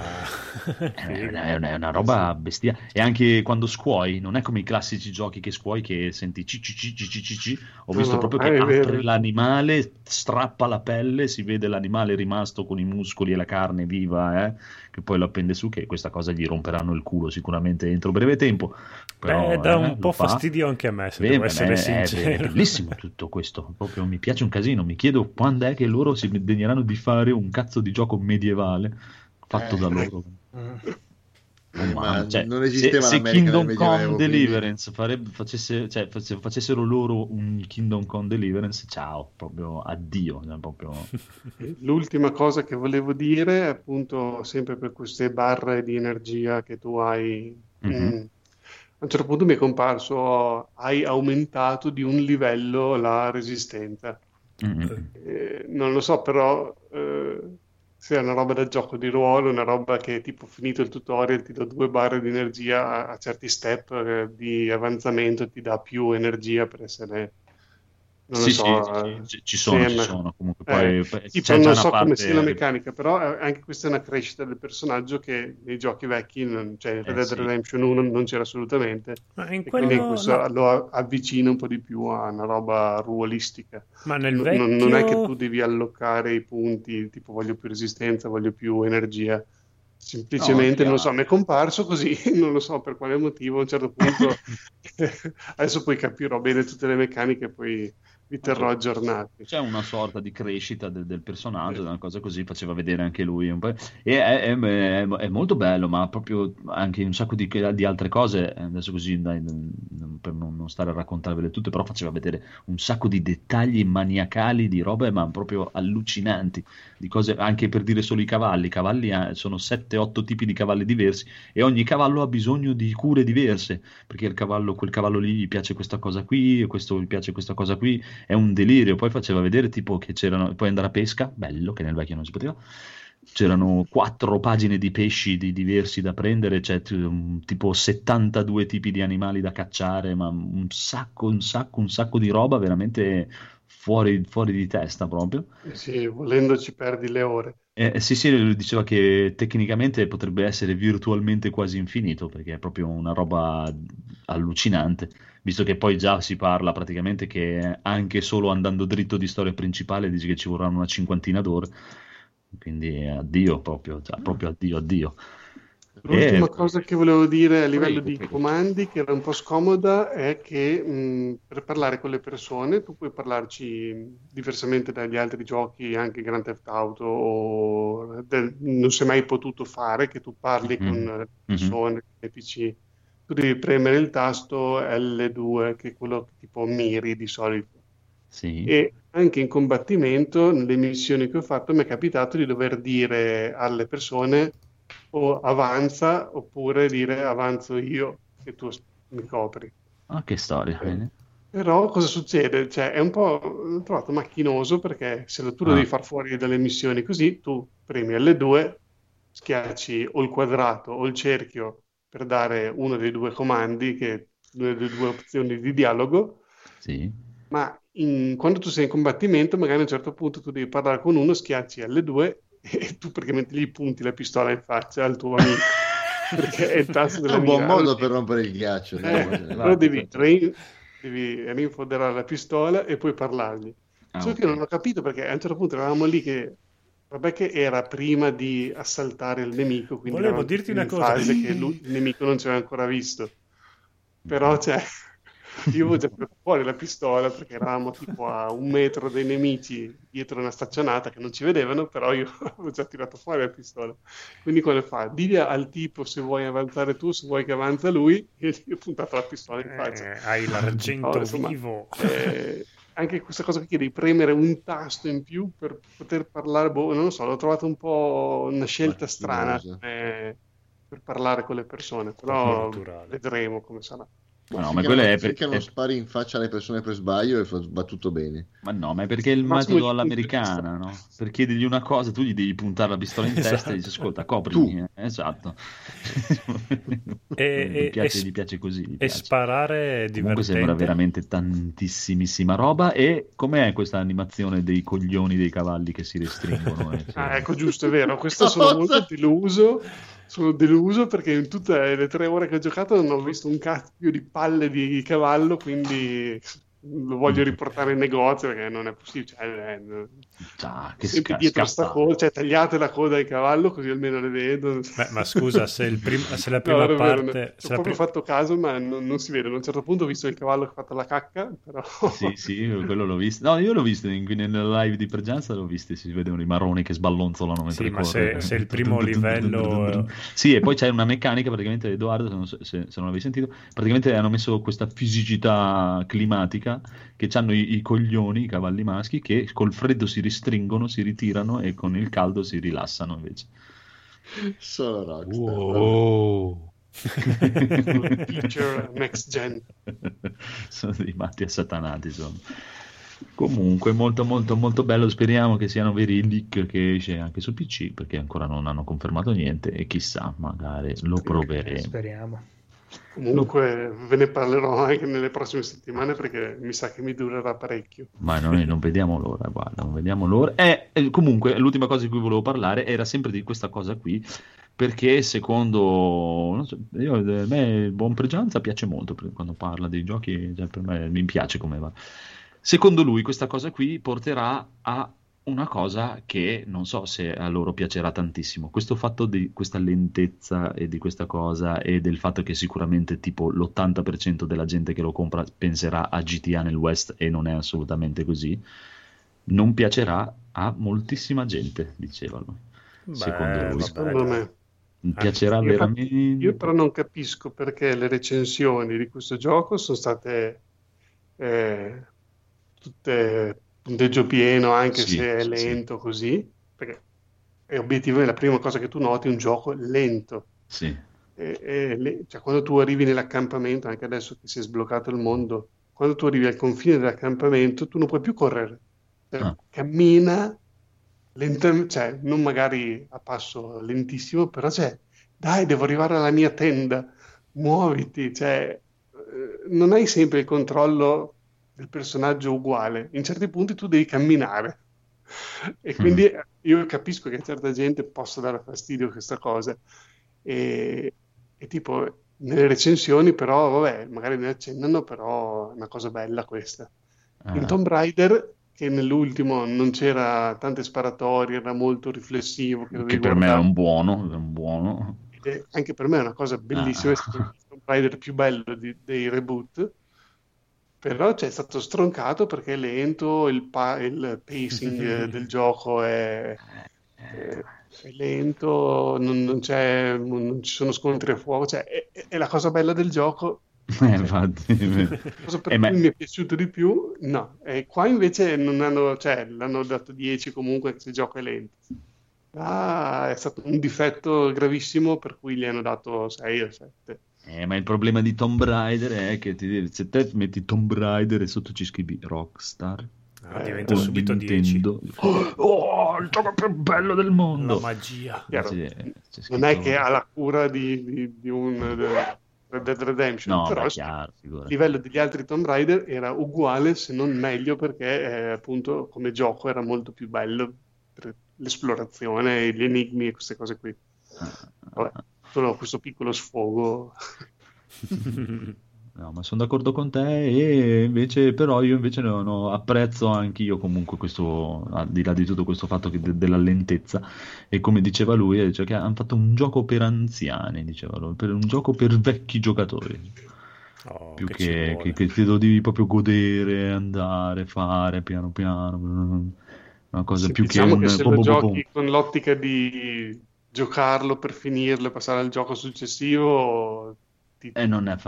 È una roba bestia. E anche quando scuoi, non è come i classici giochi che scuoi che senti ci. Ho No, visto no, proprio che è apre vero. l'animale, strappa la pelle, si vede l'animale rimasto con i muscoli e la carne viva, che poi lo appende su, che questa cosa gli romperanno il culo sicuramente entro breve tempo, però Beh, dà un lo po' fa. fastidio anche a me, se Beh, devo beh, essere è sincero. bellissimo tutto questo, proprio mi piace un casino, mi chiedo quando è che loro si degneranno di fare un cazzo di gioco medievale fatto da loro. Mm. Oh, Ma mamma, cioè, non esisteva se l'America nel Kingdom Come Medioevo, quindi Deliverance se facessero loro un Kingdom Come Deliverance, ciao, proprio addio, cioè, proprio... L'ultima cosa che volevo dire, appunto, sempre per queste barre di energia che tu hai, Mhm. a un certo punto mi è comparso, hai aumentato di un livello la resistenza. Mhm. Non lo so, però se è una roba da gioco di ruolo, una roba che tipo finito il tutorial ti dà 2 barre di energia a certi step di avanzamento, ti dà più energia per essere, non lo Sì, sì, so, ci se è sono, una- comunque sì, c'è però già non una so come sia la parte... meccanica, però anche questa è una crescita del personaggio che nei giochi vecchi, cioè in Red Dead sì. Redemption 1 non c'era assolutamente, Ma in e quindi quello questo no. lo avvicina un po' di più a una roba ruolistica. Ma nel Non è che tu vecchio... devi allocare i punti, tipo voglio più resistenza, voglio più energia. No, Semplicemente, non lo so, chiaro. mi è comparso così, non lo so per quale motivo. A un certo punto, adesso poi capirò bene tutte le meccaniche, poi vi terrò aggiornati. C'è una sorta di crescita del personaggio, una cosa così, faceva vedere anche lui un po'. E è molto bello, ma proprio anche un sacco di altre cose. Adesso così, dai, per non stare a raccontarvele tutte, però faceva vedere un sacco di dettagli maniacali, di robe, ma proprio allucinanti, di cose, anche per dire solo i cavalli. I cavalli sono 7-8 tipi di cavalli diversi e ogni cavallo ha bisogno di cure diverse, perché quel cavallo lì gli piace questa cosa qui, e questo gli piace questa cosa qui. È un delirio. Poi faceva vedere tipo che puoi andare a pesca, bello, che nel vecchio non si poteva. C'erano 4 pagine di pesci diversi da prendere, c'è tipo 72 tipi di animali da cacciare, ma un sacco di roba veramente fuori di testa proprio. Sì, volendo ci perdi le ore. Sì, lui diceva che tecnicamente potrebbe essere virtualmente quasi infinito, perché è proprio una roba allucinante, visto che poi già si parla praticamente che anche solo andando dritto di storia principale dice che ci vorranno una 50 d'ore, quindi addio proprio, cioè, proprio addio. L'ultima cosa che volevo dire a livello Prego. di comandi, che era un po' scomoda, è che per parlare con le persone tu puoi parlarci diversamente dagli altri giochi, anche Grand Theft Auto, non si è mai potuto fare che tu parli con persone, NPC. Tu devi premere il tasto L2, che è quello che tipo miri di solito. Sì. E anche in combattimento, nelle missioni che ho fatto, mi è capitato di dover dire alle persone o avanza, oppure dire avanzo io e tu mi copri. Ah, che storia. Bene. Però cosa succede? Cioè, è un po' l'ho trovato macchinoso, perché se tu lo devi far fuori dalle missioni così, tu premi L2, schiacci o il quadrato o il cerchio per dare uno dei due comandi, una delle due opzioni di dialogo, Sì. ma quando tu sei in combattimento, magari a un certo punto tu devi parlare con uno, schiacci L2 e tu praticamente gli punti la pistola in faccia al tuo amico, perché è il tasto È della un buon mira. modo per rompere il ghiaccio. Però devi rinfoderare la pistola e poi parlargli. Solo che non ho capito, perché a un certo punto eravamo lì che, vabbè, che era prima di assaltare il nemico, quindi Volevo eravamo dirti in una cosa. fase che il nemico non ci aveva ancora visto. Però cioè, io avevo già preso fuori la pistola, perché eravamo tipo a 1 metro dai nemici dietro una staccionata che non ci vedevano, però io avevo già tirato fuori la pistola. Quindi cosa fa? Digli al tipo se vuoi avanzare tu, se vuoi che avanza lui, e gli ho puntato la pistola in faccia. Hai l'argento Insomma, vivo. anche questa cosa qui devi premere un tasto in più per poter parlare, non lo so, l'ho trovato un po' una scelta strana per parlare con le persone, però vedremo come sarà. Ma no, ma quello è perché non spari in faccia alle persone per sbaglio e va tutto bene. Ma no, ma è perché è il metodo all'americana, no? Per chiedergli una cosa, tu gli devi puntare la pistola in testa e dici ascolta, coprimi. Esatto. Gli piace così. Gli piace. Sparare è divertente. Comunque sembra veramente tantissimissima roba. E com'è questa animazione dei coglioni dei cavalli che si restringono? Ecco, giusto, è vero. Questo sono molto deluso. Sono deluso perché in tutte le 3 ore che ho giocato non ho visto un cazzo di palle di cavallo, quindi lo voglio riportare in negozio, perché non è possibile. Che dietro sta coda, cioè tagliate la coda di cavallo così almeno le vedo. Ma scusa, se la prima parte... Ci ho proprio fatto caso, ma non si vede. A un certo punto ho visto il cavallo che ha fatto la cacca, però... Sì, quello l'ho visto. No, io l'ho visto nella live di Pregianza, l'ho visto, si vedono i marroni che sballonzolano mentre corre. Se il primo livello... Sì, e poi c'è una meccanica, praticamente, Edoardo, se non l'avevi sentito, praticamente hanno messo questa fisicità climatica che hanno i coglioni, i cavalli maschi, che col freddo si restringono, si ritirano e con il caldo si rilassano invece. Solo Rockstar. Wow. Feature next gen. Sono dei matti assatanati, insomma. Comunque molto molto molto bello, speriamo che siano veri il leak che esce anche su PC, perché ancora non hanno confermato niente e chissà, magari lo proveremo. Speriamo. Comunque ve ne parlerò anche nelle prossime settimane, perché mi sa che mi durerà parecchio. Ma noi non vediamo l'ora, guarda, non vediamo l'ora. Comunque l'ultima cosa di cui volevo parlare era sempre di questa cosa qui, perché secondo non so, a me il buon Pregianza piace molto quando parla dei giochi, cioè per me mi piace come va. Secondo lui questa cosa qui porterà a una cosa che non so se a loro piacerà tantissimo, questo fatto di questa lentezza e di questa cosa e del fatto che sicuramente tipo l'80% della gente che lo compra penserà a GTA nel West e non è assolutamente così, non piacerà a moltissima gente, dicevano. Secondo lui. Secondo me. Piacerà veramente. Io però non capisco perché le recensioni di questo gioco sono state tutte punteggio pieno, anche Sì, se è sì, lento così, perché è obiettivamente la prima cosa che tu noti è un gioco lento. Sì. Cioè, quando tu arrivi nell'accampamento, anche adesso che si è sbloccato il mondo, quando tu arrivi al confine dell'accampamento, tu non puoi più correre. Cioè, cammina lentamente, cioè, non magari a passo lentissimo, però dai, devo arrivare alla mia tenda, muoviti, cioè, non hai sempre il controllo del personaggio uguale, in certi punti tu devi camminare e quindi io capisco che a certa gente possa dare fastidio questa cosa e tipo nelle recensioni però vabbè magari ne accennano, però è una cosa bella questa. In Tomb Raider, che nell'ultimo non c'era tante sparatorie, era molto riflessivo, che per me è un buono. Anche per me è una cosa bellissima, è stato il Tomb Raider più bello dei reboot, però c'è stato stroncato perché è lento, il pacing del gioco è lento, non ci sono scontri a fuoco, cioè è la cosa bella del gioco. Infatti, la cosa per cui mi è piaciuto di più, no, e qua invece non hanno, cioè, l'hanno dato 10 comunque se il gioco è lento. È stato un difetto gravissimo per cui gli hanno dato 6 o 7. Ma il problema di Tomb Raider è che se te metti Tomb Raider e sotto ci scrivi Rockstar, diventa subito Nintendo, 10. Oh, il gioco più bello del mondo! La magia. Non è che ha la cura di un Red Dead Redemption, no, però chiaro, il livello degli altri Tomb Raider era uguale, se non meglio, perché appunto come gioco era molto più bello per l'esplorazione, gli enigmi e queste cose qui. Vabbè, solo questo piccolo sfogo. No, ma sono d'accordo con te e invece, però io invece apprezzo anch'io comunque questo, al di là di tutto questo fatto della lentezza, e come diceva lui, cioè che hanno fatto un gioco per anziani, diceva lui, un gioco per vecchi giocatori, più che te lo devi proprio godere, andare, fare piano piano, una cosa più diciamo che se lo giochi con l'ottica di giocarlo per finirlo e passare al gioco successivo... non è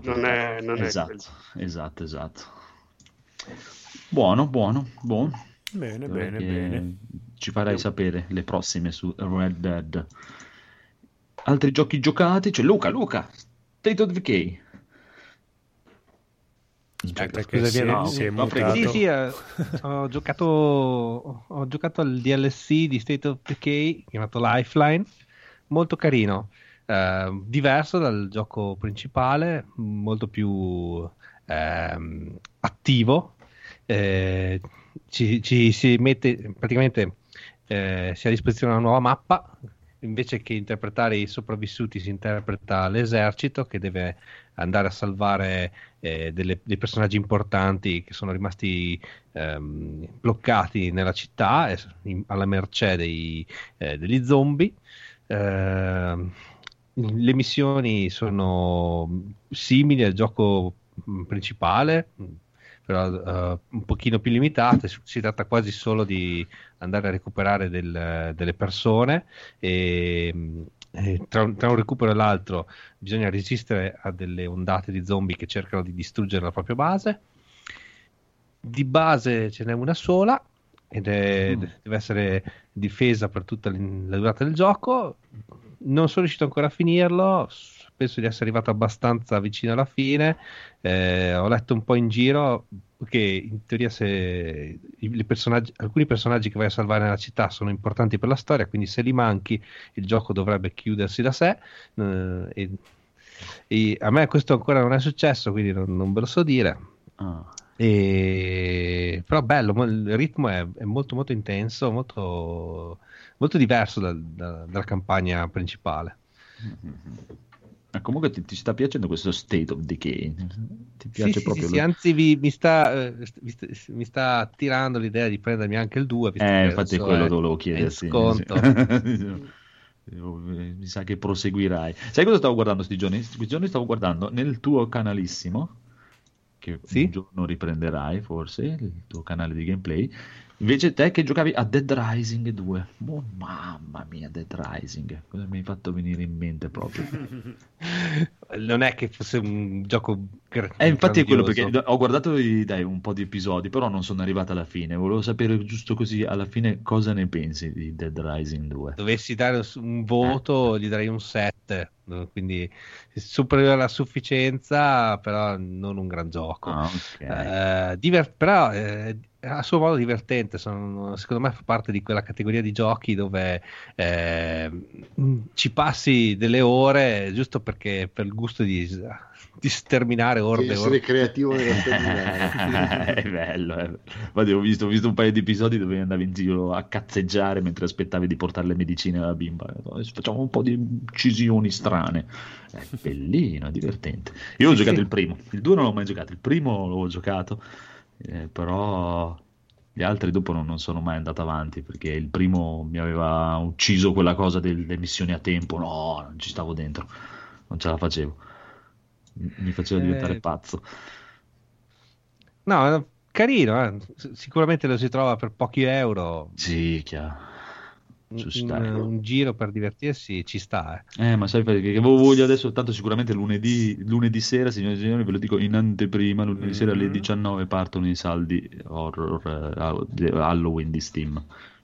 esatto. Buono. Bene. Ci farai sapere le prossime su Red Dead. Altri giochi giocati? C'è Luca, State of Decay. Aspetta che si è mutato. Sì, ho giocato al DLC di State of Decay chiamato Lifeline, molto carino. Diverso dal gioco principale, molto più attivo, ci si mette praticamente si ha a disposizione una nuova mappa, invece che interpretare i sopravvissuti si interpreta l'esercito che deve andare a salvare dei personaggi importanti che sono rimasti bloccati nella città alla mercé degli zombie. Le missioni sono simili al gioco principale, però un pochino più limitate. Si tratta quasi solo di andare a recuperare delle persone e tra un recupero e l'altro bisogna resistere a delle ondate di zombie che cercano di distruggere la propria base. Di base ce n'è una sola ed deve essere difesa per tutta la durata del gioco. Non sono riuscito ancora a finirlo, penso di essere arrivato abbastanza vicino alla fine. Ho letto un po' in giro che in teoria alcuni personaggi che vai a salvare nella città sono importanti per la storia, quindi se li manchi il gioco dovrebbe chiudersi da sé, e a me questo ancora non è successo, quindi non ve lo so dire. Però bello, il ritmo è molto molto intenso, molto, molto diverso dalla campagna principale. Comunque ti sta piacendo questo State of Decay? Ti piace proprio? Sì, anzi mi sta attirando l'idea di prendermi anche il 2. Infatti quello te lo volevo chiedere. Sconto. Mi sa che proseguirai. Sai cosa stavo guardando questi giorni? Questi giorni stavo guardando nel tuo canalissimo, che un giorno riprenderai forse, il tuo canale di gameplay. Invece te che giocavi a Dead Rising 2. Oh, mamma mia, Dead Rising. Cosa mi hai fatto venire in mente proprio? Non è che fosse un gioco infatti è quello, perché ho guardato un po' di episodi, però non sono arrivato alla fine. Volevo sapere giusto così alla fine cosa ne pensi di Dead Rising 2. Dovessi dare un voto, gli darei un 7, quindi superiore alla sufficienza, però non un gran gioco. Però a suo modo divertente, secondo me fa parte di quella categoria di giochi dove ci passi delle ore giusto perché per il gusto di sterminare orde e essere creativo nello sterminare. È bello. Guarda, ho visto un paio di episodi dove andavi in giro a cazzeggiare mentre aspettavi di portare le medicine alla bimba. Adesso facciamo un po' di uccisioni strane. È bellino, è divertente. Io ho giocato il primo, il 2 non l'ho mai giocato, il primo l'ho giocato, però gli altri dopo non sono mai andato avanti, perché il primo mi aveva ucciso quella cosa delle missioni a tempo. No, non ci stavo dentro, non ce la facevo, mi faceva diventare pazzo. No, carino, sicuramente lo si trova per pochi euro. Sì, chiaro. Un giro per divertirsi ci sta. Ma sai che avevo voglia adesso, tanto sicuramente lunedì sera, signori e signori, ve lo dico in anteprima, lunedì sera alle 19 partono i saldi horror Halloween di Steam.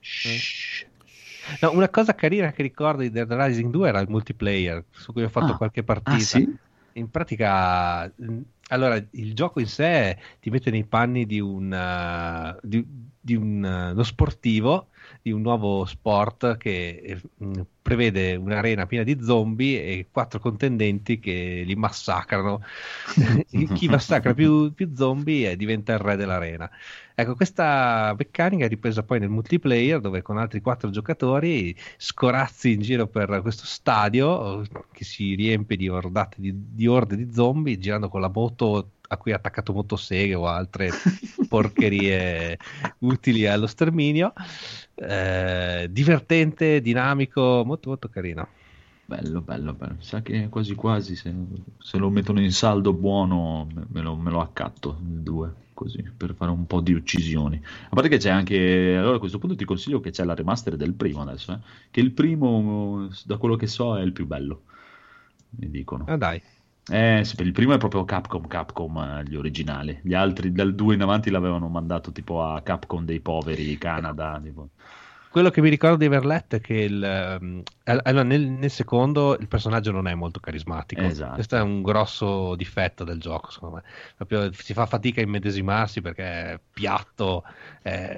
No, una cosa carina che ricordo di Dead Rising 2 era il multiplayer, su cui ho fatto qualche partita. Sì? In pratica, allora, il gioco in sé ti mette nei panni di uno sportivo, di un nuovo sport che prevede un'arena piena di zombie e 4 contendenti che li massacrano. Chi massacra più zombie diventa il re dell'arena. Ecco, questa meccanica è ripresa poi nel multiplayer, dove con altri 4 giocatori scorazzi in giro per questo stadio che si riempie di orde di zombie, girando con la moto a cui è attaccato motoseghe o altre porcherie utili allo sterminio. Divertente, dinamico, molto molto carino. Bello. Sa che quasi quasi se lo mettono in saldo buono me lo accatto il 2, così, per fare un po' di uccisioni. A parte che c'è anche, allora a questo punto ti consiglio che c'è la remaster del primo adesso, che il primo, da quello che so, è il più bello, mi dicono. Dai. Sì, per il primo è proprio Capcom, gli originali. Gli altri dal 2 in avanti l'avevano mandato tipo a Capcom dei poveri, Canada, tipo. Quello che mi ricordo di aver letto è che allora, nel secondo il personaggio non è molto carismatico. Esatto. Questo è un grosso difetto del gioco, secondo me. Proprio si fa fatica a immedesimarsi perché è piatto, è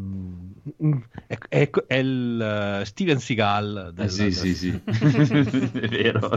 il Steven Seagal sì. È vero.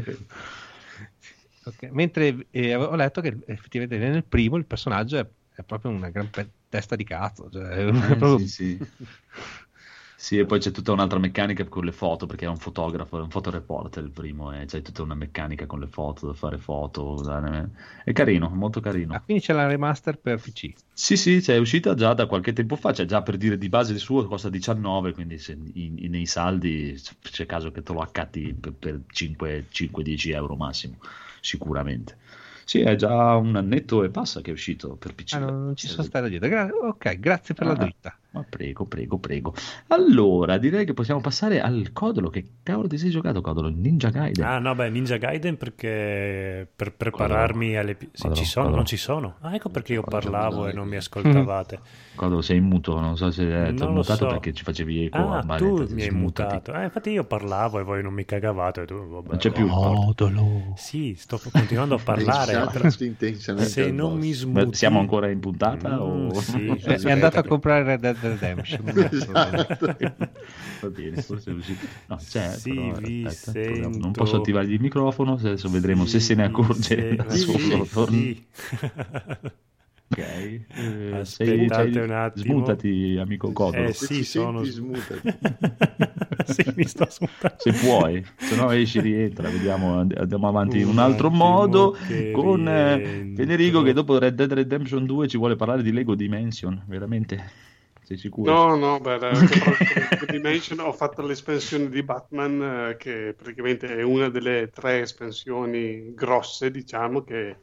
Okay. Mentre avevo letto che effettivamente nel primo il personaggio è proprio una gran testa di cazzo, cioè, proprio... Sì. Sì, e poi c'è tutta un'altra meccanica con le foto, perché è un fotografo, è un fotoreporter il primo, e c'è tutta una meccanica con le foto, da fare foto, è carino, molto carino. Quindi c'è la remaster per PC? Sì, è uscita già da qualche tempo fa, cioè già per dire di base il suo costa 19, quindi se nei saldi c'è caso che te lo accatti per 5-10 euro massimo, sicuramente. Sì, è già un annetto e passa che è uscito per PC. Non ci sono stato dietro. Ok, grazie per la dritta. Ma prego. Allora, direi che possiamo passare al Codolo. Che cavolo ti sei giocato, Codolo? Ninja Gaiden? Ninja Gaiden, perché per prepararmi alle... ci sono? Non ci sono? Ecco perché io parlavo e non mi ascoltavate. Codolo, sei muto, non so se ti ho mutato perché ci facevi eco. Tu mi hai mutato. Infatti io parlavo e voi non mi cagavate. Vabbè, non c'è più Codolo. Sì, sto continuando a parlare. Se non mi smuti... Siamo ancora in puntata? Sì, è andato a comprare Red Dead Redemption. Esatto. Va bene, forse è uscito. No, c'è, sì, però, vi sento... non posso attivargli il microfono, adesso vedremo se se ne accorge da solo. Sì. Ok, aspettate un attimo. Smutati, amico Codolo. Sì, sono smutati. Sì, mi sto smutando. Se puoi, se no esci, rientra, vediamo, andiamo avanti in un altro attimo modo che con rientro. Federico che dopo Red Dead Redemption 2 ci vuole parlare di Lego Dimension, veramente? Sei sicuro? No, beh, con Dimension ho fatto l'espansione di Batman, che praticamente è una delle 3 espansioni grosse, diciamo, che...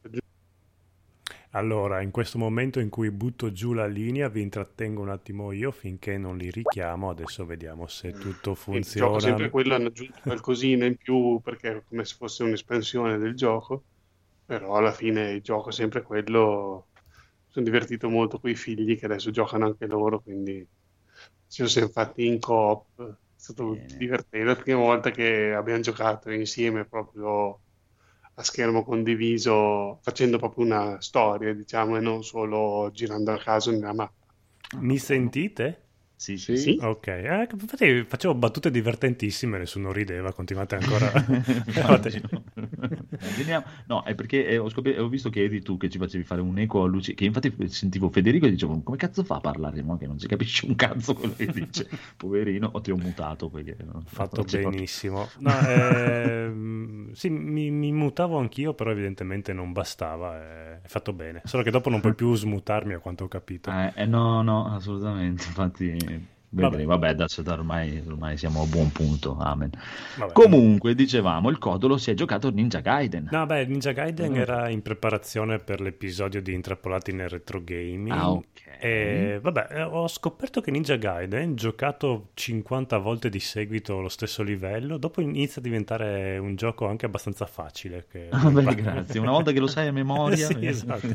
Allora, in questo momento in cui butto giù la linea, vi intrattengo un attimo io finché non li richiamo. Adesso vediamo se tutto Il funziona. gioco sempre quello, hanno aggiunto qualcosina in più perché è come se fosse un'espansione del gioco, però alla fine il gioco è sempre quello. Sono divertito molto con i figli che adesso giocano anche loro, quindi ci siamo fatti in coop, è stato Bene. divertente. La prima volta che abbiamo giocato insieme proprio a schermo condiviso, facendo proprio una storia, diciamo, e non solo girando a caso nella mappa. Mi sentite? Sì, Sì. sì. Ok, infatti facevo battute divertentissime, nessuno rideva, continuate ancora. Fate- Immaginiamo. No, è perché ho visto che eri tu che ci facevi fare un eco a Luci, che infatti sentivo Federico e dicevo come cazzo fa a parlare, no? Che non si capisce un cazzo quello che dice, poverino, o ti ho mutato perché Fatto non c'è benissimo. No, sì, mi mutavo anch'io, però evidentemente non bastava. È fatto bene. Solo che dopo non puoi più smutarmi, a quanto ho capito. no, assolutamente, infatti vedremo, vabbè, adesso ormai siamo a buon punto, amen. Vabbè. Comunque, dicevamo, il Codolo si è giocato Ninja Gaiden. No, beh, Ninja Gaiden era in preparazione per l'episodio di Intrappolati nel Retro Gaming. Ah, ok. E vabbè, ho scoperto che Ninja Gaiden, giocato 50 volte di seguito allo stesso livello, dopo inizia a diventare un gioco anche abbastanza facile. Vabbè, grazie. Una volta che lo sai a memoria. Sì, esatto.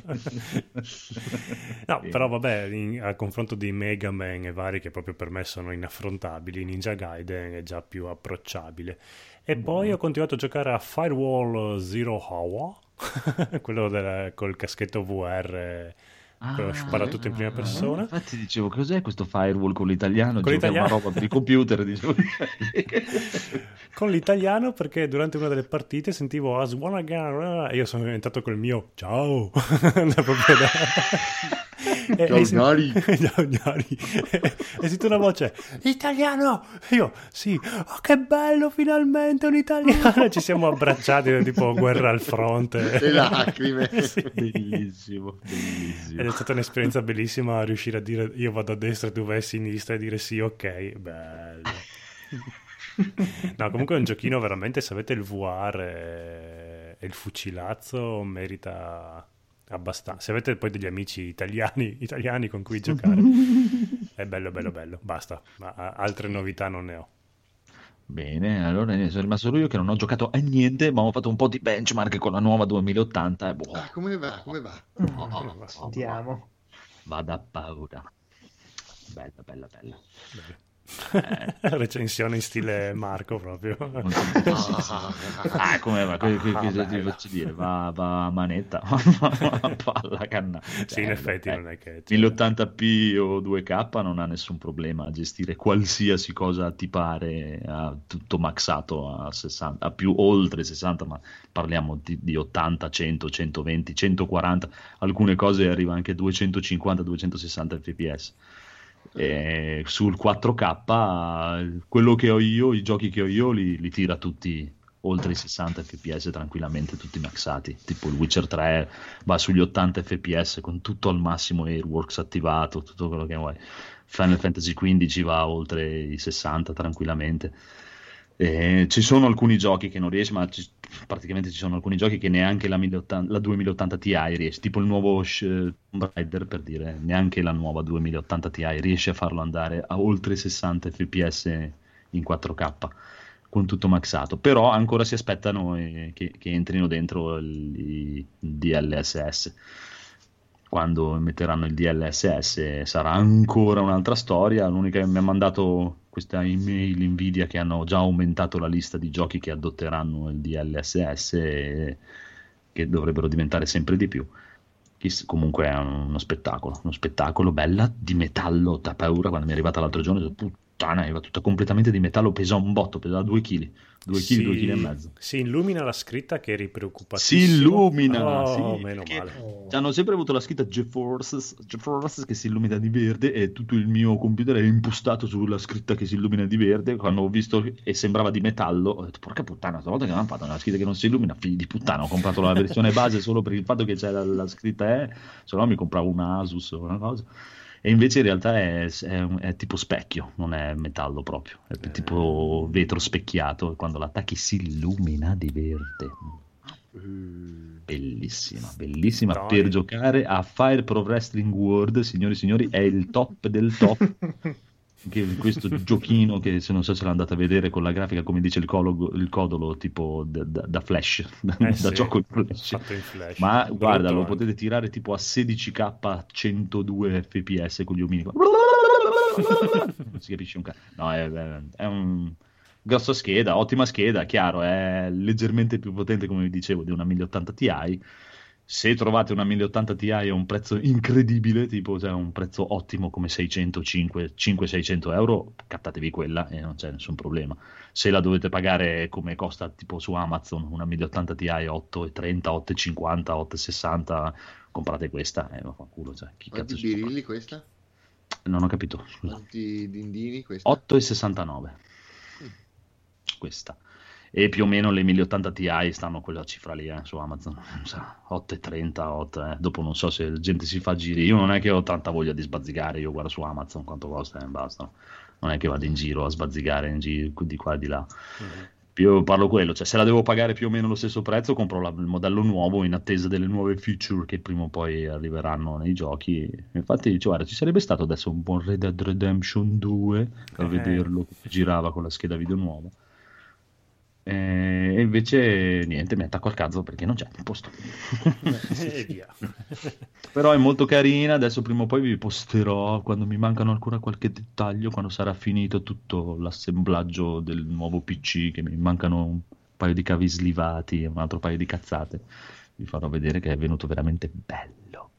No, però vabbè, al confronto di Mega Man e vari che proprio per me sono inaffrontabili, Ninja Gaiden è già più approcciabile. E poi ho continuato a giocare a Firewall Zero Hour, quello col caschetto VR, quello sparatutto in prima persona. Infatti dicevo, cos'è questo Firewall con l'italiano? Con Gioca l'italiano? una roba per il computer, dicevo. Con l'italiano, perché durante una delle partite sentivo As one again, e io sono entrato col mio ciao. Proprio Ciao, Gnari. Ciao, Gnari. E sento una voce italiano. E io sì, oh, che bello, finalmente un italiano. Ci siamo abbracciati tipo guerra al fronte. Le lacrime. Sì. Bellissimo. Ed è stata un'esperienza bellissima riuscire a dire io vado a destra e tu vai a sinistra e dire sì, ok, bello. No, comunque è un giochino veramente, se avete il VR e il fucilazzo merita abbastanza. Se avete poi degli amici italiani con cui giocare, è bello, basta. Ma altre novità non ne ho. Bene, allora sono rimasto io che non ho giocato a niente, ma ho fatto un po' di benchmark con la nuova 2080 e boh, Ah, come va? Sentiamo. va da paura. Bella. Recensione in stile Marco proprio. Come va? Cosa ti faccio dire? Va a manetta, palla canna. Sì, in effetti non è che 1080p o 2K non ha nessun problema a gestire qualsiasi cosa ti pare, tutto maxato a 60, a più oltre 60, ma parliamo di 80, 100, 120, 140, alcune cose arriva anche 250, 260 fps. Sul 4K quello che ho io, i giochi che ho io li tira tutti oltre i 60 fps tranquillamente, tutti maxati, tipo il Witcher 3 va sugli 80 fps con tutto al massimo, Airworks attivato, tutto quello che vuoi. Final Fantasy XV va oltre i 60 tranquillamente. Ci sono alcuni giochi che non riesci, ma praticamente ci sono alcuni giochi che neanche la 2080 Ti riesce, tipo il nuovo Tomb Raider, per dire, neanche la nuova 2080 Ti riesce a farlo andare a oltre 60 fps in 4K con tutto maxato, però ancora si aspettano che entrino dentro il DLSS. Quando metteranno il DLSS sarà ancora un'altra storia. L'unica che mi ha mandato questa email Nvidia che hanno già aumentato la lista di giochi che adotteranno il DLSS e che dovrebbero diventare sempre di più. Comunque è uno spettacolo bella di metallo da paura. Quando mi è arrivata l'altro giorno ho detto, puttana, era tutta completamente di metallo, pesa un botto, pesava 2 kg, 2 kg, 2 kg e mezzo. Si illumina la scritta che eri preoccupatissimo. Si illumina, Oh, sì, meno perché male. hanno sempre avuto la scritta GeForce che si illumina di verde e tutto il mio computer è impostato sulla scritta che si illumina di verde. Quando ho visto e sembrava di metallo, ho detto porca puttana, stavolta che mi hanno fatto una scritta che non si illumina, figli di puttana, ho comprato la versione base solo per il fatto che c'era la scritta se no mi compravo un Asus o una cosa. E invece in realtà è tipo specchio, non è metallo proprio, è tipo vetro specchiato e quando l'attacchi si illumina di verde. Bellissima, bellissima Dai. per giocare a Fire Pro Wrestling World, signori e signori, è il top del top. Che questo giochino che se non so se l'andate a vedere con la grafica come dice il codolo tipo da flash da Sì, gioco di flash, fatto in flash. ma Brutto guarda lo anche. potete tirare tipo a 16k a 102 fps con gli omini qua. Non si capisce un cazzo, no, è un grossa scheda, ottima scheda, chiaro, è leggermente più potente come vi dicevo di una 1080 Ti. Se trovate una 1080 Ti a un prezzo incredibile, tipo cioè un prezzo ottimo come 500-600 euro, cattatevi quella e non c'è nessun problema. Se la dovete pagare come costa tipo su Amazon, una 1080 Ti 8,30, 8,50, 8,60, comprate questa e fa culo, cioè, chi Quanti cazzo ci compra? birilli questa? Non ho capito, scusa. Quanti dindini questa? 8,69 questa. E più o meno le 1080 Ti stanno quella cifra lì su Amazon, 8,30, 8, dopo non so se la gente si fa giri, io non è che ho tanta voglia di sbazzigare, io guardo su Amazon quanto costa e basta, non è che vado in giro a sbazzigare in giro di qua e di là. Io parlo quello, cioè se la devo pagare più o meno lo stesso prezzo compro il modello nuovo in attesa delle nuove feature che prima o poi arriveranno nei giochi. Infatti guarda, ci sarebbe stato adesso un buon Red Dead Redemption 2 per vederlo che girava con la scheda video nuova. E invece niente, mi attacco al cazzo perché non c'è posto. E via. Però è molto carina, adesso prima o poi vi posterò quando mi mancano ancora qualche dettaglio, quando sarà finito tutto l'assemblaggio del nuovo PC, che mi mancano un paio di cavi slivati e un altro paio di cazzate. Vi farò vedere che è venuto veramente bello,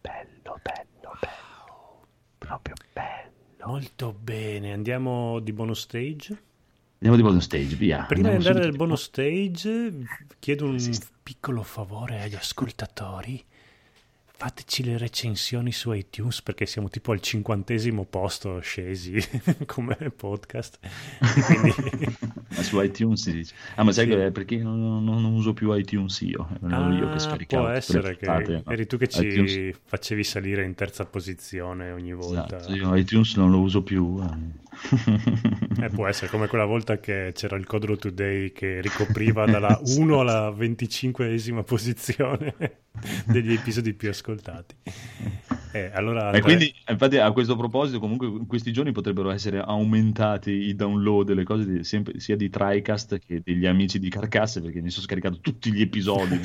proprio bello. Molto bene, andiamo di bonus stage? Andiamo di bonus stage, via. Prima di Andiamo andare subito. nel bonus stage, chiedo un piccolo favore agli ascoltatori. Fateci le recensioni su iTunes perché siamo tipo al 50° posto scesi come podcast. Quindi... Ma su iTunes si dice. Ma sai Sì. che è perché non uso più iTunes io. Non ero io che scaricavo può tutte le essere che puntate, no. eri tu che ci iTunes- facevi salire in terza posizione ogni volta. Esatto, io iTunes non lo uso più. Può essere come quella volta che c'era il Codro Today che ricopriva dalla 1 alla 25esima posizione degli episodi più ascoltati. Allora, E quindi, infatti, a questo proposito, comunque, in questi giorni potrebbero essere aumentati i download delle cose sia di TriCast che degli amici di Carcasse, perché mi sono scaricato tutti gli episodi.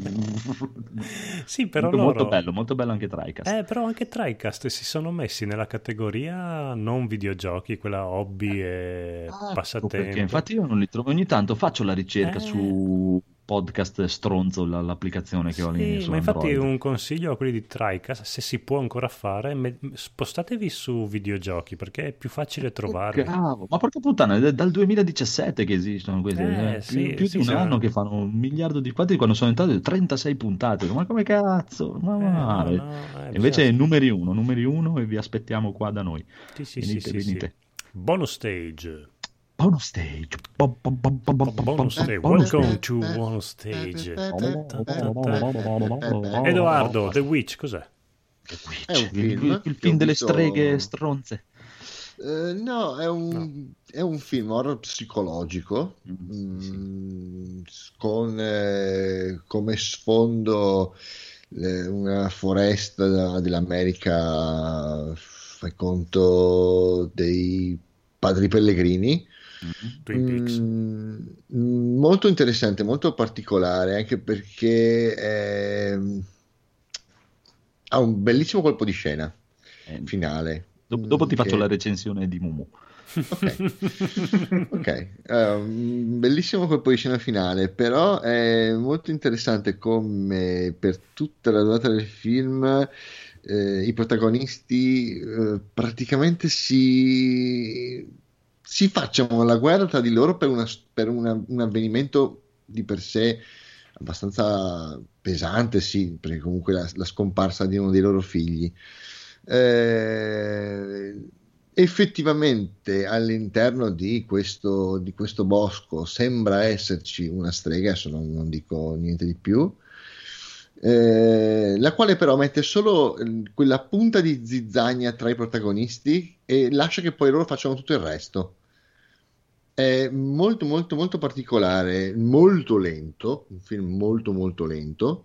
sì, però molto loro... molto bello anche TriCast. Però anche TriCast si sono messi nella categoria non videogiochi, quella hobby e passatempo. Perché infatti io non li trovo, ogni tanto faccio la ricerca su podcast stronzo, l'applicazione che ho lì Sì, su ma infatti Android. un consiglio a quelli di TriCast, se si può ancora fare, spostatevi su videogiochi perché è più facile trovarli. Cavolo, ma porca puttana, è dal 2017 che esistono queste, sì, più sì, di un sì, anno che fanno 1 miliardo di infatti quando sono entrate 36 puntate, ma come cazzo, ma male. Invece bisogna... numeri uno e vi aspettiamo qua da noi. Sì, Venite. Bonus stage. Bonus stage. Bonus stage. Welcome to bonus stage. Edoardo, The Witch, cos'è? È un film Il che film ho delle visto- streghe stronze. No, è un film horror psicologico con come sfondo una foresta dell'America, fai conto dei padri pellegrini. Twin Peaks. Molto interessante, molto particolare, anche perché ha un bellissimo colpo di scena finale. Dopo ti faccio che- la recensione di Mumu. Ok, un bellissimo colpo di scena finale, però è molto interessante come per tutta la durata del film i protagonisti praticamente si si facciano la guerra tra di loro per, un avvenimento di per sé abbastanza pesante, sì, perché comunque la scomparsa di uno dei loro figli. Effettivamente all'interno di questo bosco sembra esserci una strega, adesso non dico niente di più, la quale però mette solo quella punta di zizzania tra i protagonisti e lascia che poi loro facciano tutto il resto. È molto molto molto particolare, molto lento, un film molto molto lento,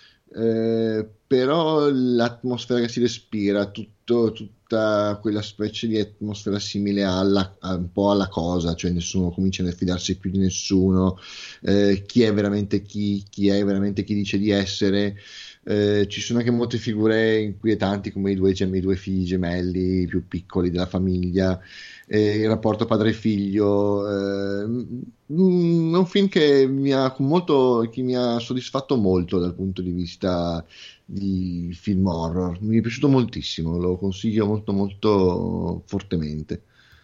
però l'atmosfera che si respira, tutta quella specie di atmosfera simile un po' alla Cosa, cioè nessuno comincia a fidarsi più di nessuno, chi è veramente chi è veramente chi dice di essere. Ci sono anche molte figure inquietanti come i due figli gemelli più piccoli della famiglia, il rapporto padre-figlio. È un film che che mi ha soddisfatto molto dal punto di vista di film horror. Mi è piaciuto moltissimo, lo consiglio molto molto fortemente.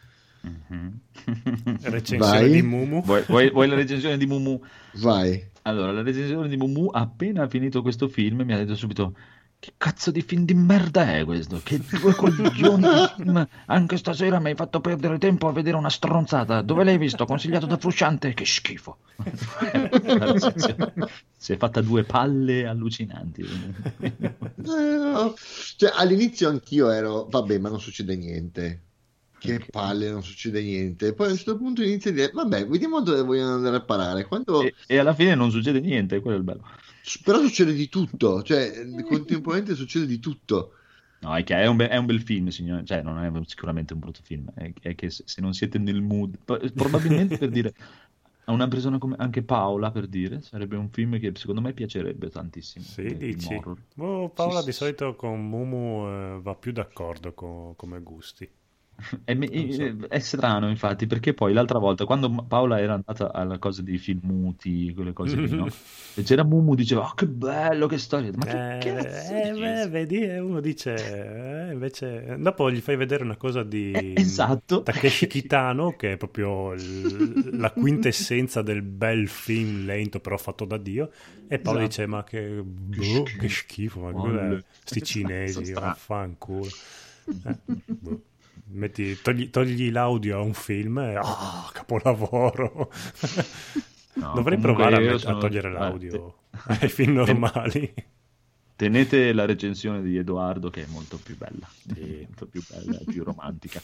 Recensione di Mumu. Vuoi la recensione di Mumu? Vai. Allora, la recensione di Mumu, appena finito questo film, mi ha detto subito: che cazzo di film di merda è questo? Che due coglioni di film! Anche stasera mi hai fatto perdere tempo a vedere una stronzata. Dove l'hai visto? Consigliato da Frusciante? Che schifo! La recensione si è fatta due palle allucinanti. Cioè, all'inizio anch'io ero, vabbè, ma non succede niente. Che palle, non succede niente. Poi a un certo punto inizia a dire, vabbè, vediamo dove vogliono andare a parare. E alla fine non succede niente, quello è il bello. Però succede di tutto, cioè contemporaneamente succede di tutto. No, è che è un bel film, signore. Cioè, non è sicuramente un brutto film. È che se non siete nel mood, probabilmente per dire a una persona come anche Paola, per dire, sarebbe un film che secondo me piacerebbe tantissimo. Sì, dici. Paola di solito con Mumu va più d'accordo come gusti. È strano, infatti, perché poi l'altra volta, quando Paola era andata alla cosa dei film muti, quelle cose lì, no? E c'era Mumu, diceva, oh, che bello, che storia. Ma che cazzo vedi, uno dice, invece dopo gli fai vedere una cosa di esatto. Takeshi Kitano, che è proprio la quintessenza del bel film lento però fatto da Dio, e Paola dice, ma che schifo, ma cos'è? Sti cinesi, vaffanculo. Togli l'audio a un film e capolavoro. No, dovrei provare a togliere l'audio ai film normali. Tenete la recensione di Edoardo, che è molto più bella, molto più bella e più romantica.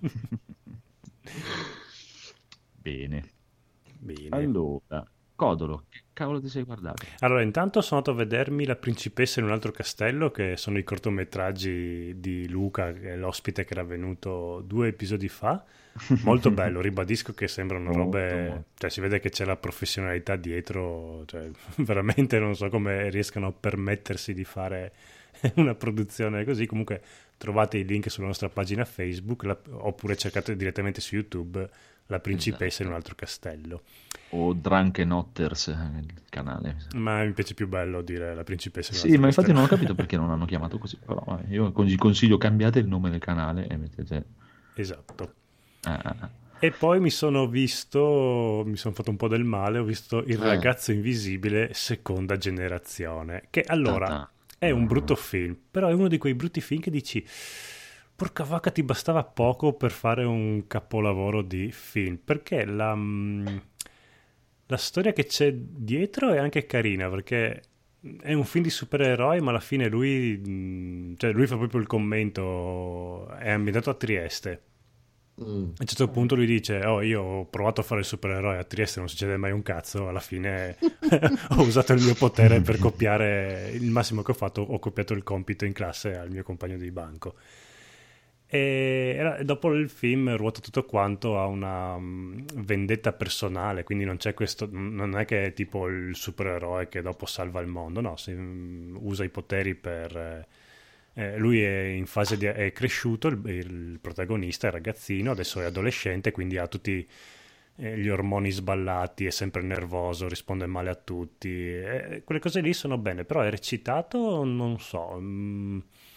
Bene. Allora, Codolo, che cavolo ti sei guardato? Allora, intanto sono andato a vedermi La principessa in un altro castello, che sono i cortometraggi di Luca, che è l'ospite che era venuto 2 episodi fa. Molto bello, ribadisco che sembrano robe, cioè si vede che c'è la professionalità dietro, cioè veramente non so come riescano a permettersi di fare una produzione così. Comunque trovate i link sulla nostra pagina Facebook oppure cercate direttamente su YouTube La principessa in un altro castello. O Drunken Otters, il canale. Ma mi piace più bello dire La principessa in un Sì, altro ma infatti castello. non ho capito perché non hanno chiamato così, però io consiglio cambiate il nome del canale e mettete... Esatto. E poi mi sono fatto un po' del male, ho visto Il ragazzo invisibile seconda generazione, che allora è un brutto film, però è uno di quei brutti film che dici, porca vacca, ti bastava poco per fare un capolavoro di film, perché la storia che c'è dietro è anche carina, perché è un film di supereroi, ma alla fine lui fa proprio il commento, è ambientato a Trieste. A un certo punto lui dice, io ho provato a fare il supereroe a Trieste, non succede mai un cazzo, alla fine ho usato il mio potere per copiare, il massimo che ho fatto, ho copiato il compito in classe al mio compagno di banco. E dopo il film ruota tutto quanto a una vendetta personale, quindi non c'è questo, non è che è tipo il supereroe che dopo salva il mondo, no, usa i poteri per... lui è in fase è cresciuto, il protagonista, il ragazzino, adesso è adolescente, quindi ha tutti gli ormoni sballati, è sempre nervoso, risponde male a tutti, quelle cose lì sono bene, però è recitato, non so,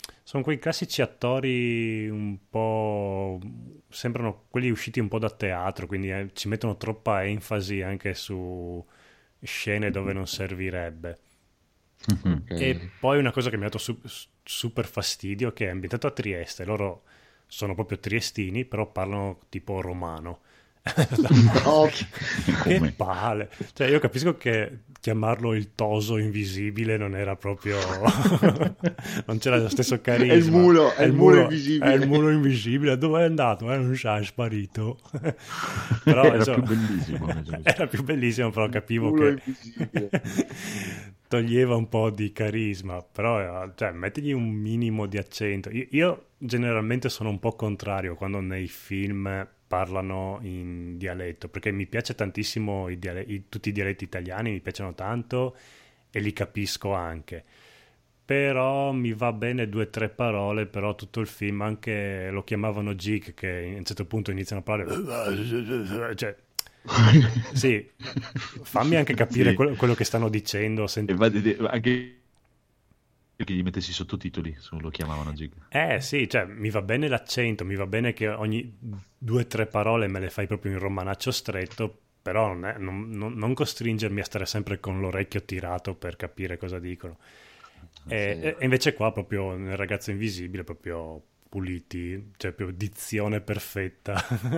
Sono quei classici attori un po'... sembrano quelli usciti un po' da teatro, quindi ci mettono troppa enfasi anche su scene dove non servirebbe. Ok. E poi una cosa che mi ha dato super fastidio, che è ambientato a Trieste, loro sono proprio triestini, però parlano tipo romano. No, Che Come? palle! Cioè, io capisco che chiamarlo il toso invisibile non era proprio... non c'era lo stesso carisma. È il mulo, è il mulo invisibile. È il mulo invisibile. Dove è andato? Non sa, è sparito. Però, Era insomma, più bellissimo. era più bellissimo, però capivo mulo che invisibile. toglieva un po' di carisma, però cioè, mettigli un minimo di accento. Io generalmente sono un po' contrario quando nei film parlano in dialetto, perché mi piace tantissimo tutti i dialetti italiani, mi piacciono tanto e li capisco anche. Però mi va bene 2 o 3 parole, però tutto il film anche lo chiamavano Geek, che a un certo punto iniziano a parlare, cioè sì, fammi anche capire Sì. quello che stanno dicendo. E anche che gli mettessi i sottotitoli, lo chiamavano Gig. Sì, cioè mi va bene l'accento, mi va bene che ogni 2 o 3 parole me le fai proprio in romanaccio stretto, però non costringermi a stare sempre con l'orecchio tirato per capire cosa dicono. E invece qua proprio nel Ragazzo Invisibile proprio puliti, cioè proprio dizione perfetta.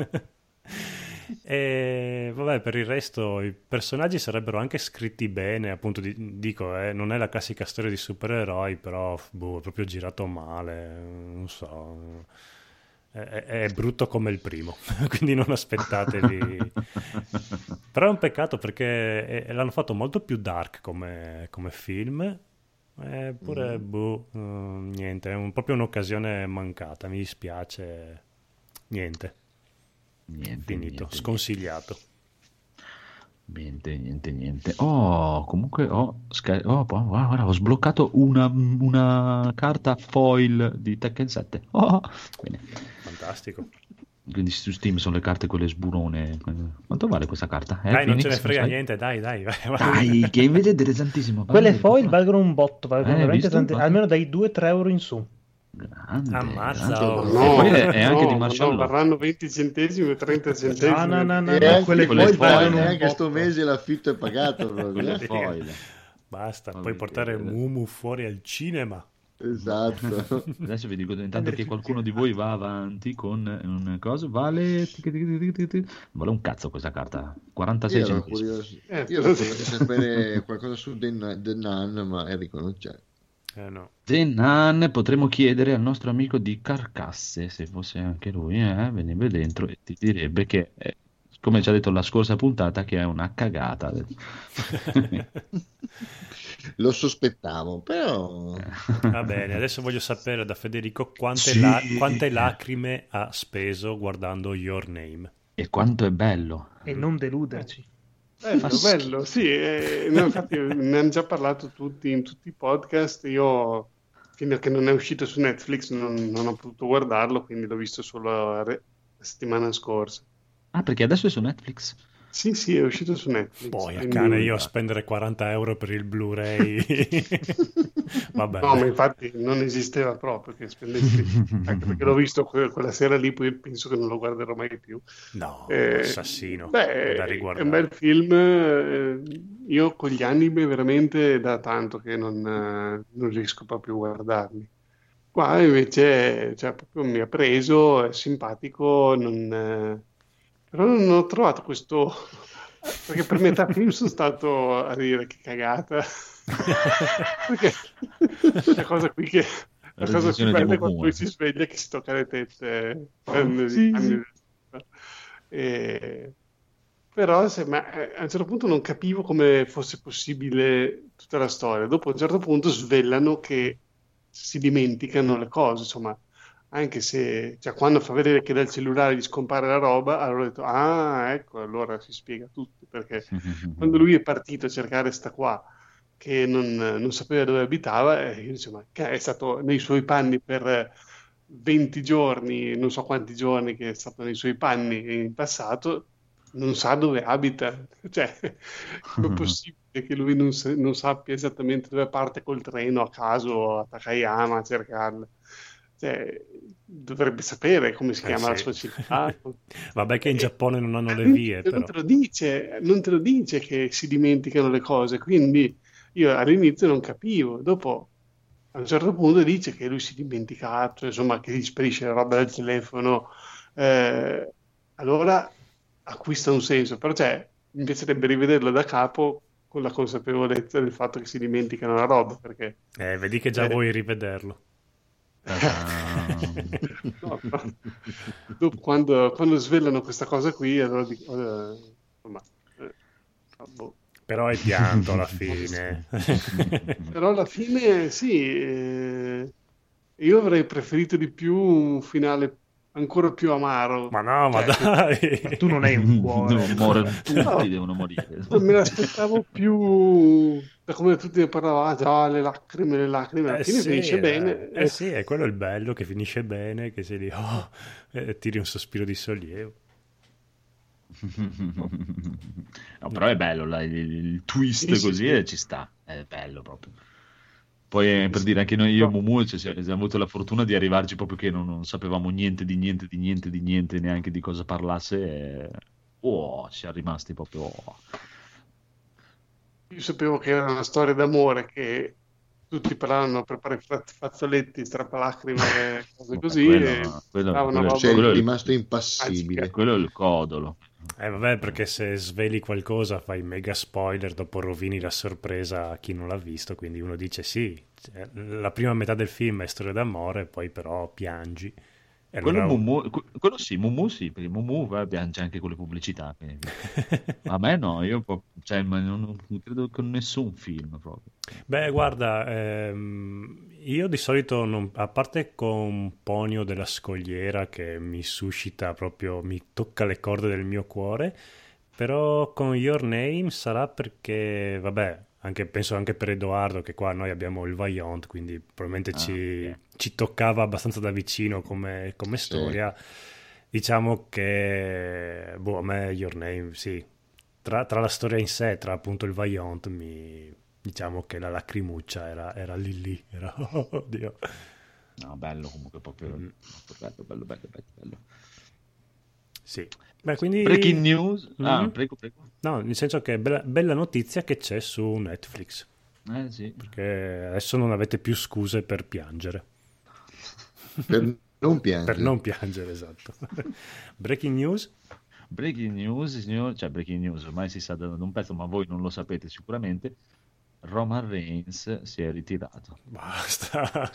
E vabbè, per il resto i personaggi sarebbero anche scritti bene, appunto dico, non è la classica storia di supereroi, però è proprio girato male, non so, è brutto come il primo, quindi non aspettatevi. Però è un peccato perché l'hanno fatto molto più dark come film, eppure niente, è proprio un'occasione mancata, mi dispiace, niente. Finito, sconsigliato. Niente. Oh, comunque guarda, ho sbloccato una carta foil di Tekken 7. Oh, bene. Fantastico. Quindi su Steam sono le carte quelle sburone. Quanto vale questa carta? Dai, non Phoenix, ce ne frega sai? niente, dai. Dai, che invece è interessantissimo. Quelle foil valgono un botto, valgono veramente visto? tanti, almeno dai 2-3 euro in su. Grande, Ammazza, grande. oh. E No, poi è anche di no, Marshall Law. varranno 20 centesimi o 30 centesimi. No, E anche quelle quelle foil foil, valgono un anche sto botto. mese l'affitto è pagato proprio. Quelle foil. Basta, Va puoi bene, portare bene. Mumu fuori al cinema. Esatto. Adesso vi dico, intanto che qualcuno di voi va avanti con un coso, vale un cazzo questa carta, 46 Io ero centesimi. curioso. Eh, Io ero curioso di sapere qualcosa su The Nun, ma Enrico non c'è. No. The Nun potremmo chiedere al nostro amico di Carcasse, se fosse anche lui, veniva dentro e ti direbbe che, come ci ha detto la scorsa puntata, che è una cagata. Lo sospettavo, però Va bene, adesso voglio sapere da Federico quante, Sì. quante lacrime ha speso guardando Your Name. E quanto è bello. E non deluderci. Bello, sì, no, infatti ne hanno già parlato tutti in tutti i podcast. Io, fino a che non è uscito su Netflix, non ho potuto guardarlo, quindi l'ho visto solo la settimana scorsa. Ah, perché adesso è su Netflix? Sì, è uscito su Netflix. Poi a quindi- cane io a spendere 40 euro per il Blu-ray. Vabbè. No, ma infatti non esisteva proprio che spendessi, anche perché l'ho visto quella sera lì, poi penso che non lo guarderò mai più. No, Eh, assassino. Beh, da è un riguardare. bel film. Io con gli anime veramente da tanto che non riesco proprio a guardarli. Qua invece, cioè, proprio mi ha preso, è simpatico, però non ho trovato questo, perché per metà film sono stato a dire che cagata. Perché la cosa qui che la cosa più recensione di bella è quando Momoa. lui si sveglia che si tocca le tette Sì, anni- però a un certo punto non capivo come fosse possibile tutta la storia. Dopo a un certo punto svelano che si dimenticano le cose, insomma, anche se, cioè, quando fa vedere che dal cellulare gli scompare la roba, allora ho detto, ah, ecco, allora si spiega tutto, perché quando lui è partito a cercare sta qua, che non sapeva dove abitava, io dicevo, ma che è stato nei suoi panni per 20 giorni, non so quanti giorni che è stato nei suoi panni in passato, non sa dove abita. Cioè, come è possibile che lui non sappia esattamente dove parte col treno a caso a Takayama a cercarla? Cioè, dovrebbe sapere come si chiama la Sì. sua città. Vabbè che in Giappone non hanno le vie, Non però. te lo dice, non te lo dice che si dimenticano le cose, quindi io all'inizio non capivo, dopo a un certo punto dice che lui si è dimenticato, insomma, che gli sparisce la roba del telefono, allora acquista un senso, però cioè, mi piacerebbe rivederlo da capo con la consapevolezza del fatto che si dimenticano la roba, perché Vedi che già Eh. vuoi rivederlo. no, però dopo quando svelano questa cosa qui, allora dico, insomma, boh. Però hai pianto alla fine. Però alla fine sì, io avrei preferito di più un finale ancora più amaro. Ma no, ma Cioè, dai. Ma tu non hai un cuore. Tutti No. devono morire. me l'aspettavo più, da come tutti ne parlavano, già le lacrime, alla fine Sì, finisce bene. sì, è quello il bello, che finisce bene, che sei lì, tiri un sospiro di sollievo. No, però è bello, il twist Sì, sì, così sì. ci sta, è bello proprio. Poi per dire anche noi, io e Mumu, abbiamo avuto la fortuna di arrivarci proprio che non sapevamo niente di niente, neanche di cosa parlasse. Ci siamo rimasti proprio. Io sapevo che era una storia d'amore, che tutti parlavano per fare fazzoletti, strappalacrime, cose così, e sembrava una roba Cioè, quello è è il- rimasto impassibile. Quello è il codolo. Vabbè, perché se sveli qualcosa fai mega spoiler, dopo rovini la sorpresa a chi non l'ha visto, quindi uno dice sì, cioè, la prima metà del film è storia d'amore, poi però piangi. E Quello, allora- Mumu sì, perché Mumu piange anche con le pubblicità. quindi- A me no, io cioè, ma non credo con nessun film proprio. Beh, guarda, io di solito, a parte con Ponio della Scogliera che mi suscita proprio, mi tocca le corde del mio cuore, però con Your Name sarà perché, vabbè, penso anche per Edoardo che qua noi abbiamo il Vaillant, quindi probabilmente ok. ci toccava abbastanza da vicino come storia. Diciamo che, boh, a me Your Name, sì, tra la storia in sé, tra appunto il Vaillant, diciamo che la lacrimuccia era lì, era oh Dio. No, bello comunque, proprio bello. Sì. Beh, quindi... Breaking news. Mhm. Prego. No, nel senso che è bella notizia che c'è su Netflix, Sì. perché adesso non avete più scuse per piangere. Per non piangere. Per non piangere, esatto. Breaking news? Breaking news, signor, cioè breaking news, ormai si sa da un pezzo, ma voi non lo sapete sicuramente. Roman Reigns si è ritirato. Basta.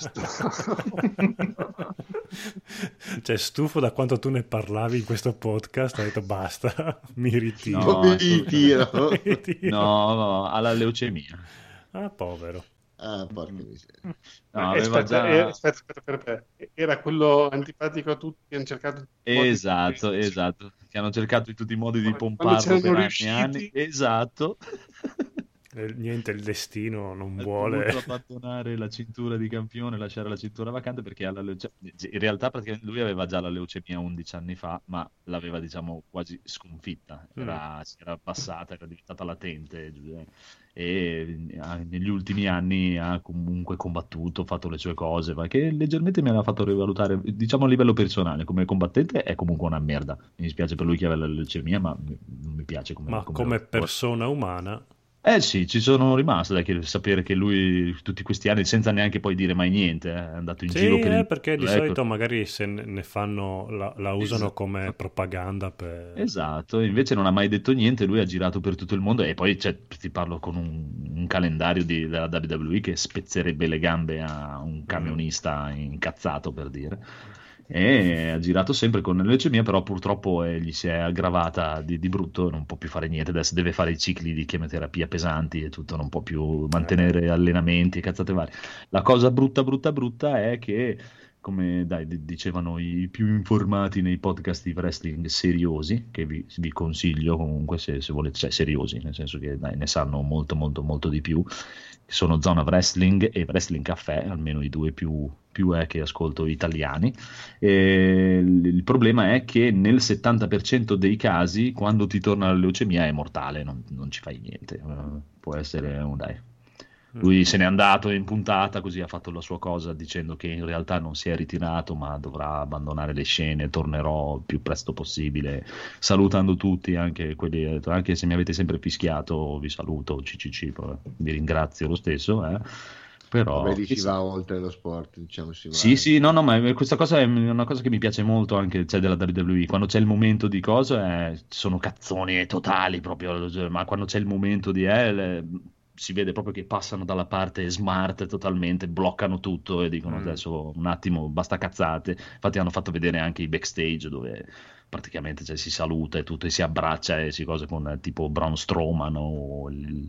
Cioè, stufo da quanto tu ne parlavi in questo podcast, ho detto basta, mi ritiro. No, Mi ritiro. Mi ritiro. No, alla leucemia. Ah, povero. Ah, porca miseria. No, aveva aspetta. Era quello antipatico a tutti che hanno cercato Esatto, che hanno cercato in tutti i modi di Quando pomparlo c'erano per anni e riusciti. anni. Esatto. Niente, il destino non Ha vuole. dovuto abbandonare la cintura di campione, lasciare la cintura vacante perché ha la leucemia. In realtà praticamente lui aveva già la leucemia 11 anni fa, ma l'aveva diciamo quasi sconfitta, si era passata, era diventata latente e negli ultimi anni ha comunque combattuto, fatto le sue cose, ma che leggermente mi aveva fatto rivalutare, diciamo a livello personale, come combattente è comunque una merda. Mi dispiace per lui che aveva la leucemia, ma non mi piace Ma come persona umana... sì, ci sono rimasto da sapere che lui tutti questi anni, senza neanche poi dire mai niente, è andato in giro per perché di ecco. solito magari se ne fanno, la usano Esatto. come propaganda per... Esatto, invece non ha mai detto niente, lui ha girato per tutto il mondo e poi ti parlo con un calendario della WWE che spezzerebbe le gambe a un camionista incazzato, per dire. E ha girato sempre con la leucemia, però purtroppo gli si è aggravata di brutto, non può più fare niente, adesso deve fare i cicli di chemioterapia pesanti e tutto, non può più mantenere allenamenti e cazzate varie. La cosa brutta è che come dicevano i più informati nei podcast di wrestling seriosi, che vi consiglio comunque se volete, cioè seriosi, nel senso che ne sanno molto molto molto di più, che sono Zona Wrestling e Wrestling Caffè, almeno i due più che ascolto italiani. E il problema è che nel 70% dei casi, quando ti torna la leucemia, è mortale, non ci fai niente. Può essere lui se n'è andato in puntata, così ha fatto la sua cosa dicendo che in realtà non si è ritirato ma dovrà abbandonare le scene, tornerò il più presto possibile, salutando tutti, anche quelli, anche se mi avete sempre fischiato vi saluto, CCC, vi ringrazio lo stesso, però vabbè, si va oltre lo sport, diciamo. Sì, no, ma questa cosa è una cosa che mi piace molto anche, cioè, della WWE. Quando c'è il momento di cosa sono cazzoni totali proprio, ma quando c'è il momento di si vede proprio che passano dalla parte smart totalmente, bloccano tutto e dicono adesso un attimo, basta cazzate. Infatti hanno fatto vedere anche i backstage dove praticamente si saluta e tutto e si abbraccia e si cose con tipo Braun Strowman o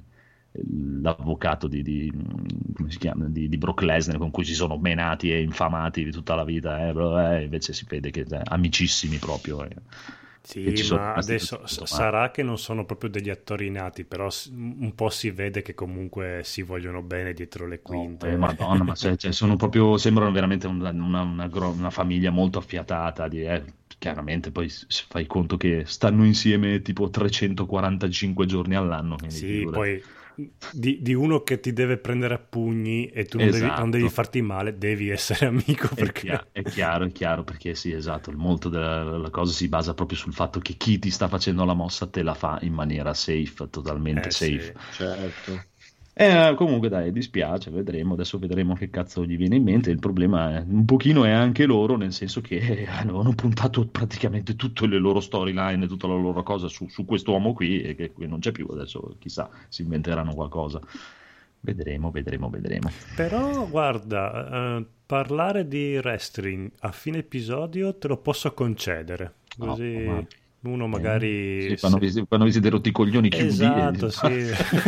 l'avvocato come si chiama, di Brock Lesnar, con cui si sono menati e infamati di tutta la vita, invece si vede che amicissimi proprio. Sì, ma adesso sarà che non sono proprio degli attori nati, però un po' si vede che comunque si vogliono bene dietro le quinte. Madonna, ma sono proprio, sembrano veramente una famiglia molto affiatata. Chiaramente poi fai conto che stanno insieme tipo 345 giorni all'anno. Sì, poi di uno che ti deve prendere a pugni e tu non devi farti male, devi essere amico. Perché... È chiaro, perché sì, esatto, molto della cosa si basa proprio sul fatto che chi ti sta facendo la mossa te la fa in maniera safe, totalmente safe. Sì, certo. Comunque dai, dispiace, adesso vedremo che cazzo gli viene in mente. Il problema un pochino è anche loro, nel senso che avevano puntato praticamente tutte le loro storyline, tutta la loro cosa su quest'uomo qui, e che qui non c'è più. Adesso chissà, si inventeranno qualcosa. Vedremo. Però guarda, parlare di wrestling a fine episodio te lo posso concedere, così uno magari quando vi siete rotti i coglioni chiudi. Esatto, sì.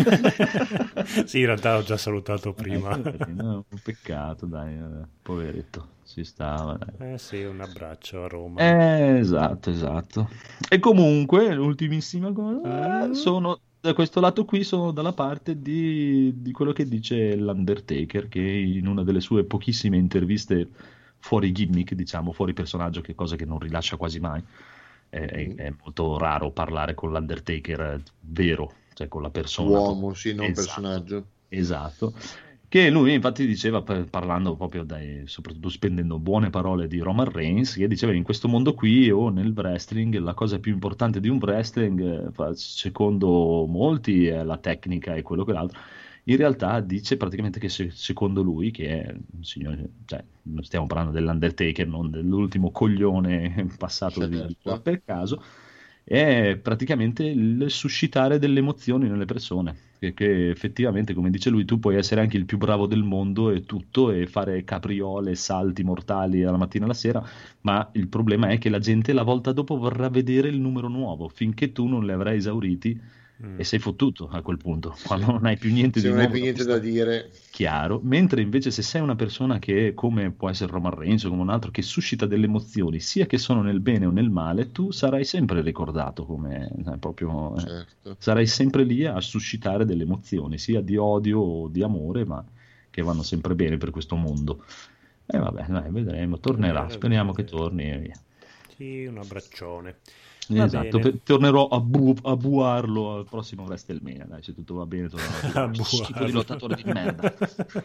Sì, in realtà ho già salutato prima. Un peccato, dai, poveretto, si stava, dai. Sì, un abbraccio a Roma. Esatto. E comunque l'ultimissima cosa, sono da questo lato qui, sono dalla parte di quello che dice l'Undertaker, che in una delle sue pochissime interviste fuori gimmick, diciamo, fuori personaggio, che cosa che non rilascia quasi mai. È molto raro parlare con l'Undertaker vero, cioè con la persona. Uomo, sì, non personaggio. Esatto. Che lui infatti diceva, parlando proprio soprattutto spendendo buone parole di Roman Reigns, che diceva in questo mondo qui o nel wrestling la cosa più importante di un wrestling, secondo molti, è la tecnica e quello che l'altro. In realtà dice praticamente che secondo lui, che è un signore, cioè stiamo parlando dell'Undertaker, non dell'ultimo coglione passato di qua per caso, è praticamente il suscitare delle emozioni nelle persone, che effettivamente, come dice lui, tu puoi essere anche il più bravo del mondo e tutto, e fare capriole, salti mortali dalla mattina alla sera, ma il problema è che la gente la volta dopo vorrà vedere il numero nuovo, finché tu non li avrai esauriti. E sei fottuto a quel punto, quando non hai più niente di nuovo, non hai più niente da dire, chiaro. Mentre invece se sei una persona che, come può essere Roman Reigns o come un altro, che suscita delle emozioni sia che sono nel bene o nel male, tu sarai sempre ricordato come proprio sarai sempre lì a suscitare delle emozioni sia di odio o di amore, ma che vanno sempre bene per questo mondo. E vabbè, dai, vedremo, tornerà, speriamo che torni e via. Sì, un abbraccione. Esatto, tornerò a buarlo al prossimo WrestleMania, dai, se tutto va bene tornerò a schifo di lottatore di merda.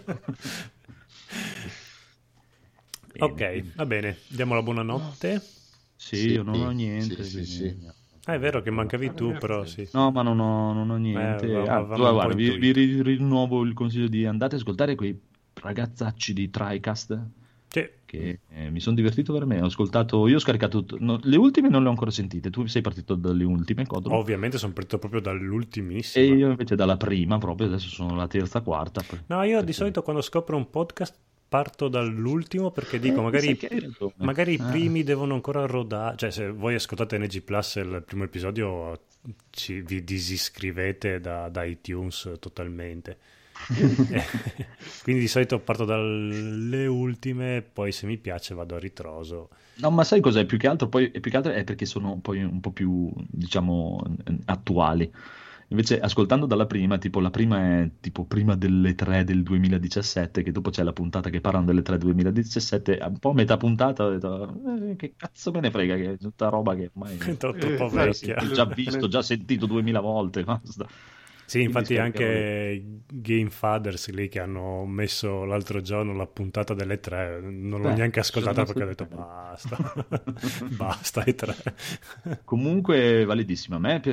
Ok, va bene, diamo la buonanotte. Sì, io non ho niente. Sì. È vero che mancavi tu, però sì. No, ma non ho niente. Guarda, vi rinnovo il consiglio di andate a ascoltare quei ragazzacci di TriCast. Sì. Che mi sono divertito veramente. Io ho scaricato le ultime, non le ho ancora sentite. Tu sei partito dalle ultime, Codolo? Ovviamente sono partito proprio dall'ultimissima. E io invece dalla prima, proprio adesso sono la terza, quarta. No, io di solito quando scopro un podcast parto dall'ultimo, perché dico magari i primi devono ancora rodare. Cioè, se voi ascoltate NG Plus il primo episodio vi disiscrivete da iTunes totalmente. Quindi di solito parto dalle ultime, poi se mi piace vado a ritroso. No, ma sai cos'è? Più che altro è perché sono poi un po' più, diciamo, attuali. Invece, ascoltando dalla prima, tipo la prima è tipo prima delle 3 del 2017, che dopo c'è la puntata che parlano delle 3 del 2017, un po' a metà puntata ho detto, che cazzo me ne frega, che è tutta roba che ormai È troppo infatti, vecchia. ho già visto, già sentito 2000 volte, basta. Sì, infatti Quindi anche Game Fathers lì che hanno messo l'altro giorno la puntata delle 3, non l'ho Beh, neanche ascoltata sono perché ho detto basta, basta i 3. Comunque validissima. A me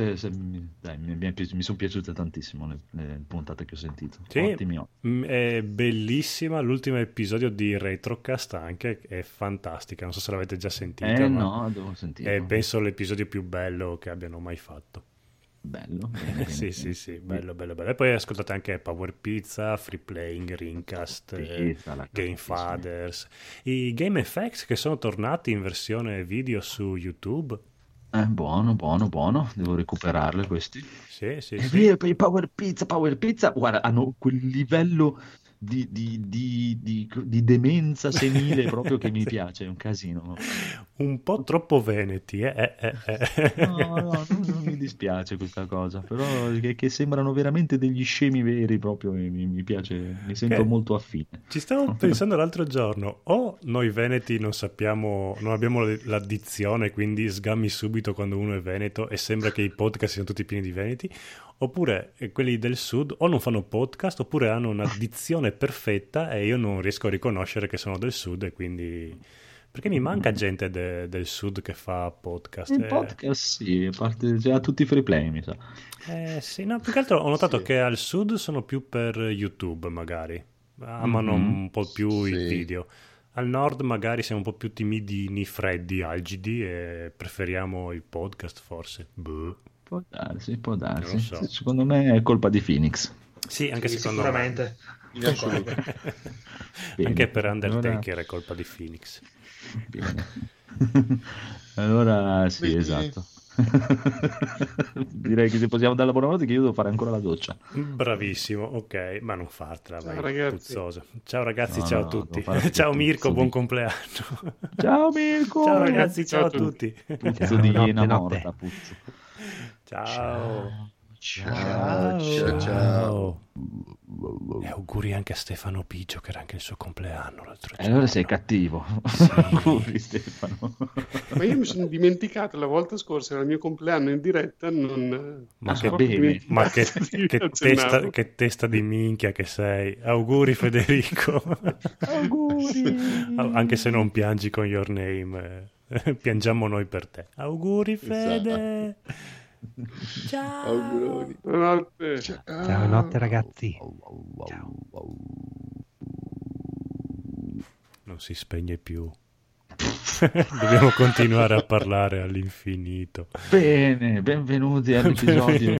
mi sono piaciute tantissimo le puntate che ho sentito. Sì, Ottimi. è bellissima, l'ultimo episodio di Retrocast anche, è fantastica, non so se l'avete già sentita, ma No, devo sentirlo. è penso l'episodio più bello che abbiano mai fatto. Bello. Sì, bello. E poi ascoltate anche Power Pizza, Free Playing, Rincast, Game Fathers, i Game FX che sono tornati in versione video su YouTube. Buono. Devo recuperarle questi. Sì. È vero, per i Power Pizza, guarda, hanno quel livello di demenza senile proprio che mi piace, è un casino. Un po' troppo veneti, No, non mi dispiace questa cosa, però che sembrano veramente degli scemi veri proprio, mi piace, mi sento molto affine. Ci stavo pensando l'altro giorno, o noi veneti non abbiamo l'addizione, quindi sgammi subito quando uno è veneto e sembra che i podcast siano tutti pieni di veneti, oppure quelli del sud o non fanno podcast oppure hanno un'addizione perfetta e io non riesco a riconoscere che sono del sud e quindi... Perché mi manca gente del sud che fa podcast. Il podcast sì, a parte ha tutti i free play, mi sa. Sì, no, più che altro ho notato che al sud sono più per YouTube magari, amano un po' più il video. Al nord magari siamo un po' più timidini, freddi, algidi e preferiamo il podcast forse. Boh. Può darsi. Non lo so. Secondo me è colpa di Phoenix. Sì, anche secondo sicuramente. me. Anche per Undertaker è colpa di Phoenix. Bene. Allora sì, Bene. esatto. Direi che se possiamo andare a buonanotte che io devo fare ancora la doccia. Bravissimo, ok, ma non fartela, Ciao, vai, ragazzi. puzzoso. Ciao ragazzi, No, ciao a no, tutti. devo fare Ciao puzzo Mirko, di- buon compleanno. Ciao Mirko! Ciao ragazzi, Ciao ciao a a tutti. Puzzo di Notte, iena notte. morta, puzzo. Ciao. Ciao. E auguri anche a Stefano Piggio che era anche il suo compleanno l'altro giorno. Allora sei cattivo. Auguri, Stefano. Ma io mi sono dimenticato la volta scorsa, era il mio compleanno in diretta, non Ma non che so bene. dimenticato Ma di che accennarlo. che testa di minchia che sei. Auguri Federico. Auguri. Anche se non piangi con Your Name, piangiamo noi per te. Auguri Fede. Ciao. Auguroni. Buonanotte. Ciao, notte ragazzi. Non si spegne più. Dobbiamo continuare a parlare all'infinito. Bene, benvenuti all'episodio